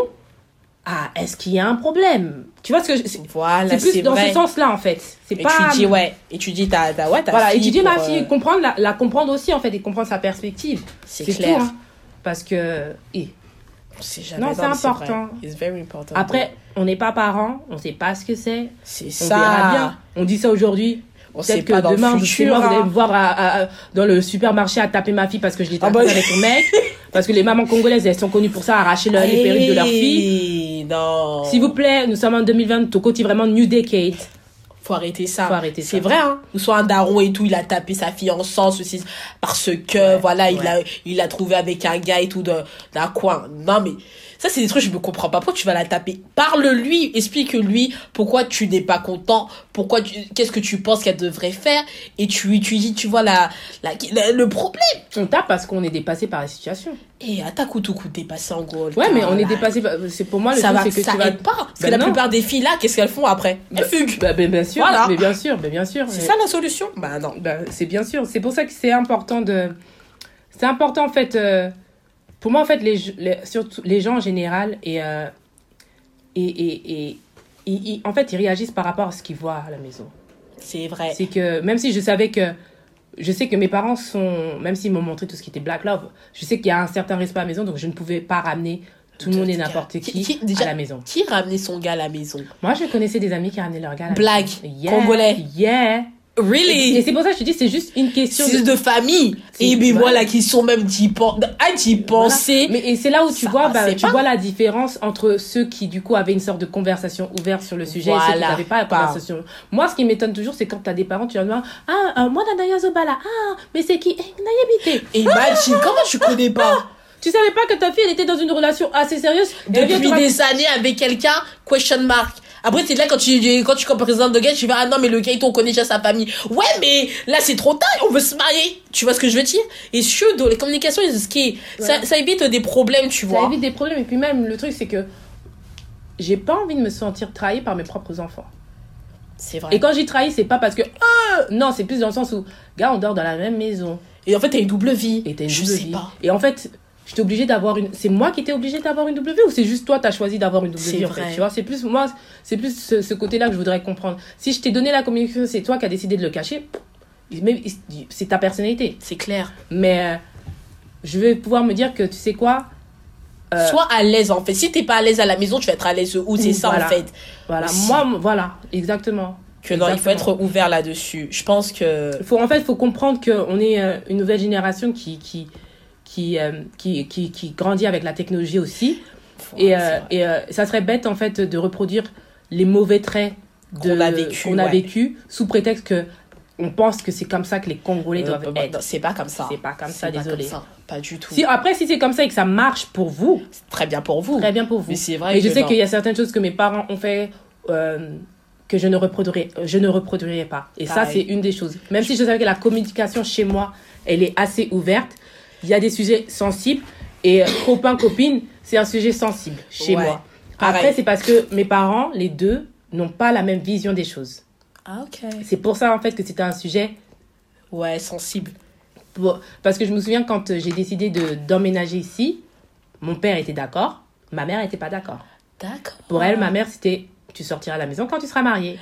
ah, est-ce qu'il y a un problème? Tu vois ce que je... C'est, Voilà, c'est plus c'est dans vrai. ce sens-là, en fait. C'est Et pas... tu dis, ouais. Et tu dis, t'as, t'as, ouais, ta Voilà, fille. étudier ma pour, fille, euh, comprendre, la, la comprendre aussi, en fait, et comprendre sa perspective. C'est clair. Tout, hein. Parce que... eh, C'est jamais Non, c'est vrai. important. It's very important. Après, on n'est pas parents, on ne sait pas ce que c'est. c'est On ça. verra bien. On dit ça aujourd'hui. On sait Peut-être pas que dans demain, le je sais futur, moi, vous allez hein. me voir à- à- à- dans le supermarché à taper ma fille parce que je l'ai Ah tapée bah- avec son mec. Parce que les mamans congolaises, elles sont connues pour ça, arracher le- les perruques de leurs filles. Hey, non. S'il vous plaît, nous sommes en deux mille vingt, ton côté vraiment New Decade. Faut arrêter ça. Faut arrêter C'est ça. vrai, hein. Ou soit un daron et tout, il a tapé sa fille en sang, ceci, parce que, voilà, il ouais. a, il l'a trouvé avec un gars et tout de, d'un coin. Non, mais, ça, c'est des trucs, je me comprends pas. Pourquoi tu vas la taper? Parle-lui, explique-lui pourquoi tu n'es pas content, pourquoi tu, qu'est-ce que tu penses qu'elle devrait faire, et tu lui, tu lui dis, tu vois, la, la, la- le problème. On tape parce qu'on est dépassé par la situation. Et attaque ou tout coup, t'es passé en gros. Ouais, mais on est dépassé par... C'est pour moi, le Ça truc, va, c'est que ça tu vas... aide pas. Parce Ben que la non. plupart des filles là, qu'est-ce qu'elles font après? Elles fuguent. Bah, ben, bien sûr, Voilà. mais bien sûr, mais bien sûr. C'est Mais- ça la solution? Bah non. Bah, c'est bien sûr. C'est pour ça que c'est important de... C'est important, en fait... euh, Pour moi, en fait, les, les, surtout les gens en général, et, euh, et, et, et, ils- ils- en fait, ils réagissent par rapport à ce qu'ils voient à la maison. C'est vrai. C'est que, même si je savais que... Je sais que mes parents sont... Même s'ils m'ont montré tout ce qui était Black Love, je sais qu'il y a un certain respect à la maison, donc je ne pouvais pas ramener tout le monde et n'importe qui, Qui- qui- déjà- à la maison. Qui ramenait son gars à la maison? Moi, je connaissais des amis qui ramenaient leur gars à la Black, maison. Yeah, Congolais. Yeah. Et, et Really? c'est pour ça que je te dis, c'est juste une question C'est de famille. C'est- Et mais voilà. moi, la question même d'y pen- à d'y Voilà. penser. Mais et c'est là où tu Ça vois, bah, passait tu pas. vois la différence entre ceux qui du coup avaient une sorte de conversation ouverte sur le sujet et ceux qui Voilà. n'avaient pas la Pas. conversation. Moi, ce qui m'étonne toujours, c'est quand tu as des parents, tu vas dire ah euh, moi Nana Zobala, ah mais c'est qui eh, Nayabité. Et imagine, comment tu connais pas? Tu savais pas que ta fille elle était dans une relation assez sérieuse et elle vient Depuis te rac- des années avec quelqu'un, question mark. Après, c'est là quand tu, quand tu présentes de gars, tu vas, ah non, mais le gars, on connaît déjà sa famille. Ouais, mais là, c'est trop tard, on veut se marier. Tu vois ce que je veux dire? Et sur les communications, ce qui est, ça, ça évite des problèmes, tu ça vois. évite des problèmes et puis même le truc c'est que j'ai pas envie de me sentir trahi par mes propres enfants. C'est vrai. Et quand j'y trahis, c'est pas parce que euh, non, c'est plus dans le sens où gars, on dort dans la même maison. Et en fait, t'as une double vie. Et t'as une je double sais vie. pas. Et en fait, j'étais obligée d'avoir une. C'est moi qui étais obligée d'avoir une double vie ou c'est juste toi, t'as choisi d'avoir une double C'est vie en vrai. fait, tu vois, c'est plus moi, c'est plus ce, ce côté-là que je voudrais comprendre. Si je t'ai donné la communication, c'est toi qui as décidé de le cacher. Mais c'est ta personnalité. C'est clair. Mais euh, je vais pouvoir me dire que tu sais quoi. euh, Sois à l'aise, en fait. Si t'es pas à l'aise à la maison, tu vas être à l'aise où? C'est ça, Voilà. en fait. Voilà, Aussi. moi, m- voilà, exactement. Que non, il faut Exactement. être ouvert là-dessus. Je pense que... Il faut, en fait, il faut comprendre qu'on est euh, une nouvelle génération qui, qui, qui, euh, qui, qui, qui grandit avec la technologie aussi. Ouais, et c'est euh, vrai. et euh, ça serait bête, en fait, de reproduire les mauvais traits de, Qu'on a vécu, qu'on a ouais. vécu sous prétexte que on pense que c'est comme ça que les Congolais Euh, doivent bah, être. non, c'est pas comme ça. C'est pas comme ça, C'est pas désolé. comme ça. Pas du tout. Si, après, si c'est comme ça et que ça marche pour vous, C'est très bien pour vous. très bien pour vous. Mais c'est vrai Mais je que sais non. qu'il y a certaines choses que mes parents ont fait euh, que je ne reproduirai, je ne reproduirai pas. Et ça, Pareil. c'est une des choses. Même si je savais que la communication chez moi, elle est assez ouverte, il y a des sujets sensibles. Et euh, copain, copine, c'est un sujet sensible chez Ouais. moi. Pareil. Après, c'est parce que mes parents, les deux, n'ont pas la même vision des choses. Ah, ok. C'est pour ça, en fait, que c'était un sujet... Ouais, sensible. Pour- Parce que je me souviens, quand euh, j'ai décidé de, d'emménager ici, mon père était d'accord, ma mère n'était pas d'accord. D'accord. Pour elle, ma mère, c'était tu sortiras à la maison quand tu seras mariée.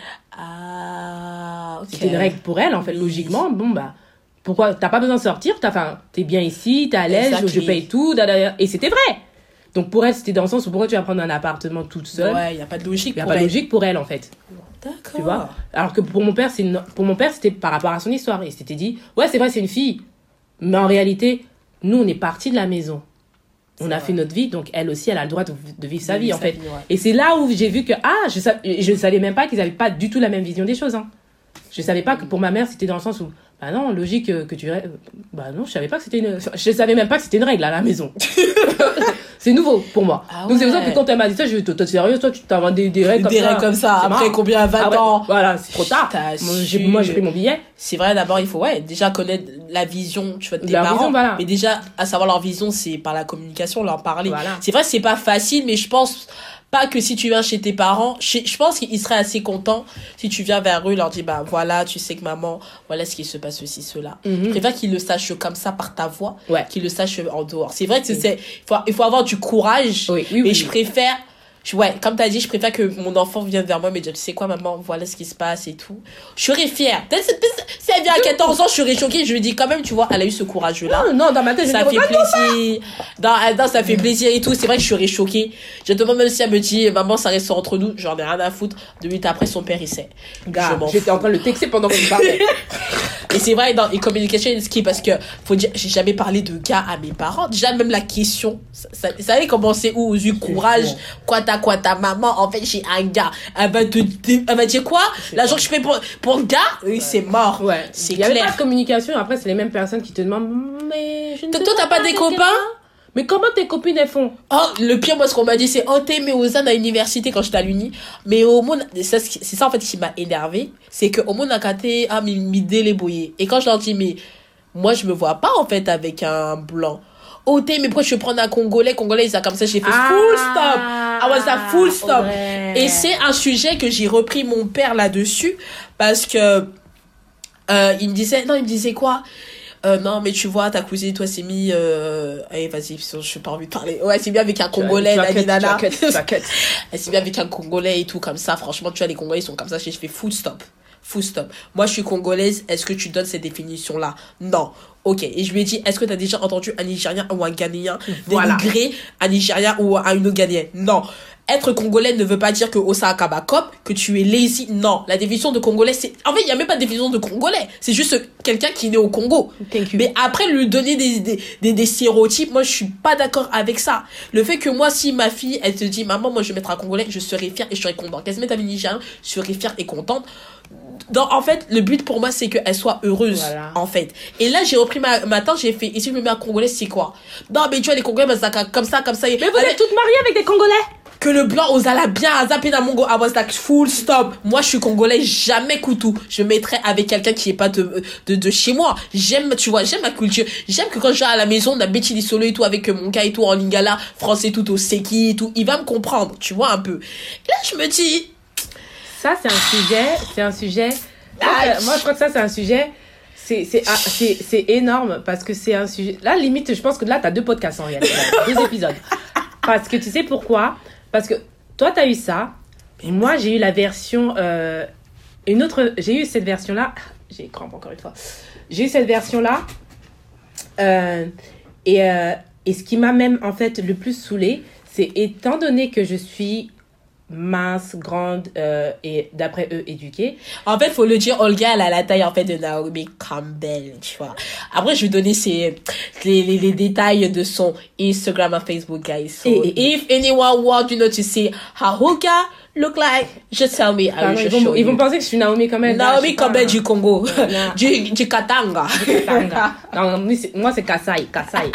Ah, ok. C'était une règle pour elle, en fait. Oui. Logiquement, bon, bah, pourquoi t'as pas besoin de sortir, t'as, enfin, t'es bien ici, t'es à l'aise, je, je Exactly. paye tout, da, da, da. Et c'était vrai. Donc pour elle, c'était dans le sens où pourquoi tu vas prendre un appartement toute seule. Ouais, il n'y a pas de logique. Il n'y a pour pas de elle. logique pour elle, en fait. D'accord. Tu vois. Alors que pour mon père, c'est une- pour mon père, c'était par rapport à son histoire. Il s'était dit, ouais, c'est vrai, c'est une fille. Mais en réalité, nous, on est partis de la maison. On C'est a vrai. fait notre vie, donc elle aussi, elle a le droit de, de vivre sa De vie, vivre en sa fait. vie, ouais. Et c'est là où j'ai vu que, ah, je sa- je ne savais même pas qu'ils n'avaient pas du tout la même vision des choses. Hein. Je savais pas que pour ma mère, c'était dans le sens où, bah non, logique euh, que tu... ré- Bah non, je savais pas que c'était une... Je savais même pas que c'était une règle à la maison. C'est nouveau pour moi. Ah Donc c'est pour ça ouais. que quand elle m'a dit ça, je lui ai dit, toi, t'es sérieux, toi, tu t'inventes des, des règles comme Des ça. règles comme ça. C'est Après marrant. combien vingt Ah ouais, ans. voilà, c'est trop tard. T'as Moi, j'ai, su. moi, j'ai pris mon billet. C'est vrai, d'abord, il faut ouais, déjà connaître la vision tu vois, de tes La parents. vision, voilà. Mais déjà, à savoir leur vision, c'est par la communication, leur parler. Voilà. C'est vrai, c'est pas facile, mais je pense pas que si tu viens chez tes parents, chez- je pense qu'ils seraient assez contents si tu viens vers eux, leur dis, bah voilà, tu sais que maman, voilà ce qui se passe, ceci, cela. Mhm. Je préfère qu'ils le sachent comme ça par ta voix, Ouais. qu'ils le sachent en dehors. C'est vrai que Oui. c'est, il faut, il faut avoir du courage. Oui, oui, mais oui. je préfère, je- ouais, comme t'as dit, je préfère que mon enfant vienne vers moi et me dise, tu sais quoi, maman, voilà ce qui se passe et tout. Je serais fière. Peut-être, peut-être, si elle vient à quatorze ans, je serais choquée. Je lui dis quand même, tu vois, elle a eu ce courage-là. Non, non, dans ma tête, je Ça me fait dis, plaisir. Non, ah, non, ça fait plaisir et tout. C'est vrai que je serais choquée. Je demande même si elle me dit, maman, ça reste entre nous. J'en ai rien à foutre. Deux minutes après, son père, il sait. gars, Je m'en j'étais en train de le texter pendant que je parlais. Et c'est vrai, dans les communications is key parce que, faut dire, j'ai jamais parlé de gars à mes parents. Déjà, même la question, ça, ça, ça allait commencer où? Aux yeux courage. fou. Quoi t'as, quoi ta maman? En fait, j'ai un gars. Elle va te, elle va dire quoi? L'argent que je fais pour, pour le gars? Oui, c'est mort. Ouais, C'est il y avait clair. pas de communication. Après, c'est les mêmes personnes qui te demandent, mais je ne Toi, sais toi, t'as pas des avec copains? quel- Mais comment tes copines elles font? Oh, le pire, moi, ce qu'on m'a dit, c'est, oh, t'es, mais aux ânes à l'université quand j'étais à l'uni. Mais au monde, ça, c'est c'est ça, en fait, qui m'a énervé. C'est que, au monde, à côté, ah, mais, m'idée les bouillés. Et quand je leur dis, mais, moi, je me vois pas, en fait, avec un blanc. Oh, t'es, mais pourquoi je vais prendre un Congolais? Congolais, ça comme ça, j'ai fait full stop. I was a full stop. ouais. Et c'est un sujet que j'ai repris mon père là-dessus. Parce que, euh, il me disait, non, il me disait quoi? Euh, non, mais tu vois, ta cousine, toi, s'est mis, euh, allez, vas-y, je n'ai pas envie de parler. Ouais, c'est bien avec un Congolais, Tu vas nani, cut, nana. tu vas cut, tu vas cut. Elle s'est bien avec un Congolais et tout, comme ça. Franchement, tu vois, les Congolais, ils sont comme ça. Je fais full stop. Full stop. Moi, je suis congolaise. Est-ce que tu donnes cette définition-là? Non. Ok. Et je lui ai dit, est-ce que tu as déjà entendu un Nigérien ou un Ghanéen Voilà. dénigrer un Nigérien ou un une autre Ghanéenne? Non. Être congolais ne veut pas dire que Osaka Bakop, que tu es lazy. Non. La définition de congolais, c'est, en fait, il n'y a même pas de définition de congolais. C'est juste quelqu'un qui est né au Congo. Thank you. Mais après, lui donner des, des, des, des stéréotypes, moi, je suis pas d'accord avec ça. Le fait que moi, si ma fille, elle te dit, maman, moi, je vais mettre un Congolais, je serai fière et je serai contente. Qu'elle se mette avec Nigérien, je serai fière et contente. Donc, en fait, le but pour moi, c'est qu'elle soit heureuse, Voilà. en fait. Et là, j'ai repris ma, ma tante, j'ai fait, et si je me mets un Congolais, c'est quoi? Non, mais tu vois, les Congolais, bah, ça, comme ça, comme ça. Mais vous êtes toutes mariées avec des Congolais? Que le blanc aux ala bien à zapper dans mon go, I was like full stop. Moi, je suis congolais, jamais coutou. Je mettrais avec quelqu'un qui est pas de, de, de chez moi. J'aime, tu vois, j'aime ma culture. J'aime que quand je vais à la maison, on a Betty Solo et tout, avec mon gars et tout, en lingala, français tout au seki et tout, il va me comprendre, tu vois, un peu. Et là, je me dis, Ça, c'est un sujet, c'est un sujet. Ah, Moi, je crois que ça, c'est un sujet. C'est, c'est, ah, c'est, c'est énorme parce que c'est un sujet. Là, limite, je pense que là, t'as deux podcasts en réalité. Deux épisodes. Parce que tu sais pourquoi? Parce que toi, t'as eu ça. Et moi, j'ai eu la version. Euh, une autre. J'ai eu cette version-là. J'ai crampe encore une fois. J'ai eu cette version-là. Euh, et, euh, et ce qui m'a même, en fait, le plus saoulée, c'est étant donné que je suis mince, grande euh, et d'après eux éduquée. En fait, faut le dire, Olga, elle a la taille, en fait, de Naomi Campbell, tu vois. Après, je vais donner ses, les, les, les détails de son Instagram et Facebook, guys. So, Et- et- if anyone wants, you know, to see how Olga look like, just tell me, I Enfin, will non, ils, just show vont, ils you. vont penser que je suis Naomi quand même. Naomi Campbell du Congo. Non. du, du Katanga. Non, moi, c'est, moi, c'est Kassai. Kassai.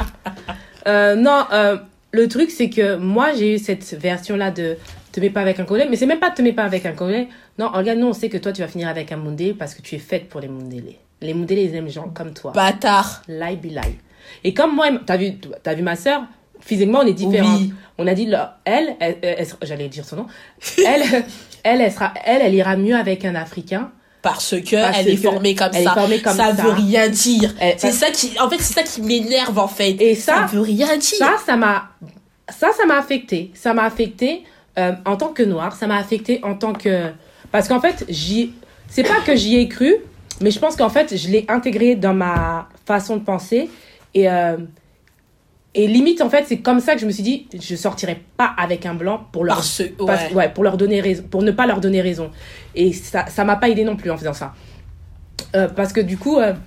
euh, non, euh, le truc, c'est que moi, j'ai eu cette version-là de te mets pas avec un Congolais. Mais c'est même pas te mets pas avec un Congolais. Non, regarde, nous, on sait que toi, tu vas finir avec un Mundélé parce que tu es faite pour les Mundélés. Les Mundélés, ils aiment les gens comme toi. Bâtard. Lie be lie. Et comme moi, t'as vu, t'as vu ma sœur, physiquement, on est différents. Oui. On a dit, là, elle, elle, elle- elle- j'allais dire son nom, elle, elle, elle, sera, elle, elle ira mieux avec un Africain. Parce que Parce elle est que formée comme elle ça. est formée comme ça ça. veut rien dire. Elle- c'est ça qui, en fait, c'est ça qui m'énerve, en fait. Et ça- veut rien dire. Ça, ça m'a, ça, ça m'a affecté. Ça m'a affecté euh, en tant que noire. Ça m'a affecté en tant que, parce qu'en fait, j'y, c'est pas que j'y ai cru, mais je pense qu'en fait, je l'ai intégré dans ma façon de penser et euh, et limite en fait, c'est comme ça que je me suis dit, je sortirai pas avec un blanc pour leur, Parce- parce- ouais. ouais, pour leur donner raison, pour ne pas leur donner raison. Et ça, ça m'a pas aidé non plus en faisant ça, Euh, parce que du coup, euh,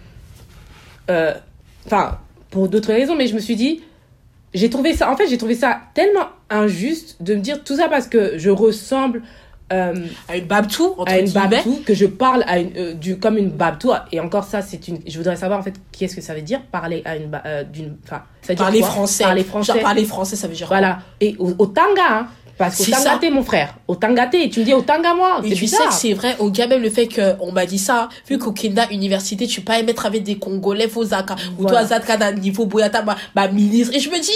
euh, enfin, pour d'autres raisons, mais je me suis dit, j'ai trouvé ça, en fait, j'ai trouvé ça tellement injuste de me dire tout ça parce que je ressemble euh, À une babtou, entre à une guillemets. babtou, que je parle à une, euh, du, comme une babtou. Et encore ça, c'est une, je voudrais savoir en fait qu'est-ce que ça veut dire parler à une, ba- euh, d'une, enfin, ça veut dire Parler quoi français. Parler français. Genre, parler français, ça veut dire quoi? Voilà. Et au, au tanga, hein, parce qu'au C'est ça. tangaté, mon frère, au tangaté, tu me dis au tanga moi, Mais c'est tu sais bizarre. que c'est vrai, au gars, même le fait qu'on m'a dit ça, vu qu'au Kenda Université, tu peux pas mettre avec des Congolais, Fozaka, ou Voilà. toi, Zatka, d'un niveau Boyata, bah, bah, ministre. Et je me dis,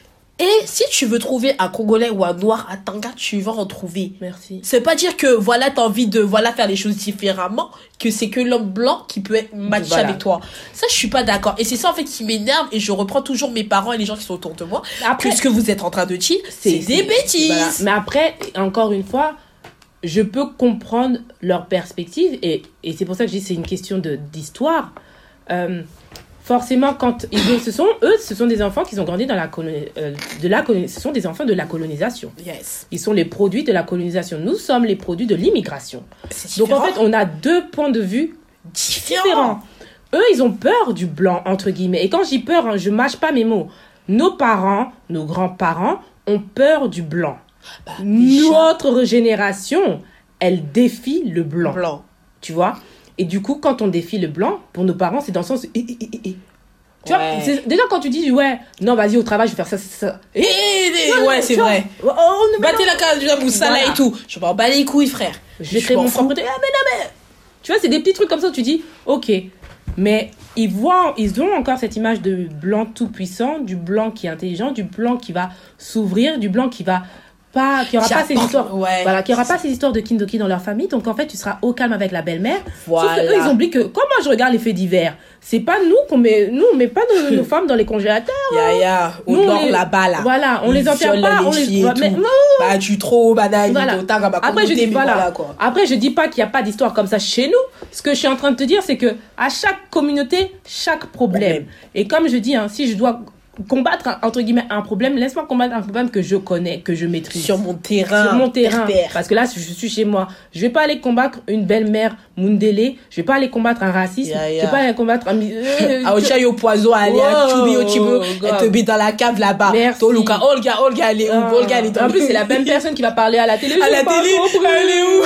et si tu veux trouver un Congolais ou un Noir à Tanga, tu vas en trouver. Merci. C'est pas dire que, voilà, t'as envie de, voilà, faire les choses différemment, que c'est que l'homme blanc qui peut être matché Voilà. avec toi. Ça, je suis pas d'accord. Et c'est ça, en fait, qui m'énerve, et je reprends toujours mes parents et les gens qui sont autour de moi, Après, que ce que vous êtes en train de dire, c'est des bêtises. Voilà. Mais après, encore une fois, je peux comprendre leur perspective et, et c'est pour ça que je dis que c'est une question de, d'histoire. Euh, forcément, quand ils ont, ce sont eux, ce sont des enfants qui ont grandi dans la coloni- euh, de la coloni- ce sont des enfants de la colonisation. Yes. Ils sont les produits de la colonisation. Nous sommes les produits de l'immigration. C'est Donc en différent. fait, on a deux points de vue différent. différents. Eux, ils ont peur du blanc, entre guillemets. Et quand je dis peur, hein, je mâche pas mes mots. Nos parents, nos grands-parents ont peur du blanc. Bah, déjà, Notre génération, elle défie le blanc. blanc. Tu vois? Et du coup, quand on défie le blanc, pour nos parents, c'est dans le sens... eh, eh, eh, eh. Tu Ouais. vois, c'est- déjà quand tu dis, ouais, non, vas-y, au travail, je vais faire ça, ça, ça. Eh, eh, ouais, c'est Tu vois, vrai. oh, oh, ne- Battez la case du Moussala Voilà. et tout. Je m'en bats les couilles, frère. Je vais créer m'en mon fous. propre... Ah, mais non, mais... Tu vois, c'est des petits trucs comme ça où tu dis, ok. Mais ils voient, ils ont encore cette image de blanc tout puissant, du blanc qui est intelligent, du blanc qui va s'ouvrir, du blanc qui va pas, qui aura Qui pas ces apporte- histoires, ouais. voilà, qui aura pas ces histoires de kindoki dans leur famille. Donc en fait, tu seras au calme avec la belle-mère. Voilà. Sauf que eux, ils oublient que, comme moi je regarde les faits divers, c'est pas nous qu'on met, nous on met pas nos, nos femmes dans les congélateurs. Ya, ya. Au Nous, on nord, les- là-bas, là. Voilà, on Ils les enterre violent pas, on les, filles et mais- tout. non, Bah, du trop, banane, voilà. du tanga, bah, Après, je communauté, dis, mais voilà. quoi. Après, je dis pas qu'il n'y a pas d'histoire comme ça chez nous. Ce que je suis en train de te dire, c'est que à chaque communauté, chaque problème. Problème. Et comme je dis, hein, si je dois combattre, un- entre guillemets, un problème, laisse-moi combattre un problème que je connais, que je maîtrise. Sur mon terrain. Sur mon terrain. père. Parce que là, je suis chez moi. Je vais pas aller combattre une belle-mère Mundélé. Je vais pas aller combattre un racisme. Ya, ya. Je vais pas aller combattre un... euh, Ah, Ocha, yo, poison, allez, à Wow, Tchoubi, au Tchibo, elle God. te met dans la cave là-bas. Merci. Toluka, Olga, Olga, elle est où? Ah. Olga, elle est dans En le- plus, c'est la même personne qui va parler à la télé. À J'ai la pas télé, compris. elle est où?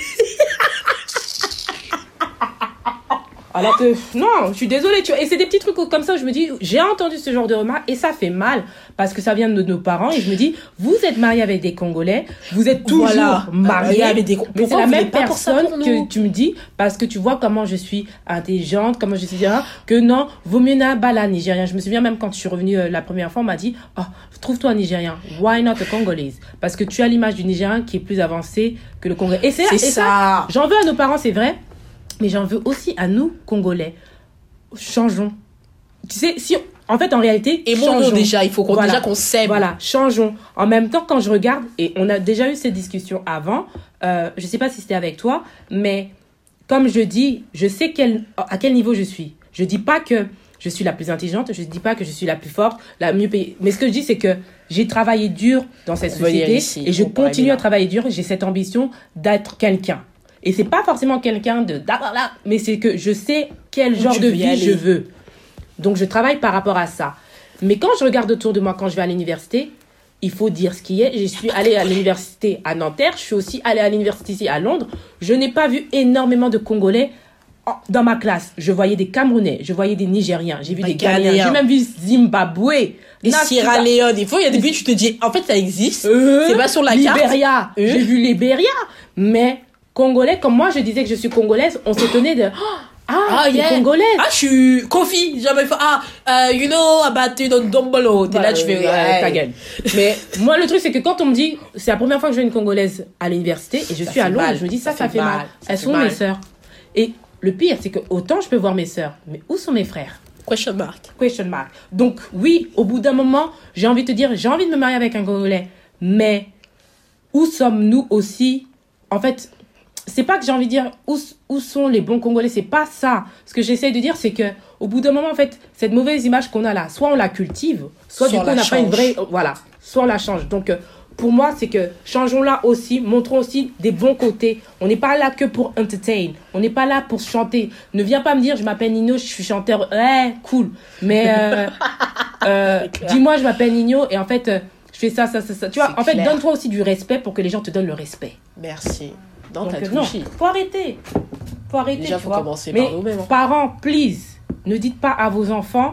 Alors que, non, je suis désolée, tu vois. Et c'est des petits trucs comme ça où je me dis, j'ai entendu ce genre de remarques et ça fait mal parce que ça vient de nos parents et je me dis, vous êtes mariés avec des Congolais, vous êtes toujours Voilà. mariés Avec des- mais c'est Pourquoi la vous même n'êtes pas pour ça personne pour nous? que tu me dis parce que tu vois comment je suis intelligente, comment je suis, hein, que non, vaut mieux n'a pas la Nigérien. Je me souviens même quand je suis revenue euh, la première fois, on m'a dit, oh, trouve-toi un Nigérien. Why not a Congolese? Parce que tu as l'image du Nigérien qui est plus avancé que le Congolais. Et c'est, C'est et ça. J'en veux à nos parents, c'est vrai, mais j'en veux aussi à nous, Congolais. Changeons. Tu sais, si, en fait, en réalité, Et mon nom, déjà, il faut qu'on, Voilà. déjà qu'on s'aime. Voilà, changeons. En même temps, quand je regarde, et on a déjà eu cette discussion avant, euh, je sais pas si c'était avec toi, mais comme je dis, je sais quel, à quel niveau je suis. Je dis pas que je suis la plus intelligente, je ne dis pas que je suis la plus forte, la mieux payée. Mais ce que je dis, c'est que j'ai travaillé dur dans cette société ici, et je continue à travailler dur. J'ai cette ambition d'être quelqu'un. Et c'est pas forcément quelqu'un de... Mais c'est que je sais quel Où genre tu de veux y vie aller. je veux. Donc, je travaille par rapport à ça. Mais quand je regarde autour de moi, quand je vais à l'université, il faut dire ce qui est. Je suis allée à l'université à Nanterre. Je suis aussi allée à l'université ici à Londres. Je n'ai pas vu énormément de Congolais dans ma classe. Je voyais des Camerounais, je voyais des Nigériens, j'ai vu des Ghanéens, j'ai même vu Zimbabwe, des Sierra Leone. Des fois, il y a des pays, tu te dis, en fait, ça existe. Euh, c'est pas sur la carte. Libéria, euh. j'ai vu Libéria. Mais Congolais, comme moi, je disais que je suis congolaise, on s'étonnait de... Ah, ah t'es yeah. congolaise. Ah, je suis Kofi. Jamais fait, ah, uh, you know, about you know, Dombolo. T'es bah, là, tu fais, ouais, ta gueule. Mais moi, le truc, c'est que quand on me dit, c'est la première fois que je vois une Congolaise à l'université, et je ça suis à Londres, mal. je me dis, ça, ça, ça fait mal. mal. Ça Elles sont mal. mes sœurs. Et le pire, c'est que autant je peux voir mes sœurs, mais où sont mes frères? Question mark. Question mark. Donc, oui, au bout d'un moment, j'ai envie de te dire, j'ai envie de me marier avec un Congolais, mais où sommes-nous aussi? En fait, c'est pas que j'ai envie de dire où, où sont les bons Congolais, c'est pas ça. Ce que j'essaie de dire, c'est que au bout d'un moment, en fait, cette mauvaise image qu'on a là, soit on la cultive, soit, soit du coup on n'a pas une vraie, voilà, soit on la change. Donc, pour moi, c'est que changeons-la aussi, montrons aussi des bons côtés. On n'est pas là que pour entertain, on n'est pas là pour chanter. Ne viens pas me dire, je m'appelle Nino, je suis chanteur, ouais, cool. Mais euh, euh, dis-moi, je m'appelle Nino et en fait, euh, je fais ça, ça, ça, ça. Tu vois, c'est en clair. fait, donne-toi aussi du respect pour que les gens te donnent le respect. Merci. Dans Donc, ta euh, non, faut arrêter. Faut arrêter. Déjà, faut vois. commencer Mais par nous-mêmes. Parents, please, ne dites pas à vos enfants,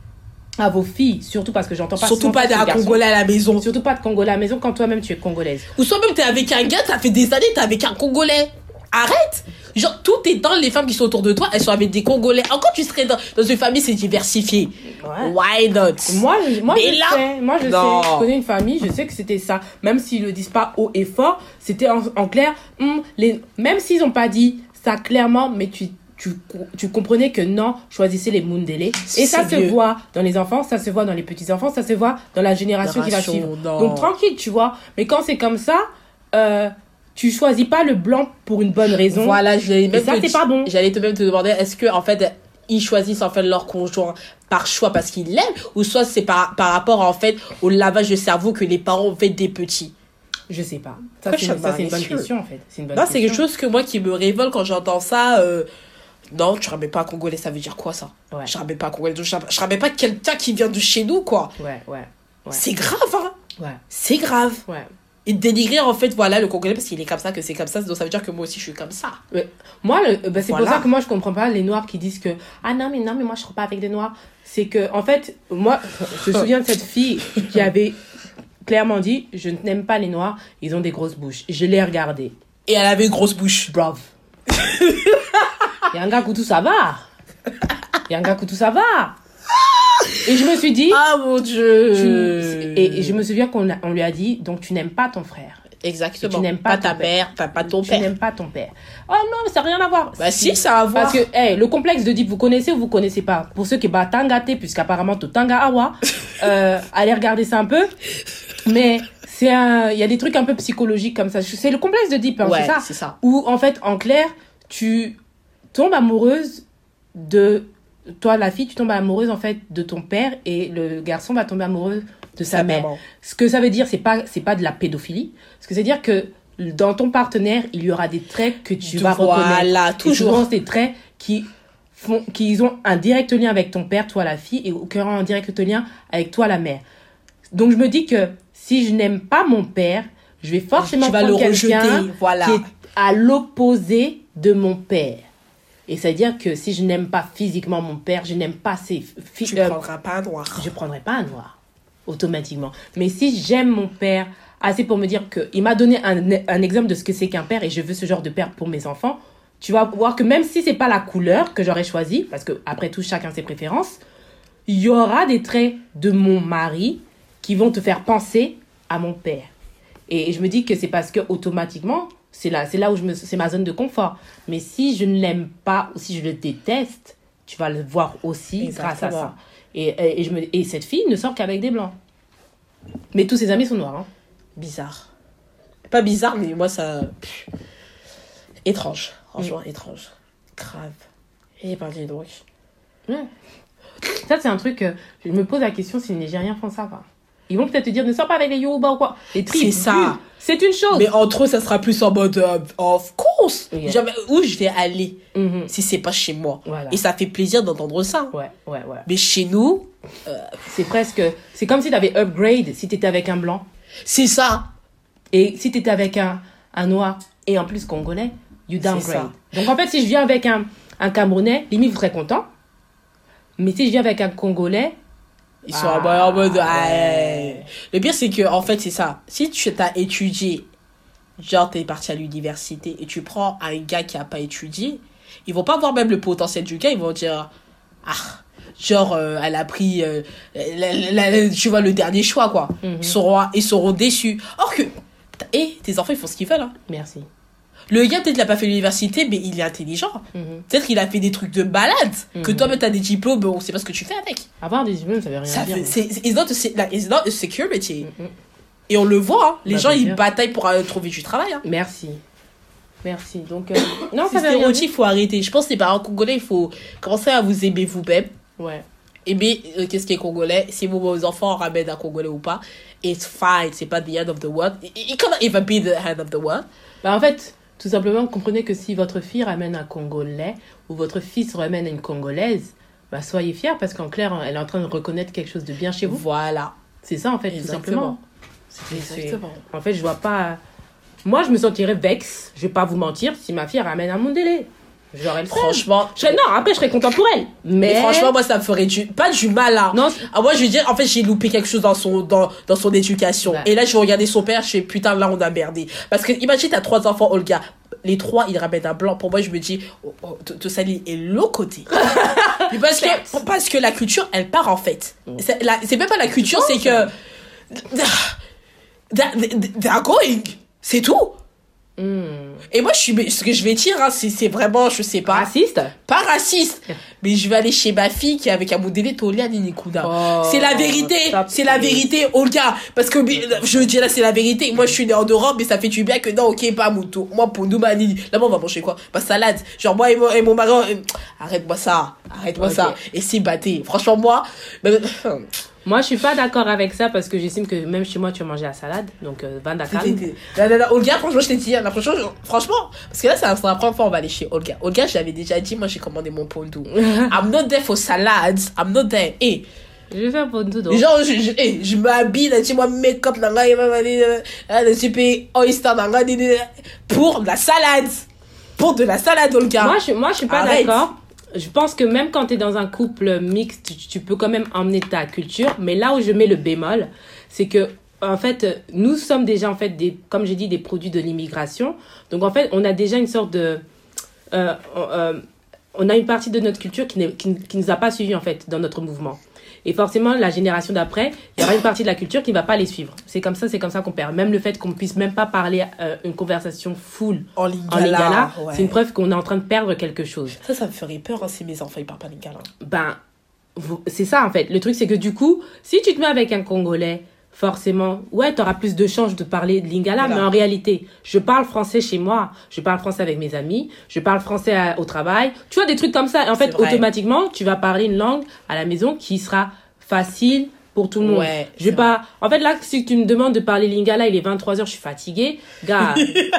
à vos filles, surtout parce que j'entends pas surtout pas d'un Congolais à la maison. Surtout pas de Congolais à la maison quand toi-même tu es congolaise. Ou soit même t'es avec un gars, ça fait des années, t'es avec un Congolais. Arrête. Genre, tout est dans les femmes qui sont autour de toi, elles sont avec des Congolais. Encore, tu serais dans, dans une famille, c'est diversifié. Ouais. Why not? Moi, je, moi, Mais je là, sais. Moi, je non. sais. Je connais une famille, je sais que c'était ça. Même s'ils le disent pas haut et fort, c'était en, en clair. Hum, les, même s'ils ont pas dit ça clairement, mais tu, tu, tu comprenais que non, choisissez les Mundele. Et c'est ça mieux. se voit dans les enfants, ça se voit dans les petits-enfants, ça se voit dans la génération, génération qui va suivre. Non. Donc, tranquille, tu vois. Mais quand c'est comme ça, euh, tu choisis pas le blanc pour une bonne raison. Voilà, j'allais même ça, c'est pas bon. J'allais te même te demander, est-ce que, en fait, ils choisissent, en fait, leur conjoint par choix parce qu'ils l'aiment, ou soit c'est par, par rapport, en fait, au lavage de cerveau que les parents ont fait des petits? Je sais pas. Ça, c'est, une, ça, c'est une bonne question, en fait. C'est une bonne non, question. c'est quelque chose que moi qui me révolte quand j'entends ça. Euh, non, tu ramènes pas un Congolais, ça veut dire quoi, ça? Ouais. Je ramène pas un Congolais, je, je ramène pas quelqu'un qui vient de chez nous, quoi. Ouais, ouais. ouais. C'est grave, hein? Ouais. C'est grave. Ouais. Et dénigrer, en fait, voilà, le Congolais parce qu'il est comme ça, que c'est comme ça, donc ça veut dire que moi aussi je suis comme ça. Ouais. Moi, le, bah, c'est voilà. pour ça que moi je comprends pas les Noirs qui disent que ah non, mais non, mais moi je ne serai pas avec des Noirs. C'est que, en fait, moi, je me souviens de cette fille qui avait clairement dit je n'aime pas les Noirs, ils ont des grosses bouches. Je l'ai regardée. Et elle avait une grosse bouche. Bravo. Yanga Koutou, ça va. Yanga Koutou, ça va. Et je me suis dit... Ah mon Dieu tu, et, et je me souviens qu'on a, on lui a dit, donc tu n'aimes pas ton frère. Exactement. Tu n'aimes pas, pas ta mère, pas, pas ton tu père. Tu n'aimes pas ton père. Oh non, ça n'a rien à voir. Bah si, si ça a à voir. Parce que hey, le complexe de Deep, vous connaissez ou vous connaissez pas? Pour ceux qui battent Tangate, puisqu'apparemment tout Tanga Awa, euh, allez regarder ça un peu. Mais c'est un, il y a des trucs un peu psychologiques comme ça. C'est le complexe de Deep, hein, ouais, c'est ça. c'est ça. Où en fait, en clair, tu tombes amoureuse de... Toi, la fille, tu tombes amoureuse, en fait, de ton père et le garçon va tomber amoureux de sa, sa mère. Maman. Ce que ça veut dire, c'est pas, c'est pas de la pédophilie. Ce que ça veut dire que dans ton partenaire, il y aura des traits que tu vas voilà, reconnaître. Voilà, toujours. Et des traits qui font, qui ont un direct lien avec ton père, toi, la fille, et qui auront un direct lien avec toi, la mère. Donc, je me dis que si je n'aime pas mon père, je vais forcément prendre quelqu'un voilà. qui est à l'opposé de mon père. Et c'est-à-dire que si je n'aime pas physiquement mon père, je n'aime pas ses filles. Tu ne euh, prendras pas un noir. Je ne prendrai pas un noir, automatiquement. Mais si j'aime mon père assez pour me dire qu'il m'a donné un, un exemple de ce que c'est qu'un père et je veux ce genre de père pour mes enfants, tu vas voir que même si ce n'est pas la couleur que j'aurais choisie, parce qu'après tout, chacun ses préférences, il y aura des traits de mon mari qui vont te faire penser à mon père. Et je me dis que c'est parce que automatiquement... C'est là, c'est là où je me, c'est ma zone de confort. Mais si je ne l'aime pas ou si je le déteste, tu vas le voir aussi Exactement. grâce à ça. Et, et, et, je me, et cette fille ne sort qu'avec des blancs. Mais tous ses amis sont noirs. Hein. Bizarre. Pas bizarre, mais moi, ça... Pff. Étrange. Franchement, mmh. étrange. Grave. Et ben, dis donc. Mmh. Ça, c'est un truc, euh, je me pose la question si les Nigériens font ça, quoi. Ils vont peut-être te dire, ne sors pas avec les Yoruba ou quoi. Les tribus, C'est ça. C'est une chose. Mais entre eux, ça sera plus en mode euh, of course. Yeah. Jamais, où je vais aller Mhm. si c'est pas chez moi. Voilà. Et ça fait plaisir d'entendre ça. Ouais, ouais, ouais. Mais chez nous, C'est presque, c'est comme si t'avais upgrade si t'étais avec un blanc. c'est ça. Et si t'étais avec un, un noir et en plus congolais, you C'est downgrade. ça. Donc en fait, si je viens avec un, un Camerounais, limite, vous serez content. Mais si je viens avec un Congolais, Ils sont Ah, en mode- en mode. ah, ouais. Le pire, c'est que, en fait, c'est ça. Si tu as étudié, genre, t'es parti à l'université et tu prends un gars qui a pas étudié, ils vont pas voir même le potentiel du gars, ils vont dire, ah, genre, euh, elle a pris, euh, la- la- la- tu vois, le dernier choix, quoi. Mhm. Ils seront, ils seront déçus. Or que, et tes enfants, ils font ce qu'ils veulent, hein. merci. Le gars, peut-être, il a pas fait l'université, mais il est intelligent. Mhm. Peut-être qu'il a fait des trucs de malade, que Mhm. toi, même, t'as des diplômes, mais on sait pas ce que tu fais avec. Avoir des diplômes, ça veut rien Ça dire. fait, c'est, c'est- it's not a, se- like, it's not a security. Mhm. Et on le voit, hein. Les Bah, gens, bien ils sûr. bataillent pour euh, trouver du travail, hein. Merci. Merci. Donc, euh, non, Ces ça veut rien dire. stéréotypes, faut arrêter. Je pense que les parents congolais, il faut commencer à vous aimer vous-même. Ouais. Aimer, euh, qu'est-ce qui est congolais. Si vos, vos enfants ramènent un congolais ou pas, it's fine. C'est pas the end of the world. It, it cannot even be the end of the world. Bah, en fait, tout simplement, comprenez que si votre fille ramène un Congolais ou votre fils ramène une Congolaise, bah, soyez fiers parce qu'en clair, elle est en train de reconnaître quelque chose de bien chez vous. Voilà. C'est ça, en fait, tout Exactement. simplement. C'est- c'est- Exactement. En fait, je vois pas... Moi, je me sentirais vexe, je vais pas vous mentir, si ma fille ramène un Mondélé. J'aurais le seum. Franchement. Je serais- Non, après, je serais contente pour elle. Mais, Mais franchement, moi, ça me ferait du, pas du mal, hein. Non, Ah, moi, je veux dire, en fait, j'ai loupé quelque chose dans son, dans, dans son éducation. Ouais. Et là, je vais regarder son père, je fais, putain, là, on a merdé. Parce que, imagine, t'as trois enfants, Olga. Les trois, ils ramènent un blanc. Pour moi, je me dis, oh, oh, tout ça est l'autre côté. Mais parce que, parce que la culture, elle part, en fait. C'est, la- c'est même pas la culture, c'est que, they're they're going. C'est tout. hmm, Et moi, je suis, mais ce que je vais dire, hein, c'est, c'est vraiment, je sais pas. raciste. Pas raciste, mais je vais aller chez ma fille qui est avec un modèle Tolia Ninikuda. Oh, c'est la vérité, ça c'est la pue. vérité, Olga. Parce que mais, je dis là, c'est la vérité. Moi, je suis née en Europe, mais ça fait du bien que non, ok, pas Moutou. Moi, pour nous, Mani, là-bas, on va manger quoi? Pas salade. Genre, moi et mon, et mon mari, euh, arrête-moi ça, arrête-moi Ok. ça. Et c'est batté. Franchement, moi, ben, Moi, je suis pas d'accord avec ça parce que j'estime que même chez moi, tu vas manger la salade. Donc, euh, Van Dakar. là, là, là, Olga, franchement, je t'ai dit, hein, la prochaine, franchement, parce que là, c'est la c'est la première fois on va aller chez Olga. Olga, je l'avais déjà dit, moi, j'ai commandé mon pondou. I'm not there for salads, I'm not there. Et, Je vais faire pour tout. donc. genre, je, je, eh, je m'habille, là, tu vois, make-up, là, là, là, là, là, là, tu payes oyster, là, là, là, là, pour de la salade. Pour de la salade, Olga. Moi, je, moi, je suis pas Arrête. d'accord. Je pense que même quand tu es dans un couple mixte, tu, tu peux quand même emmener ta culture. Mais là où je mets le bémol, c'est que, en fait, nous sommes déjà, en fait, des, comme j'ai dit, des produits de l'immigration. Donc, en fait, on a déjà une sorte de... Euh, euh, on a une partie de notre culture qui, n'est, qui, qui nous a pas suivis, en fait, dans notre mouvement. Et forcément, la génération d'après, il y aura une partie de la culture qui ne va pas les suivre. C'est comme ça, c'est comme ça qu'on perd. Même le fait qu'on puisse même pas parler euh, une conversation full En en lingala. lingala, ouais. c'est une preuve qu'on est en train de perdre quelque chose. Ça, ça me ferait peur, hein, si mes enfants, ils parlent pas lingala. Ben, vous- c'est ça en fait. Le truc, c'est que du coup, si tu te mets avec un Congolais, forcément, ouais, tu auras plus de chances de parler de lingala, Voilà. mais en réalité, je parle français chez moi, je parle français avec mes amis, je parle français à- au travail, tu vois, des trucs comme ça. Et en fait, C'est vrai. automatiquement, tu vas parler une langue à la maison qui sera facile pour tout le monde. Ouais, je vais c'est pas... En fait, là, si tu me demandes de parler lingala, il est vingt-trois heures, je suis fatiguée. Gars...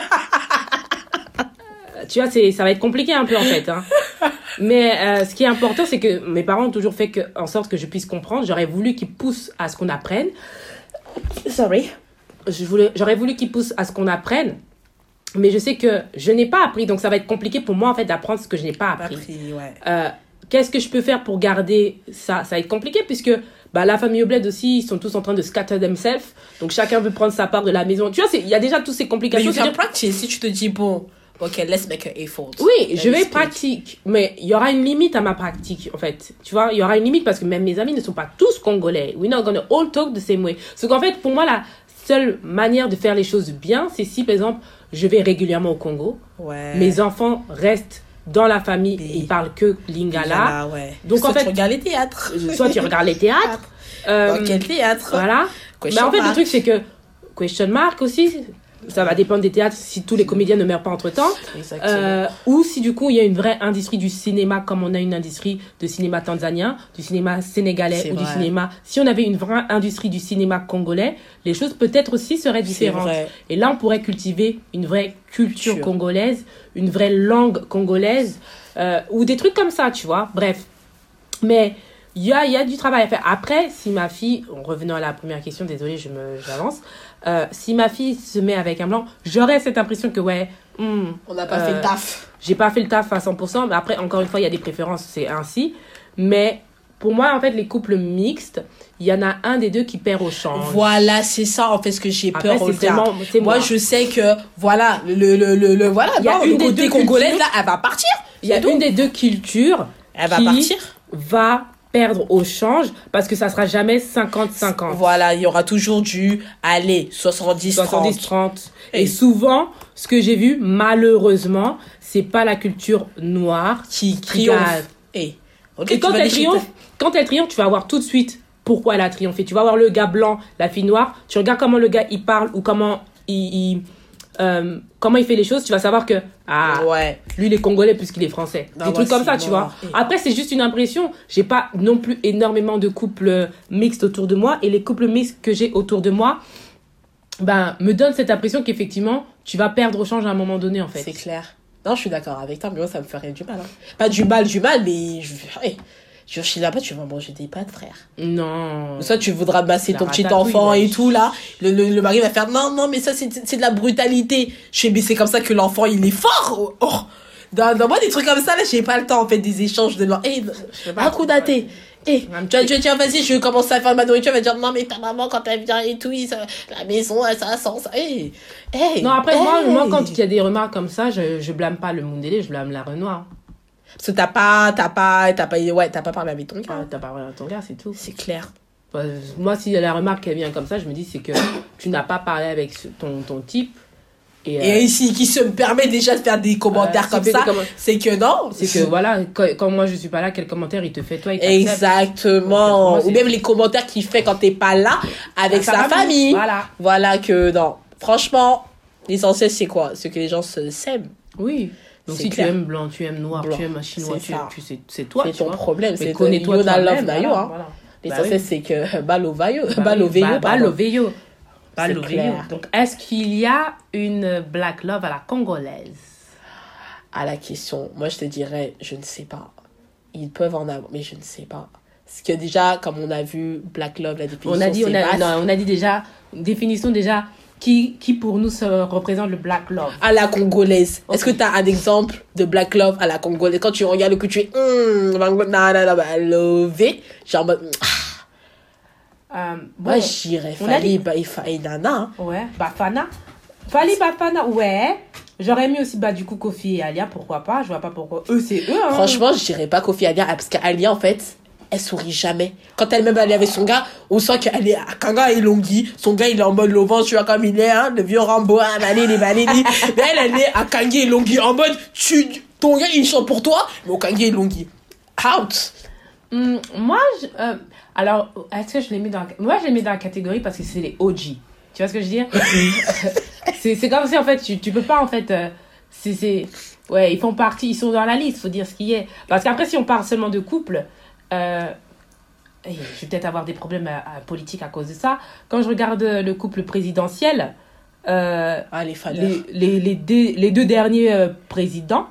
tu vois, c'est, ça va être compliqué un peu en fait. Hein. Mais euh, ce qui est important, c'est que mes parents ont toujours fait que, en sorte que je puisse comprendre. J'aurais voulu qu'ils poussent à ce qu'on apprenne. Sorry. Je voulais, j'aurais voulu qu'ils poussent à ce qu'on apprenne. Mais je sais que je n'ai pas appris. Donc ça va être compliqué pour moi en fait d'apprendre ce que je n'ai pas Pas appris. pris, ouais. Euh, qu'est-ce que je peux faire pour garder ça? Ça va être compliqué puisque bah, la famille au bled aussi, ils sont tous en train de scatter themselves. Donc chacun veut prendre sa part de la maison. Tu vois, c'est- il y a déjà toutes ces Mais complications. you can C'est-à-dire- practice si tu te dis, bon, ok, let's make an effort. Oui, Let's je vais speak. pratique, mais il y aura une limite à ma pratique, en fait. Tu vois, il y aura une limite parce que même mes amis ne sont pas tous congolais. We're not gonna all talk the same way. Parce qu'en fait, pour moi, la seule manière de faire les choses bien, c'est si, par exemple, je vais régulièrement au Congo, Ouais. mes enfants restent dans la famille Oui. et ils parlent que lingala. Lingala, ouais. Donc, Soit en fait- tu regardes les théâtres. Soit tu regardes les théâtres. euh, Dans quel théâtre? Voilà. Mais Question en fait, le mark. truc, c'est que question mark aussi. Ça va dépendre des théâtres si tous les comédiens ne meurent pas entre-temps. Euh, ou si du coup il y a une vraie industrie du cinéma comme on a une industrie de cinéma tanzanien, du cinéma sénégalais C'est ou vrai. du cinéma... Si on avait une vraie industrie du cinéma congolais, les choses peut-être aussi seraient différentes. vrai. Et là on pourrait cultiver une vraie culture Culture. congolaise, une vraie langue congolaise, euh, ou des trucs comme ça, tu vois. Bref. Mais... Il y a, il y a du travail à faire. Après, si ma fille, en revenant à la première question, désolée, je me, j'avance. Euh, si ma fille se met avec un blanc, j'aurais cette impression que, ouais, hmm, On n'a pas euh, fait le taf. j'ai pas fait le taf à cent pour cent. Mais après, encore une fois, il y a des préférences, c'est ainsi. Mais pour moi, en fait, les couples mixtes, il y en a un des deux qui perd au change. Voilà, c'est ça en fait ce que j'ai Après, peur c'est au regard. vraiment- c'est Moi, moi. je sais que voilà, le le le, le voilà, Il y a non, une le des côté deux congolaise cultures. là, elle va partir. Il y a C'est tout. une des deux cultures Elle va qui partir. va perdre au change parce que ça sera jamais cinquante cinquante. Voilà, il y aura toujours du allez, soixante-dix soixante-dix trente. trente. Et souvent, ce que j'ai vu, malheureusement, c'est pas la culture noire Qui qui triomphe. gagne. Et, ok, Et tu quand vas elle déchirer- triomphe, quand elle triomphe, tu vas voir tout de suite pourquoi elle a triomphé. Tu vas voir le gars blanc, la fille noire. Tu regardes comment le gars il parle ou comment il, il, euh, comment il fait les choses. Tu vas savoir que ah, Ouais. lui il est congolais puisqu'il est français. Non, Des moi, trucs comme c'est ça, tu vois. mort. Et- Après, c'est juste une impression. J'ai pas non plus énormément de couples mixtes autour de moi. Et les couples mixtes que j'ai autour de moi, ben, me donnent cette impression qu'effectivement, tu vas perdre au change à un moment donné, en fait. C'est clair. Non, je suis d'accord avec toi, mais moi, ça me ferait du mal. Hein. Pas du mal, du mal, mais je, hey, je suis là-bas, tu vas manger des pâtes, frère. Non. Soit tu voudras masser La ton petit ratatouille, enfant ouais. et tout, là. Le, le, le mari va faire, non, non, mais ça, c'est, c'est de la brutalité. Je fais, mais c'est comme ça que l'enfant, il est fort. Oh. Dans, dans moi, des trucs comme ça, là, j'ai pas le temps, en fait, des échanges de leur, hey, un coup d'athée. Eh, Un tu vas petit- tu vas dire, vas-y, je commence à faire ma nourriture, elle va dire, non, mais ta maman, quand elle vient et tout, il- ça- la maison, ça sent ça. Hey, hey, Non, après, hey. moi, moi, quand il y a des remarques comme ça, je, je blâme pas le Moundélé, je blâme la Renoir. Parce que t'as pas, t'as pas, t'as pas, ouais, t'as pas parlé avec ton Ah, gars. t'as parlé à ton gars, c'est tout. C'est clair. Bah, moi, si la remarque elle vient comme ça, je me dis c'est que tu n'as pas parlé avec ce- ton, ton type. Et, Et euh, ici, qui se permet déjà de faire des commentaires Euh, comme s'il fait ça, des commen- c'est que non. c'est que voilà, quand, quand moi je suis pas là, quel commentaire il te fait toi, il t'accepte. Exactement. Moi, c'est- Ou même les commentaires qu'il fait quand t'es pas là avec Sa sa famille. famille. Voilà. Voilà que non. Franchement, l'essentiel c'est quoi? C'est que les gens se s'aiment. Oui. Donc C'est si clair. tu aimes blanc, tu aimes noir, Blanc. tu aimes chinois, C'est tu, ça. tu sais, c'est toi, C'est tu ton vois. problème. Mais C'est connais-toi Yona toi-même, love Nayo, voilà, hein. voilà. L'essentiel Bah oui. c'est que balo vayo, Bah balo oui, veyo, bah, pardon. balo veyo. Balo C'est veyo. clair. Donc est-ce qu'il y a une black love à la congolaise? À la question, moi je te dirais, je ne sais pas. Ils peuvent en avoir, mais je ne sais pas. Parce que déjà, comme on a vu, Black Love, la définition, On a dit, c'est on a, vaste. non, on a dit déjà, une définition déjà, qui, qui pour nous se représente le black love. À la congolaise. Ok. Est-ce que tu as un exemple de Black Love à la congolaise? Quand tu regardes le coup, tu es, hum, non, non, non, bah, lové. Genre, en mode, hum, Euh, bon, moi, j'irais on a Fali, bah, il fa- et Nana. hein. ouais, Bafana. Fali Bafana, ouais. J'aurais mis aussi, bah, du coup, Kofi et Alia, pourquoi pas. Je vois pas pourquoi. Eux, c'est eux, hein. Franchement, je dirais pas Kofi Alia, parce qu'Alia, en fait, elle sourit jamais. Quand elle-même elle est avec son gars, on sent qu'elle est à Kanga et Longi. Son gars, il est en mode Lovan, tu vois, comme il est, hein, le vieux Rambo, hein, Malini, Malini. Mais elle, elle est à Kanga et Longi, en mode, tu, ton gars, il chante pour toi, mais au Kanga et Longi. Out. Hum, moi, je, euh, alors, est-ce que je les mets dans, moi, je les mets dans la catégorie parce que c'est les O G. Tu vois ce que je veux dire? c'est, c'est comme si, en fait, tu, tu peux pas, en fait, euh, c'est, c'est, ouais, ils font partie, ils sont dans la liste, faut dire ce qui est. Parce qu'après, si on parle seulement de couple, euh, et je vais peut-être avoir des problèmes à, à politiques à cause de ça. Quand je regarde le couple présidentiel, euh, Ah, les fans. les, les, les, deux, les deux derniers euh, présidents,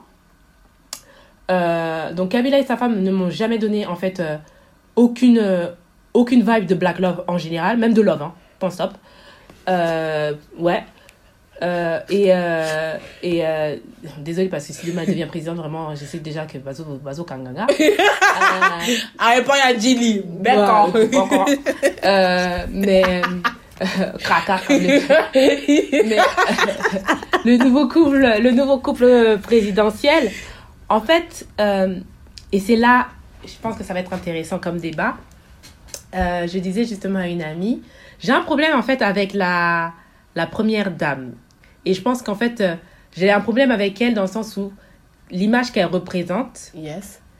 euh, donc Kabila et sa femme ne m'ont jamais donné en fait euh, aucune, euh, aucune vibe de black love en général, même de love, hein, point stop. Euh, ouais. Euh, et euh, et euh, désolée parce que si demain elle devient présidente, vraiment, j'essaie déjà que Bazo, Bazo Kanganga. euh, Ah, répond à Jilly. D'accord. Ouais, d'accord. Euh, mais euh, craca comme les mais euh, le nouveau couple le nouveau couple présidentiel en fait euh, et c'est là je pense que ça va être intéressant comme débat. Euh, je disais justement à une amie, j'ai un problème en fait avec la la première dame et je pense qu'en fait euh, j'ai un problème avec elle dans le sens où l'image qu'elle représente, Yes.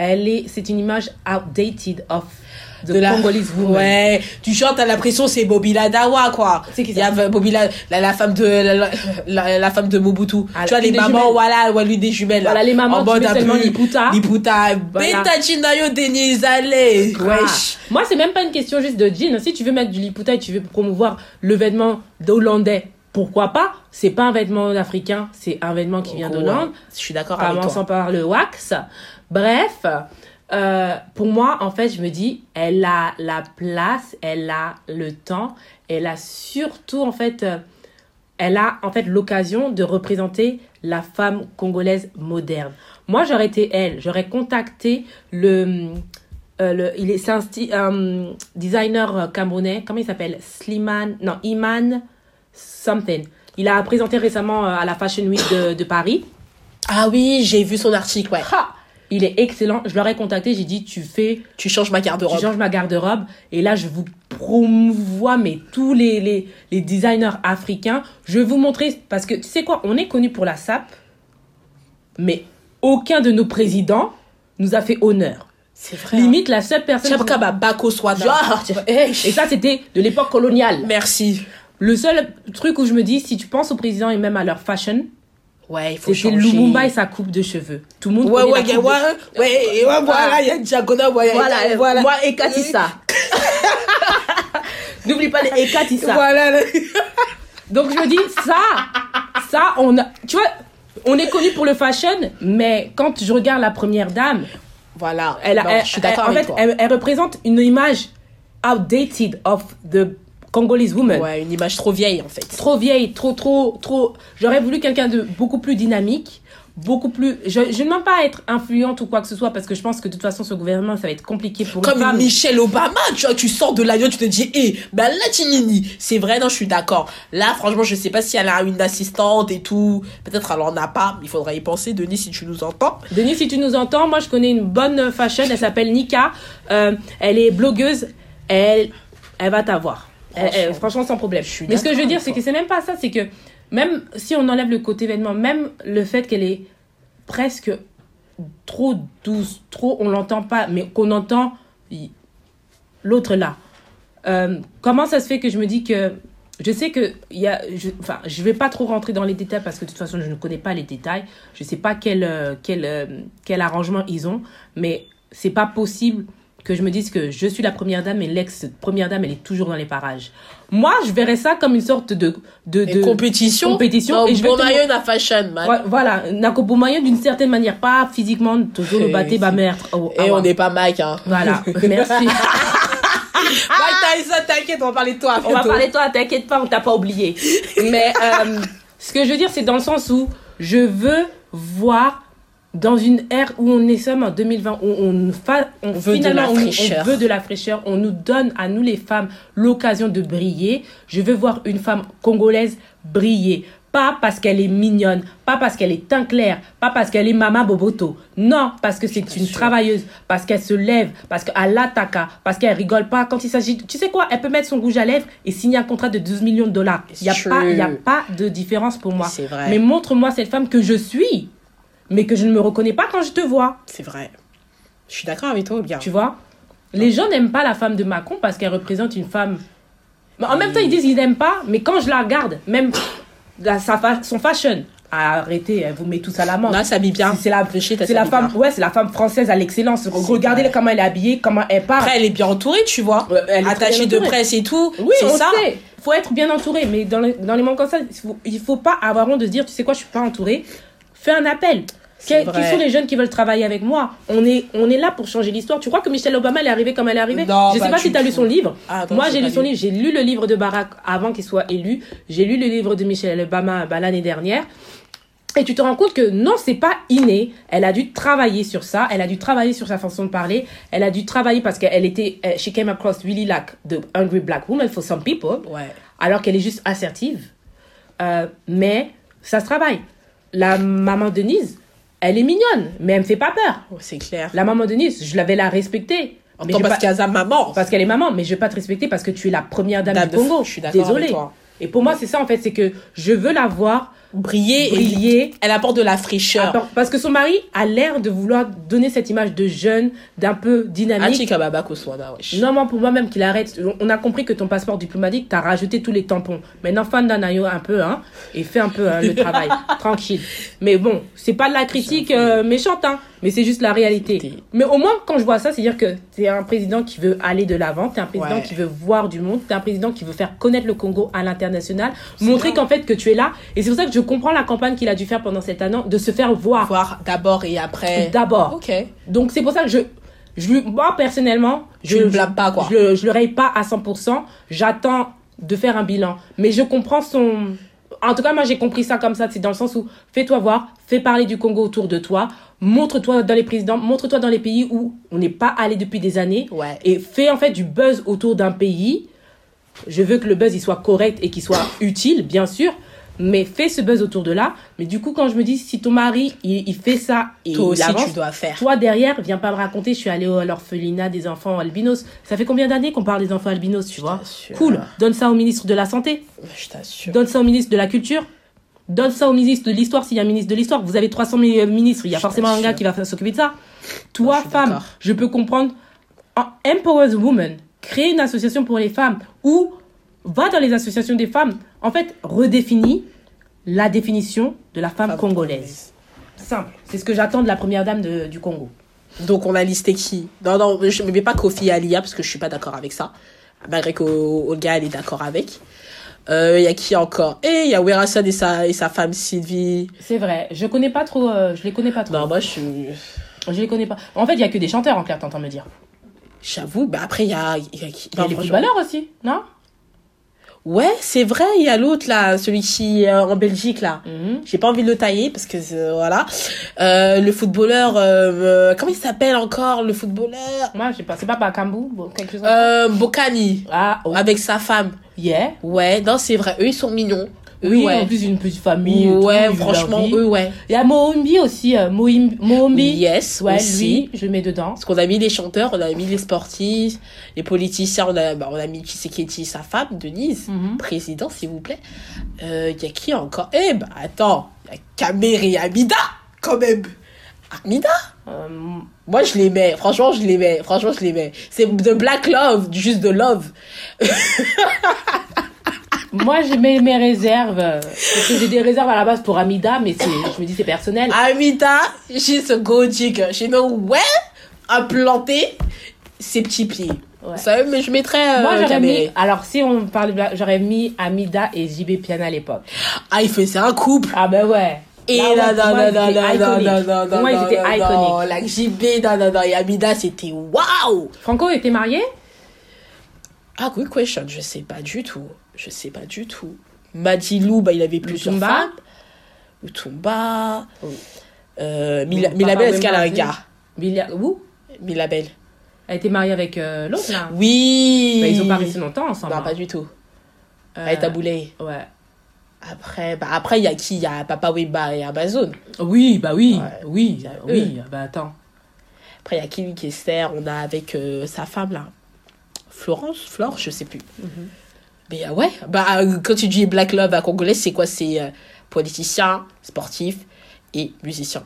elle est, c'est une image outdated of the de la Congolese woman. Ouais, tu chantes, t'as l'impression c'est Bobila Dawa quoi. C'est qui ça? Il y a Bobila, la, la femme de la, la, la femme de Mobutu. Ah, tu vois les des mamans, jumelles. voilà, ouais, lui des jumelles. Voilà, là. les mamans en qui mode met un seulement peu Liputa. Liputa. Voilà. Beta Chinayo Denizale. Voilà. Wesh. Moi, c'est même pas une question juste de jean. Si tu veux mettre du Liputa et tu veux promouvoir le vêtement hollandais, pourquoi pas? C'est pas un vêtement africain, c'est un vêtement qui vient Ouais. d'Hollande. Je suis d'accord avec Commençons toi. par le wax. Bref, euh, pour moi, en fait, je me dis, elle a la place, elle a le temps, elle a surtout, en fait, euh, elle a en fait l'occasion de représenter la femme congolaise moderne. Moi, j'aurais été elle, j'aurais contacté le, euh, le il est, c'est un, sti- un designer euh, camerounais, comment il s'appelle? Slimane, non, Iman something. Il a présenté récemment euh, à la Fashion Week de, de Paris. Ah oui, j'ai vu son article, ouais. Ha! Il est excellent. Je l'aurais contacté. J'ai dit, tu fais, Tu changes ma garde-robe. tu changes ma garde-robe. Et là, je vous promouvois, mais tous les, les, les designers africains. Je vais vous montrer, parce que tu sais quoi, on est connu pour la S A P, mais aucun de nos présidents nous a fait honneur. C'est vrai. Limite, la seule personne. Chabka Bako Swana. Genre, et ça, c'était de l'époque coloniale. Merci. Le seul truc où je me dis, si tu penses aux présidents et même à leur fashion, Ouais, il faut c'était changer. Lumumba et sa coupe de cheveux. Tout le monde Ouais, connaît ouais, la ouais, coupe de- ouais, ouais, et ouais, voilà, il y a Diagonal, ouais, Voilà, voilà. moi et Katissa. N'oublie pas les et Katissa. Voilà. le- Donc je me dis, ça, ça, on a, tu vois, on est connu pour le fashion, mais quand je regarde la première dame, Voilà. elle, a- Non, elle- je suis d'accord elle- avec en toi. fait, elle, elle représente une image outdated of the Congolese woman. Ouais, une image trop vieille, en fait. Trop vieille, trop, trop, trop. J'aurais voulu quelqu'un de beaucoup plus dynamique, beaucoup plus. Je, je ne demande pas à être influente ou quoi que ce soit parce que je pense que de toute façon, ce gouvernement, ça va être compliqué pour Comme une femme. Michelle Obama, tu vois, tu sors de l'avion, tu te dis, hé, ben là, Tinini, c'est vrai, non, je suis d'accord. Là, franchement, je sais pas si elle a une assistante et tout. Peut-être elle en a pas, mais il faudra y penser. Denis, si tu nous entends. Denis, si tu nous entends, moi je connais une bonne fashion, elle s'appelle Nika, euh, elle est blogueuse, elle, elle va t'avoir. Elle- Franchement. elle- franchement, sans problème. suis Mais ce que je veux d'accord dire, avec c'est toi. que c'est même pas ça, c'est que même si on enlève le côté vêtement, même le fait qu'elle est presque trop douce, trop, on l'entend pas, mais qu'on entend y- l'autre là. Euh, comment ça se fait que je me dis que je sais que il y a, je, enfin, je vais pas trop rentrer dans les détails parce que de toute façon, je ne connais pas les détails. Je sais pas quel, euh, quel, euh, quel arrangement ils ont, mais c'est pas possible que je me dise que je suis la première dame et l'ex-première dame, elle est toujours dans les parages. Moi, je verrais ça comme une sorte de... de, Et de compétition. compétition. Non, Et je vais bon te- maillot, na fashion, man. Ouais, voilà, Nako moyen d'une certaine manière, pas physiquement, toujours le Et batté, si. bah merde. Oh, Et ah on ouais. n'est pas Mike, hein. Voilà, merci. Mike Tyson, t'inquiète, on va parler de toi. On va parler de toi, t'inquiète pas, on t'a pas oublié. Mais euh, ce que je veux dire, c'est dans le sens où je veux voir dans une ère où on est sommes en deux mille vingt, où on, fa- on, veut de finalement, la on- fraîcheur. on veut de la fraîcheur, on nous donne à nous les femmes l'occasion de briller. Je veux voir une femme congolaise briller. Pas parce qu'elle est mignonne, pas parce qu'elle est teint clair, pas parce qu'elle est Mama Boboto. Non, parce que c'est une sûr. travailleuse, parce qu'elle se lève, parce qu'elle attaque, parce qu'elle rigole pas quand il s'agit... Tu sais quoi, elle peut mettre son rouge à lèvres et signer un contrat de douze millions de dollars. Il n'y a, True. pas- il y a pas de différence pour moi. C'est vrai. Mais montre-moi cette femme que je suis, mais que je ne me reconnais pas quand je te vois. C'est vrai. Je suis d'accord avec toi, bien. Tu vois? Les gens n'aiment pas la femme de Macron parce qu'elle représente une femme... Mais en même temps, ils disent qu'ils n'aiment pas, mais quand je la regarde, même la, sa fa- son fashion, arrêtez, elle vous met tous à l'amende. Là, ça s'habille bien. C'est la, Réfléchis, t'as c'est la s'habille femme, bien. ouais, c'est la femme française à l'excellence. Regardez vrai. comment elle est habillée, comment elle parle. Après, elle est bien entourée, tu vois. Ouais, elle est très Attachée bien de entourée. presse et tout. Oui, c'est on ça. sait. Faut être bien entouré, mais dans, les- dans les moments comme ça, il faut, il faut pas avoir honte de se dire, tu sais quoi, je suis pas entourée. Fais un appel. C'est Que- vrai. qui sont les jeunes qui veulent travailler avec moi? On est, on est là pour changer l'histoire. Tu crois que Michelle Obama, elle est arrivée comme elle est arrivée? Non, Je sais pas pas du si tu as lu tout. son livre. Ah, non, moi, j'ai j'ai pas lu son lu. livre. J'ai lu le livre de Barack avant qu'il soit élu. J'ai lu le livre de Michelle Obama bah, l'année dernière. Et tu te rends compte que non, c'est pas inné. Elle a dû travailler sur ça. Elle a dû travailler sur sa façon de parler. Elle a dû travailler parce qu'elle était, euh, she came across really like the hungry black woman for some people. Ouais. Alors qu'elle est juste assertive. Euh, mais ça se travaille. La maman Denise, elle est mignonne, mais elle me fait pas peur. Ouais, c'est clair. La maman Denise, je l'avais la respecter. En Mais tant je vais parce pas- qu'elle a maman. parce qu'elle est maman, mais je vais pas te respecter parce que tu es la première dame Dame du de- Congo. je suis d'accord Désolée. avec toi. Et pour moi, c'est ça en fait, c'est que je veux la voir briller, briller. Et elle apporte de la fraîcheur. Attends, parce que son mari a l'air de vouloir donner cette image de jeune, d'un peu dynamique. Achika Baba Koswana, wesh. Non, moi, pour moi-même, qu'il arrête. On a compris que ton passeport diplomatique, t'as rajouté tous les tampons. Maintenant, fan d'Anayo un peu, hein, et fais un peu hein, le travail. Tranquille. Mais bon, c'est pas de la critique euh, méchante, hein, mais c'est juste la réalité. Mais au moins, quand je vois ça, c'est-à-dire que t'es un président qui veut aller de l'avant, t'es un président Ouais. qui veut voir du monde, t'es un président qui veut faire connaître le Congo à l'international, montrer bien. Qu'en fait, que tu es là. Et c'est pour ça que je comprends la campagne qu'il a dû faire pendant cette année, de se faire voir. Voir d'abord et après. D'abord. Ok. Donc, c'est pour ça que je, je lui, moi, personnellement, je ne blâme pas, quoi. Je, je, je le raye pas à cent pour cent. J'attends de faire un bilan. Mais je comprends son, en tout cas, moi, j'ai compris ça comme ça. C'est dans le sens où, fais-toi voir, fais parler du Congo autour de toi, montre-toi dans les présidents, montre-toi dans les pays où on n'est pas allé depuis des années. Ouais. Et fais, en fait, du buzz autour d'un pays. Je veux que le buzz, il soit correct et qu'il soit utile, bien sûr. Mais fais ce buzz autour de là. Mais du coup, quand je me dis, si ton mari, il, il fait ça et toi il aussi, avance, tu dois faire. Toi, derrière, viens pas me raconter, je suis allée à l'orphelinat des enfants albinos. Ça fait combien d'années qu'on parle des enfants albinos, tu Je vois? t'assure. Cool. Donne ça au ministre de la Santé. Je t'assure. Donne ça au ministre de la Culture. Donne ça au ministre de l'Histoire, s'il y a un ministre de l'Histoire. Vous avez trois cents ministres, il y a Je forcément un t'assure. gars qui va s'occuper de ça. Toi, je suis femme, d'accord. je peux comprendre. Empower the Woman. Créer une association pour les femmes. Ou va dans les associations des femmes. En fait, redéfinis la définition de la femme, Femme congolaise. congolaise. Simple. C'est ce que j'attends de la première dame de- du Congo. Donc, on a listé qui? Non, non, je ne mets pas Kofi et Alia parce que je suis pas d'accord avec ça. Malgré qu'Olga, elle est d'accord avec. Il euh, y a qui encore? Et il y a Werasan et sa, et sa femme Sylvie. C'est vrai. Je connais pas trop. Euh, je les connais pas trop. Non, moi, je suis... Je les connais pas. En fait, il y a que des chanteurs en clair, t'entends me dire. J'avoue, bah après, il y a... Il y a, qui- Il y a non, les franchement. footballeurs aussi, non? Ouais, c'est vrai, il y a l'autre, là, celui qui est euh, en Belgique, là. Mhm. J'ai pas envie de le tailler, parce que, euh, voilà. Euh, le footballeur... euh, euh, comment il s'appelle encore, le footballeur? Moi, je sais pas. C'est pas Bakambu, bon, quelque chose comme ça. Euh, Bokani. Ah, oh. Avec sa femme. Yeah. Ouais, non, c'est vrai. Eux, ils sont mignons. Eux, Oui, ouais. en plus, une petite famille. et Ouais, tout, ils vivent franchement, leur vie. eux, ouais. Il y a Mohombi aussi. Euh, Mohim- Mohombi. Yes, Ouais, aussi. lui, je le mets dedans. Parce qu'on a mis les chanteurs, on a mis les sportifs, les politiciens, on a, bah, on a mis Tshisekedi, sa femme, Denise, Mhm. président, s'il vous plaît. Euh, y a qui encore? Eh, bah, attends, y a Kamer et Amida, quand même. Amida? Euh, Moi, je les mets. Franchement, je les mets. Franchement, je les mets. C'est de Black Love, juste de Love. moi, je mets mes réserves. euh, Parce que j'ai des réserves à la base pour Amida, mais c'est, je me dis c'est personnel. Amida, she's a gold digger. She know where à planter ses petits pieds. Ouais. Ça, mais je mettrais euh, Moi, j'aurais Kamerhe. mis. Alors, si on parle de blague, j'aurais mis Amida et J B Piana à l'époque. Ah, il faisait un couple. Ah, ben ouais. Et Là, non, ouais, non, pour moi, non, ils non, étaient non, non, iconiques. non, non, Pour moi, ils non, étaient non, iconiques. non. La J B, non, non, non. Et Amida, c'était waouh. Franco était marié? Ah, good question. Je sais pas du tout. Je sais pas du tout. Madilou, bah, il avait plusieurs Lutumba. femmes. Lutumba. Oh. Euh, Mila- Papa Milabel, est-ce qu'elle a un Wemba, gars? Villia... Où? Milabel. Elle était mariée avec euh, l'autre, là. Oui. Bah, ils ont pas resté longtemps ensemble. Non, hein. pas du tout. Euh, Elle est taboulée. Ouais. Après, bah, après, il y a qui? Il y a Papa Wemba et Amazon. Oui, bah oui. Ouais. Oui, Euh, oui. Bah attends. Après, il y a qui qui est Esther? On a avec euh, sa femme, là. Florence? Flore? Je sais plus. Mhm. Mais euh, ouais, bah, euh, quand tu dis Black Love à Congolais, c'est quoi? C'est euh, politicien, sportif et musicien.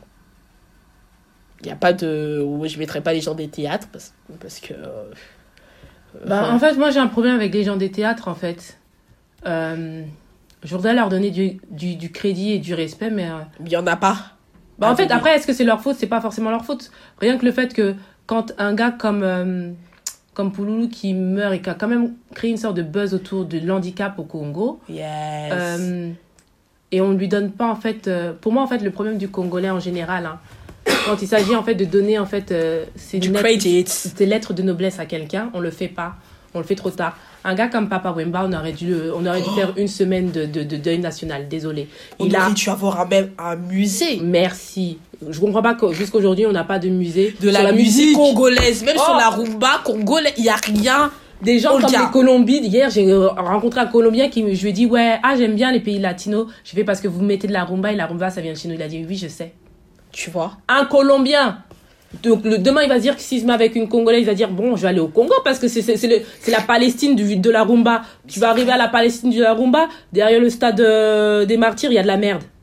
Il n'y a pas de... Moi, je mettrais pas les gens des théâtres parce, parce que... euh, Bah, euh, en fait, moi, j'ai un problème avec les gens des théâtres, en fait. Euh, je voudrais leur donner du, du, du crédit et du respect, mais... euh, il y en a pas. Bah, en Ah, fait, oui. après, est-ce que c'est leur faute? C'est pas forcément leur faute. Rien que le fait que quand un gars comme, euh, comme Pouloulou qui meurt et qui a quand même créé une sorte de buzz autour de l'handicap au Congo, Yes. euh, et on ne lui donne pas, en fait... euh, pour moi, en fait, le problème du Congolais en général, hein, quand il s'agit, en fait, de donner, en fait, euh, ses, du net- credit. ses lettres de noblesse à quelqu'un, on le fait pas. On le fait trop tard. Un gars comme Papa Wemba, on aurait dû, on aurait dû faire une semaine de, de, de deuil national. Désolé. On Il a... aurait dû avoir un, même un musée Merci. Je comprends pas que jusqu'à aujourd'hui on n'a pas de musée de sur la, musique congolaise. Même Oh. sur la rumba congolaise, il n'y a rien. Des gens On le comme dit. les Colombiens. Hier, j'ai euh, rencontré un Colombien qui, me- je lui ai dit, ouais, ah, j'aime bien les pays latinos. Je fais parce que vous mettez de la rumba et la rumba, ça vient de chez nous. Il a dit, oui, je sais. Tu vois? Un Colombien. Donc, le, demain, il va se dire que s'il se met avec une Congolaise, il va dire, bon, je vais aller au Congo parce que c'est, c'est, c'est, le, c'est la Palestine du, de la rumba. Tu vas arriver à la Palestine de la rumba. Derrière le stade euh, des Martyrs, il y a de la merde.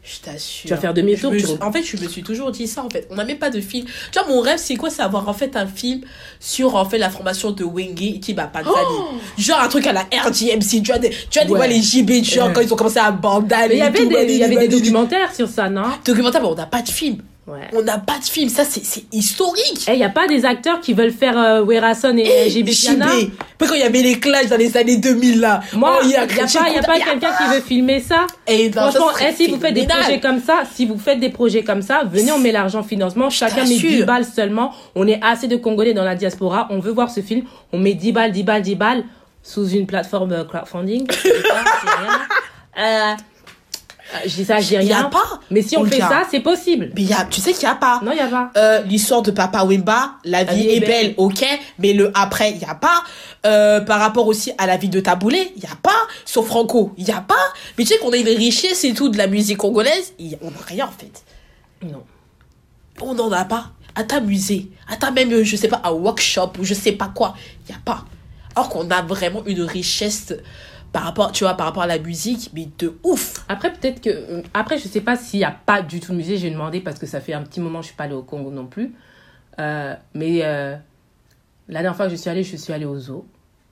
Je t'assure. Tu vas faire demi-tour. Je me tu suis- re- En fait, je me suis toujours dit ça, en fait. On n'a même pas de film. Tu vois, mon rêve, c'est quoi? C'est avoir, en fait, un film sur, en fait, la formation de Wenge qui va pas Genre, un truc à la R D M C. Tu vois, des, tu vois, des Ouais. fois, les J B, genre, Ouais. quand ils ont commencé à bandaner. Mais il y avait tout, des, il y avait des bandaner, documentaires sur ça, non? documentaires, mais on n'a pas de film. Ouais. On n'a pas de film. Ça, c'est, c'est historique. Eh, il n'y a pas des acteurs qui veulent faire euh, Werason et J B Tiana? J B. Puis quand il y avait les clashs dans les années deux mille, là. Moi, Oh, il n'y a, j'ai pas, y a compris- pas quelqu'un qui veut filmer ça? Et non, ça Franchement, serait eh, si vous faites des phénoménal. projets comme ça, si vous faites des projets comme ça, venez, on met l'argent en financement. Chacun met t'assure. dix balles seulement. On est assez de Congolais dans la diaspora. On veut voir ce film. On met dix balles, dix balles, dix balles sous une plateforme euh, crowdfunding. Je dis ça, je dis rien. Euh, euh, je dis ça, je dis Il y a rien. pas. Mais si on Olga. fait ça, c'est possible. Mais il y a, tu sais qu'il y a pas. Non, il n'y a pas. Euh, l'histoire de Papa Wemba, la vie, est belle. ok, mais le après, il y a pas. Euh, par rapport aussi à la vie de Taboulé, il y a pas. Sur Franco, il y a pas. Mais tu sais qu'on a une richesse et tout de la musique congolaise, y- on n'a rien en fait. Non. On n'en a pas. À ta musée, à ta même, euh, je sais pas, un workshop ou je sais pas quoi, il y a pas. Alors qu'on a vraiment une richesse par rapport, tu vois, par rapport à la musique, mais de ouf. Après, peut-être que. euh, Après, je sais pas s'il n'y a pas du tout de musée. J'ai demandé parce que ça fait un petit moment que je suis pas allée au Congo non plus. Euh, mais euh, la dernière fois que je suis allée, je suis allée au zoo.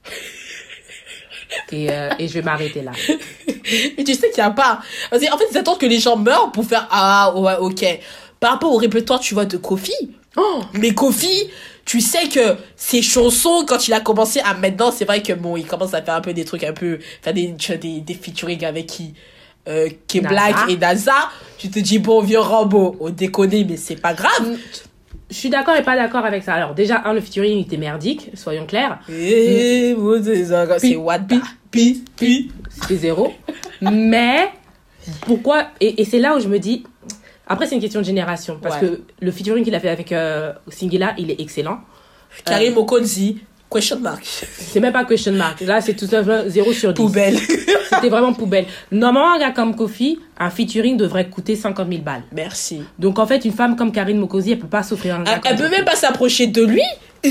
Et, euh, et je vais m'arrêter là. Mais tu sais qu'il y a pas. Parce qu'en fait, ils attendent que les gens meurent pour faire ah ouais, ok. Par rapport au répertoire, tu vois, de Kofi. Oh, Mais Kofi, tu sais que ses chansons, quand il a commencé à maintenant, c'est vrai que bon, il commence à faire un peu des trucs un peu, faire des, tu vois, des, des featuring avec qui, euh, qui est Naza. Black et Naza. Tu te dis bon, vieux Rambo, on déconne, mais c'est pas grave. je suis d'accord et pas d'accord avec ça. Alors, déjà, un, le featuring était merdique, soyons clairs. Et vous, c'est ça, c'est what the- pi, pi. C'était zéro. Mais, pourquoi. Et, et c'est là où je me dis. Après, c'est une question de génération. Parce Ouais. que le featuring qu'il a fait avec euh, Singila, il est excellent. Karim Okonzi, question mark. C'est même pas question mark. Là, c'est tout simplement zéro sur dix. Poubelle. C'était vraiment poubelle. Normalement, un gars comme Kofi, un featuring devrait coûter cinquante mille balles. Merci. Donc, en fait, une femme comme Karine Mokosi, elle peut pas s'offrir un gars Elle, comme elle peut Kofi. même pas s'approcher de lui.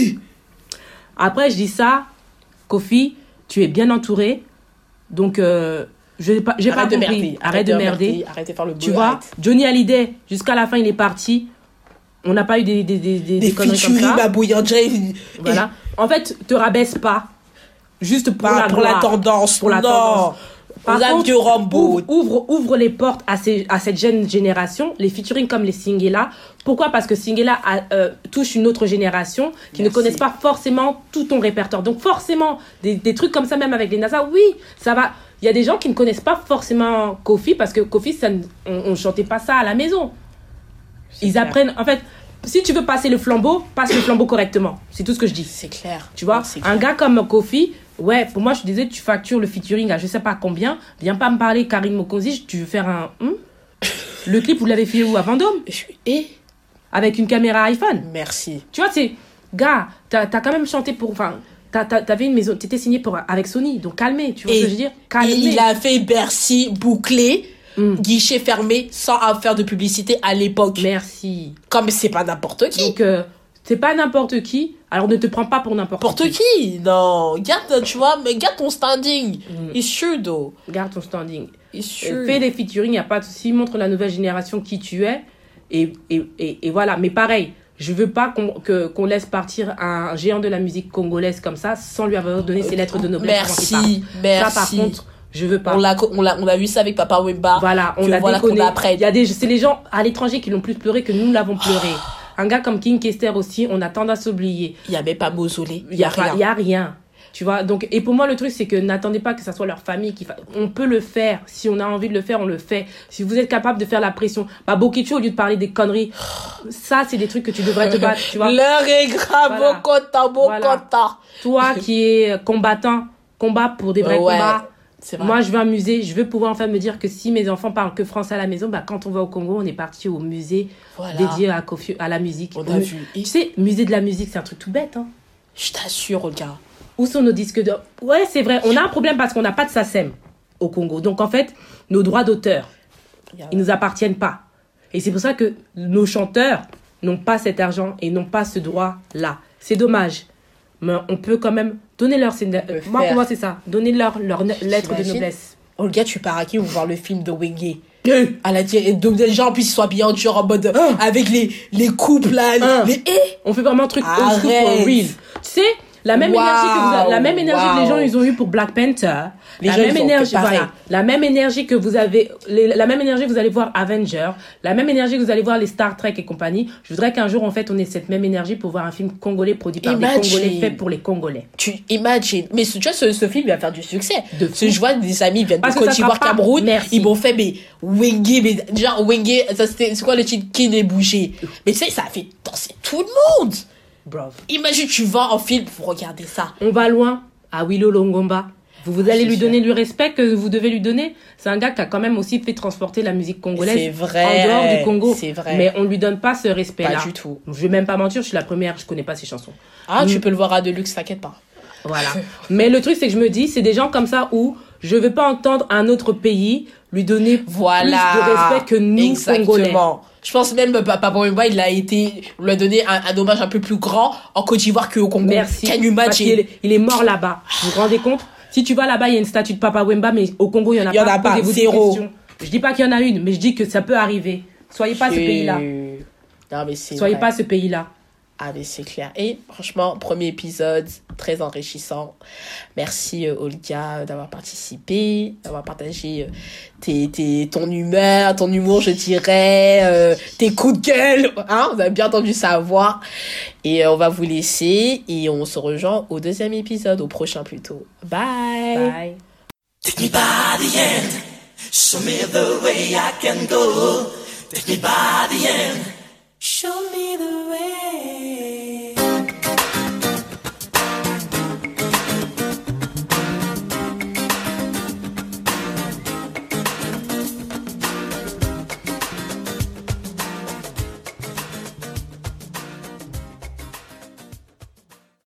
Après, je dis ça, Kofi, tu es bien entouré. Donc, euh, je n'ai pas, j'ai pas Arrête de compris. merder. Arrête de merder. Arrête de faire le Tu beau, vois, arrête. Johnny Hallyday, jusqu'à la fin, il est parti. On n'a pas eu des, des, des, des, Des des conneries comme featuring, ça. ma bouillante. Voilà. En fait, te rabaisse pas. Juste pour, Pas la, pour la gloire. tendance. Pour la non. tendance. Par Regarde contre, vieux Rambo. Ouvre, ouvre, ouvre les portes à, ces, à cette jeune génération, les featuring comme les Singela. Pourquoi? Parce que Singela a, euh, touche une autre génération qui ne Merci. connaissent pas forcément tout ton répertoire. Donc forcément, des, des trucs comme ça, même avec les NASA, oui, ça va. Il y a des gens qui ne connaissent pas forcément Kofi parce que Kofi, ça, ne- on ne chantait pas ça à la maison. Ils clair. apprennent, en fait, si tu veux passer le flambeau, passe le flambeau correctement. C'est tout ce que je dis. C'est clair. Tu vois, C'est un clair. gars comme Kofi, ouais, pour moi, je te disais, tu factures le featuring à je sais pas combien. Viens pas me parler, Karine Mokonzi, tu veux faire un. hum le clip, vous l'avez fait où? À Vendôme? Et Avec une caméra iPhone. merci. Tu vois, c'est. Gars, t'as as quand même chanté pour. Enfin, t'as- t'as- t'avais une maison. T'étais signé pour, avec Sony. Donc calmez, tu vois Et- ce que je veux dire? Et Calmez. il a fait Bercy bouclé, Mm. guichet fermé, sans faire de publicité à l'époque. Merci. Comme c'est pas n'importe qui. Donc, euh, c'est pas n'importe qui. Alors ne te prends pas pour n'importe N'importe qui. Non. Garde, tu vois, mais garde ton standing. Mm. It's true, though. Garde ton standing. It's Euh, true. Fais des featuring, il n'y a pas de souci. Montre la nouvelle génération qui tu es. Et, et, et, et voilà. Mais pareil, je veux pas qu'on que- qu'on laisse partir un géant de la musique congolaise comme ça sans lui avoir donné ses lettres de noblesse. avant qu'il parte. Merci. Merci. Ça, par contre, je veux pas. On l'a, on l'a, on a vu ça avec Papa Wemba. Voilà, on que l'a voilà déconné. qu'on a après. Il y a des, c'est les gens à l'étranger qui l'ont plus pleuré que nous l'avons pleuré. Un gars comme King Kester aussi, on a tendance à oublier. Il y a même pas mausolée. Il y a, pas- il y a rien. Tu vois, donc, et pour moi, le truc, c'est que n'attendez pas que ça soit leur famille qui fasse. On peut le faire. Si on a envie de le faire, on le fait. Si vous êtes capable de faire la pression. Bah, Bokicho, au lieu de parler des conneries, ça, c'est des trucs que tu devrais te battre, tu vois. L'heure est grave, Voilà. Bokota, Bokota. Voilà. Toi qui es combattant, combat pour des vrais Ouais, combats. c'est vrai. Moi, je veux un musée. Je veux pouvoir enfin me dire que si mes enfants parlent que français à la maison, bah, quand on va au Congo, on est parti au musée Voilà. dédié à, Kofi- à la musique. On a Mu- vu. Tu sais, musée de la musique, c'est un truc tout bête, hein. Je t'assure, regarde. Où sont nos disques d'or? Ouais, c'est vrai. On a un problème parce qu'on n'a pas de SACEM au Congo. Donc, en fait, nos droits d'auteur, ils nous appartiennent pas. Et c'est pour ça que nos chanteurs n'ont pas cet argent et n'ont pas ce droit-là. C'est dommage. Mais on peut quand même donner leur... c'est- Le Moi, faire. pour moi, c'est ça. Donner leur, leur ne- lettre de T'imagines? noblesse. Olga, tu pars à qui pour voir le film de Wenge? Euh, Elle a dit, et donc les gens, en plus, ils sont habillés en genre en mode, Hein. avec les, les couples, là, Hein. les, eh, On fait vraiment un truc old school Arrête. for real. Tu sais, la même Wow, énergie que vous a- la même énergie que les gens wow. ils ont eu pour Black Panther, Les la gens, même ils ont énergie, fait pareil. voilà, la même énergie que vous avez, les- la même énergie que vous allez voir Avenger, la même énergie que vous allez voir les Star Trek et compagnie. Je voudrais qu'un jour en fait on ait cette même énergie pour voir un film congolais produit par Imagine. des Congolais fait pour les Congolais. tu imagines. Mais ce- tu vois, ce, ce film, il va faire du succès. De Parce que je vois des amis, ils viennent Parce de que Côte ça sera d'Ivoire, pas- Cameroun. Merci. Ils m'ont fait, mais, Wenge, mais, genre, Wenge, ça c'était, c'est quoi le titre? Qui n'est bougé? Mais tu sais, ça a fait danser tout le monde. Bro. Imagine, tu vas en film pour regarder ça. On va loin à Willow Longomba. Vous, vous allez c'est lui sûr. donner le respect que vous devez lui donner. C'est un gars qui a quand même aussi fait transporter la musique congolaise C'est vrai. en dehors du Congo. C'est vrai. Mais on lui donne pas ce respect-là. Pas du tout. Je vais même pas mentir, je suis la première, je connais pas ses chansons. Ah, Mm. tu peux le voir à Deluxe, t'inquiète pas. Voilà. Mais le truc, c'est que je me dis, c'est des gens comme ça où je veux pas entendre un autre pays lui donner Voilà. plus de respect que nous, Congolais. Exactement. Je pense même que Papa Wemba, il a été, lui a donné un, un hommage un peu plus grand en Côte d'Ivoire qu'au Congo. Merci. Can you Parce qu'il imagine? est, il est mort là-bas. Vous vous rendez compte? Si tu vas là-bas, il y a une statue de Papa Wemba, mais au Congo, il y en a Il y en pas. a pas, Posez-vous des zéro. questions. Je dis pas qu'il y en a une, mais je dis que ça peut arriver. Soyez pas ce Et- pays-là. Non, mais c'est Soyez vrai. pas ce pays-là. Ah, mais c'est clair. Et franchement, premier épisode, très enrichissant. Merci, euh, Olga, d'avoir participé, d'avoir partagé euh, tes, tes, ton humeur, ton humour, je dirais, euh, tes coups de gueule. Hein, vous avez bien entendu sa voix. Et euh, on va vous laisser et on se rejoint au deuxième épisode, au prochain plutôt. Bye. Bye. Take me by the hand, show me the way I can go. Take me by the hand, show me the way.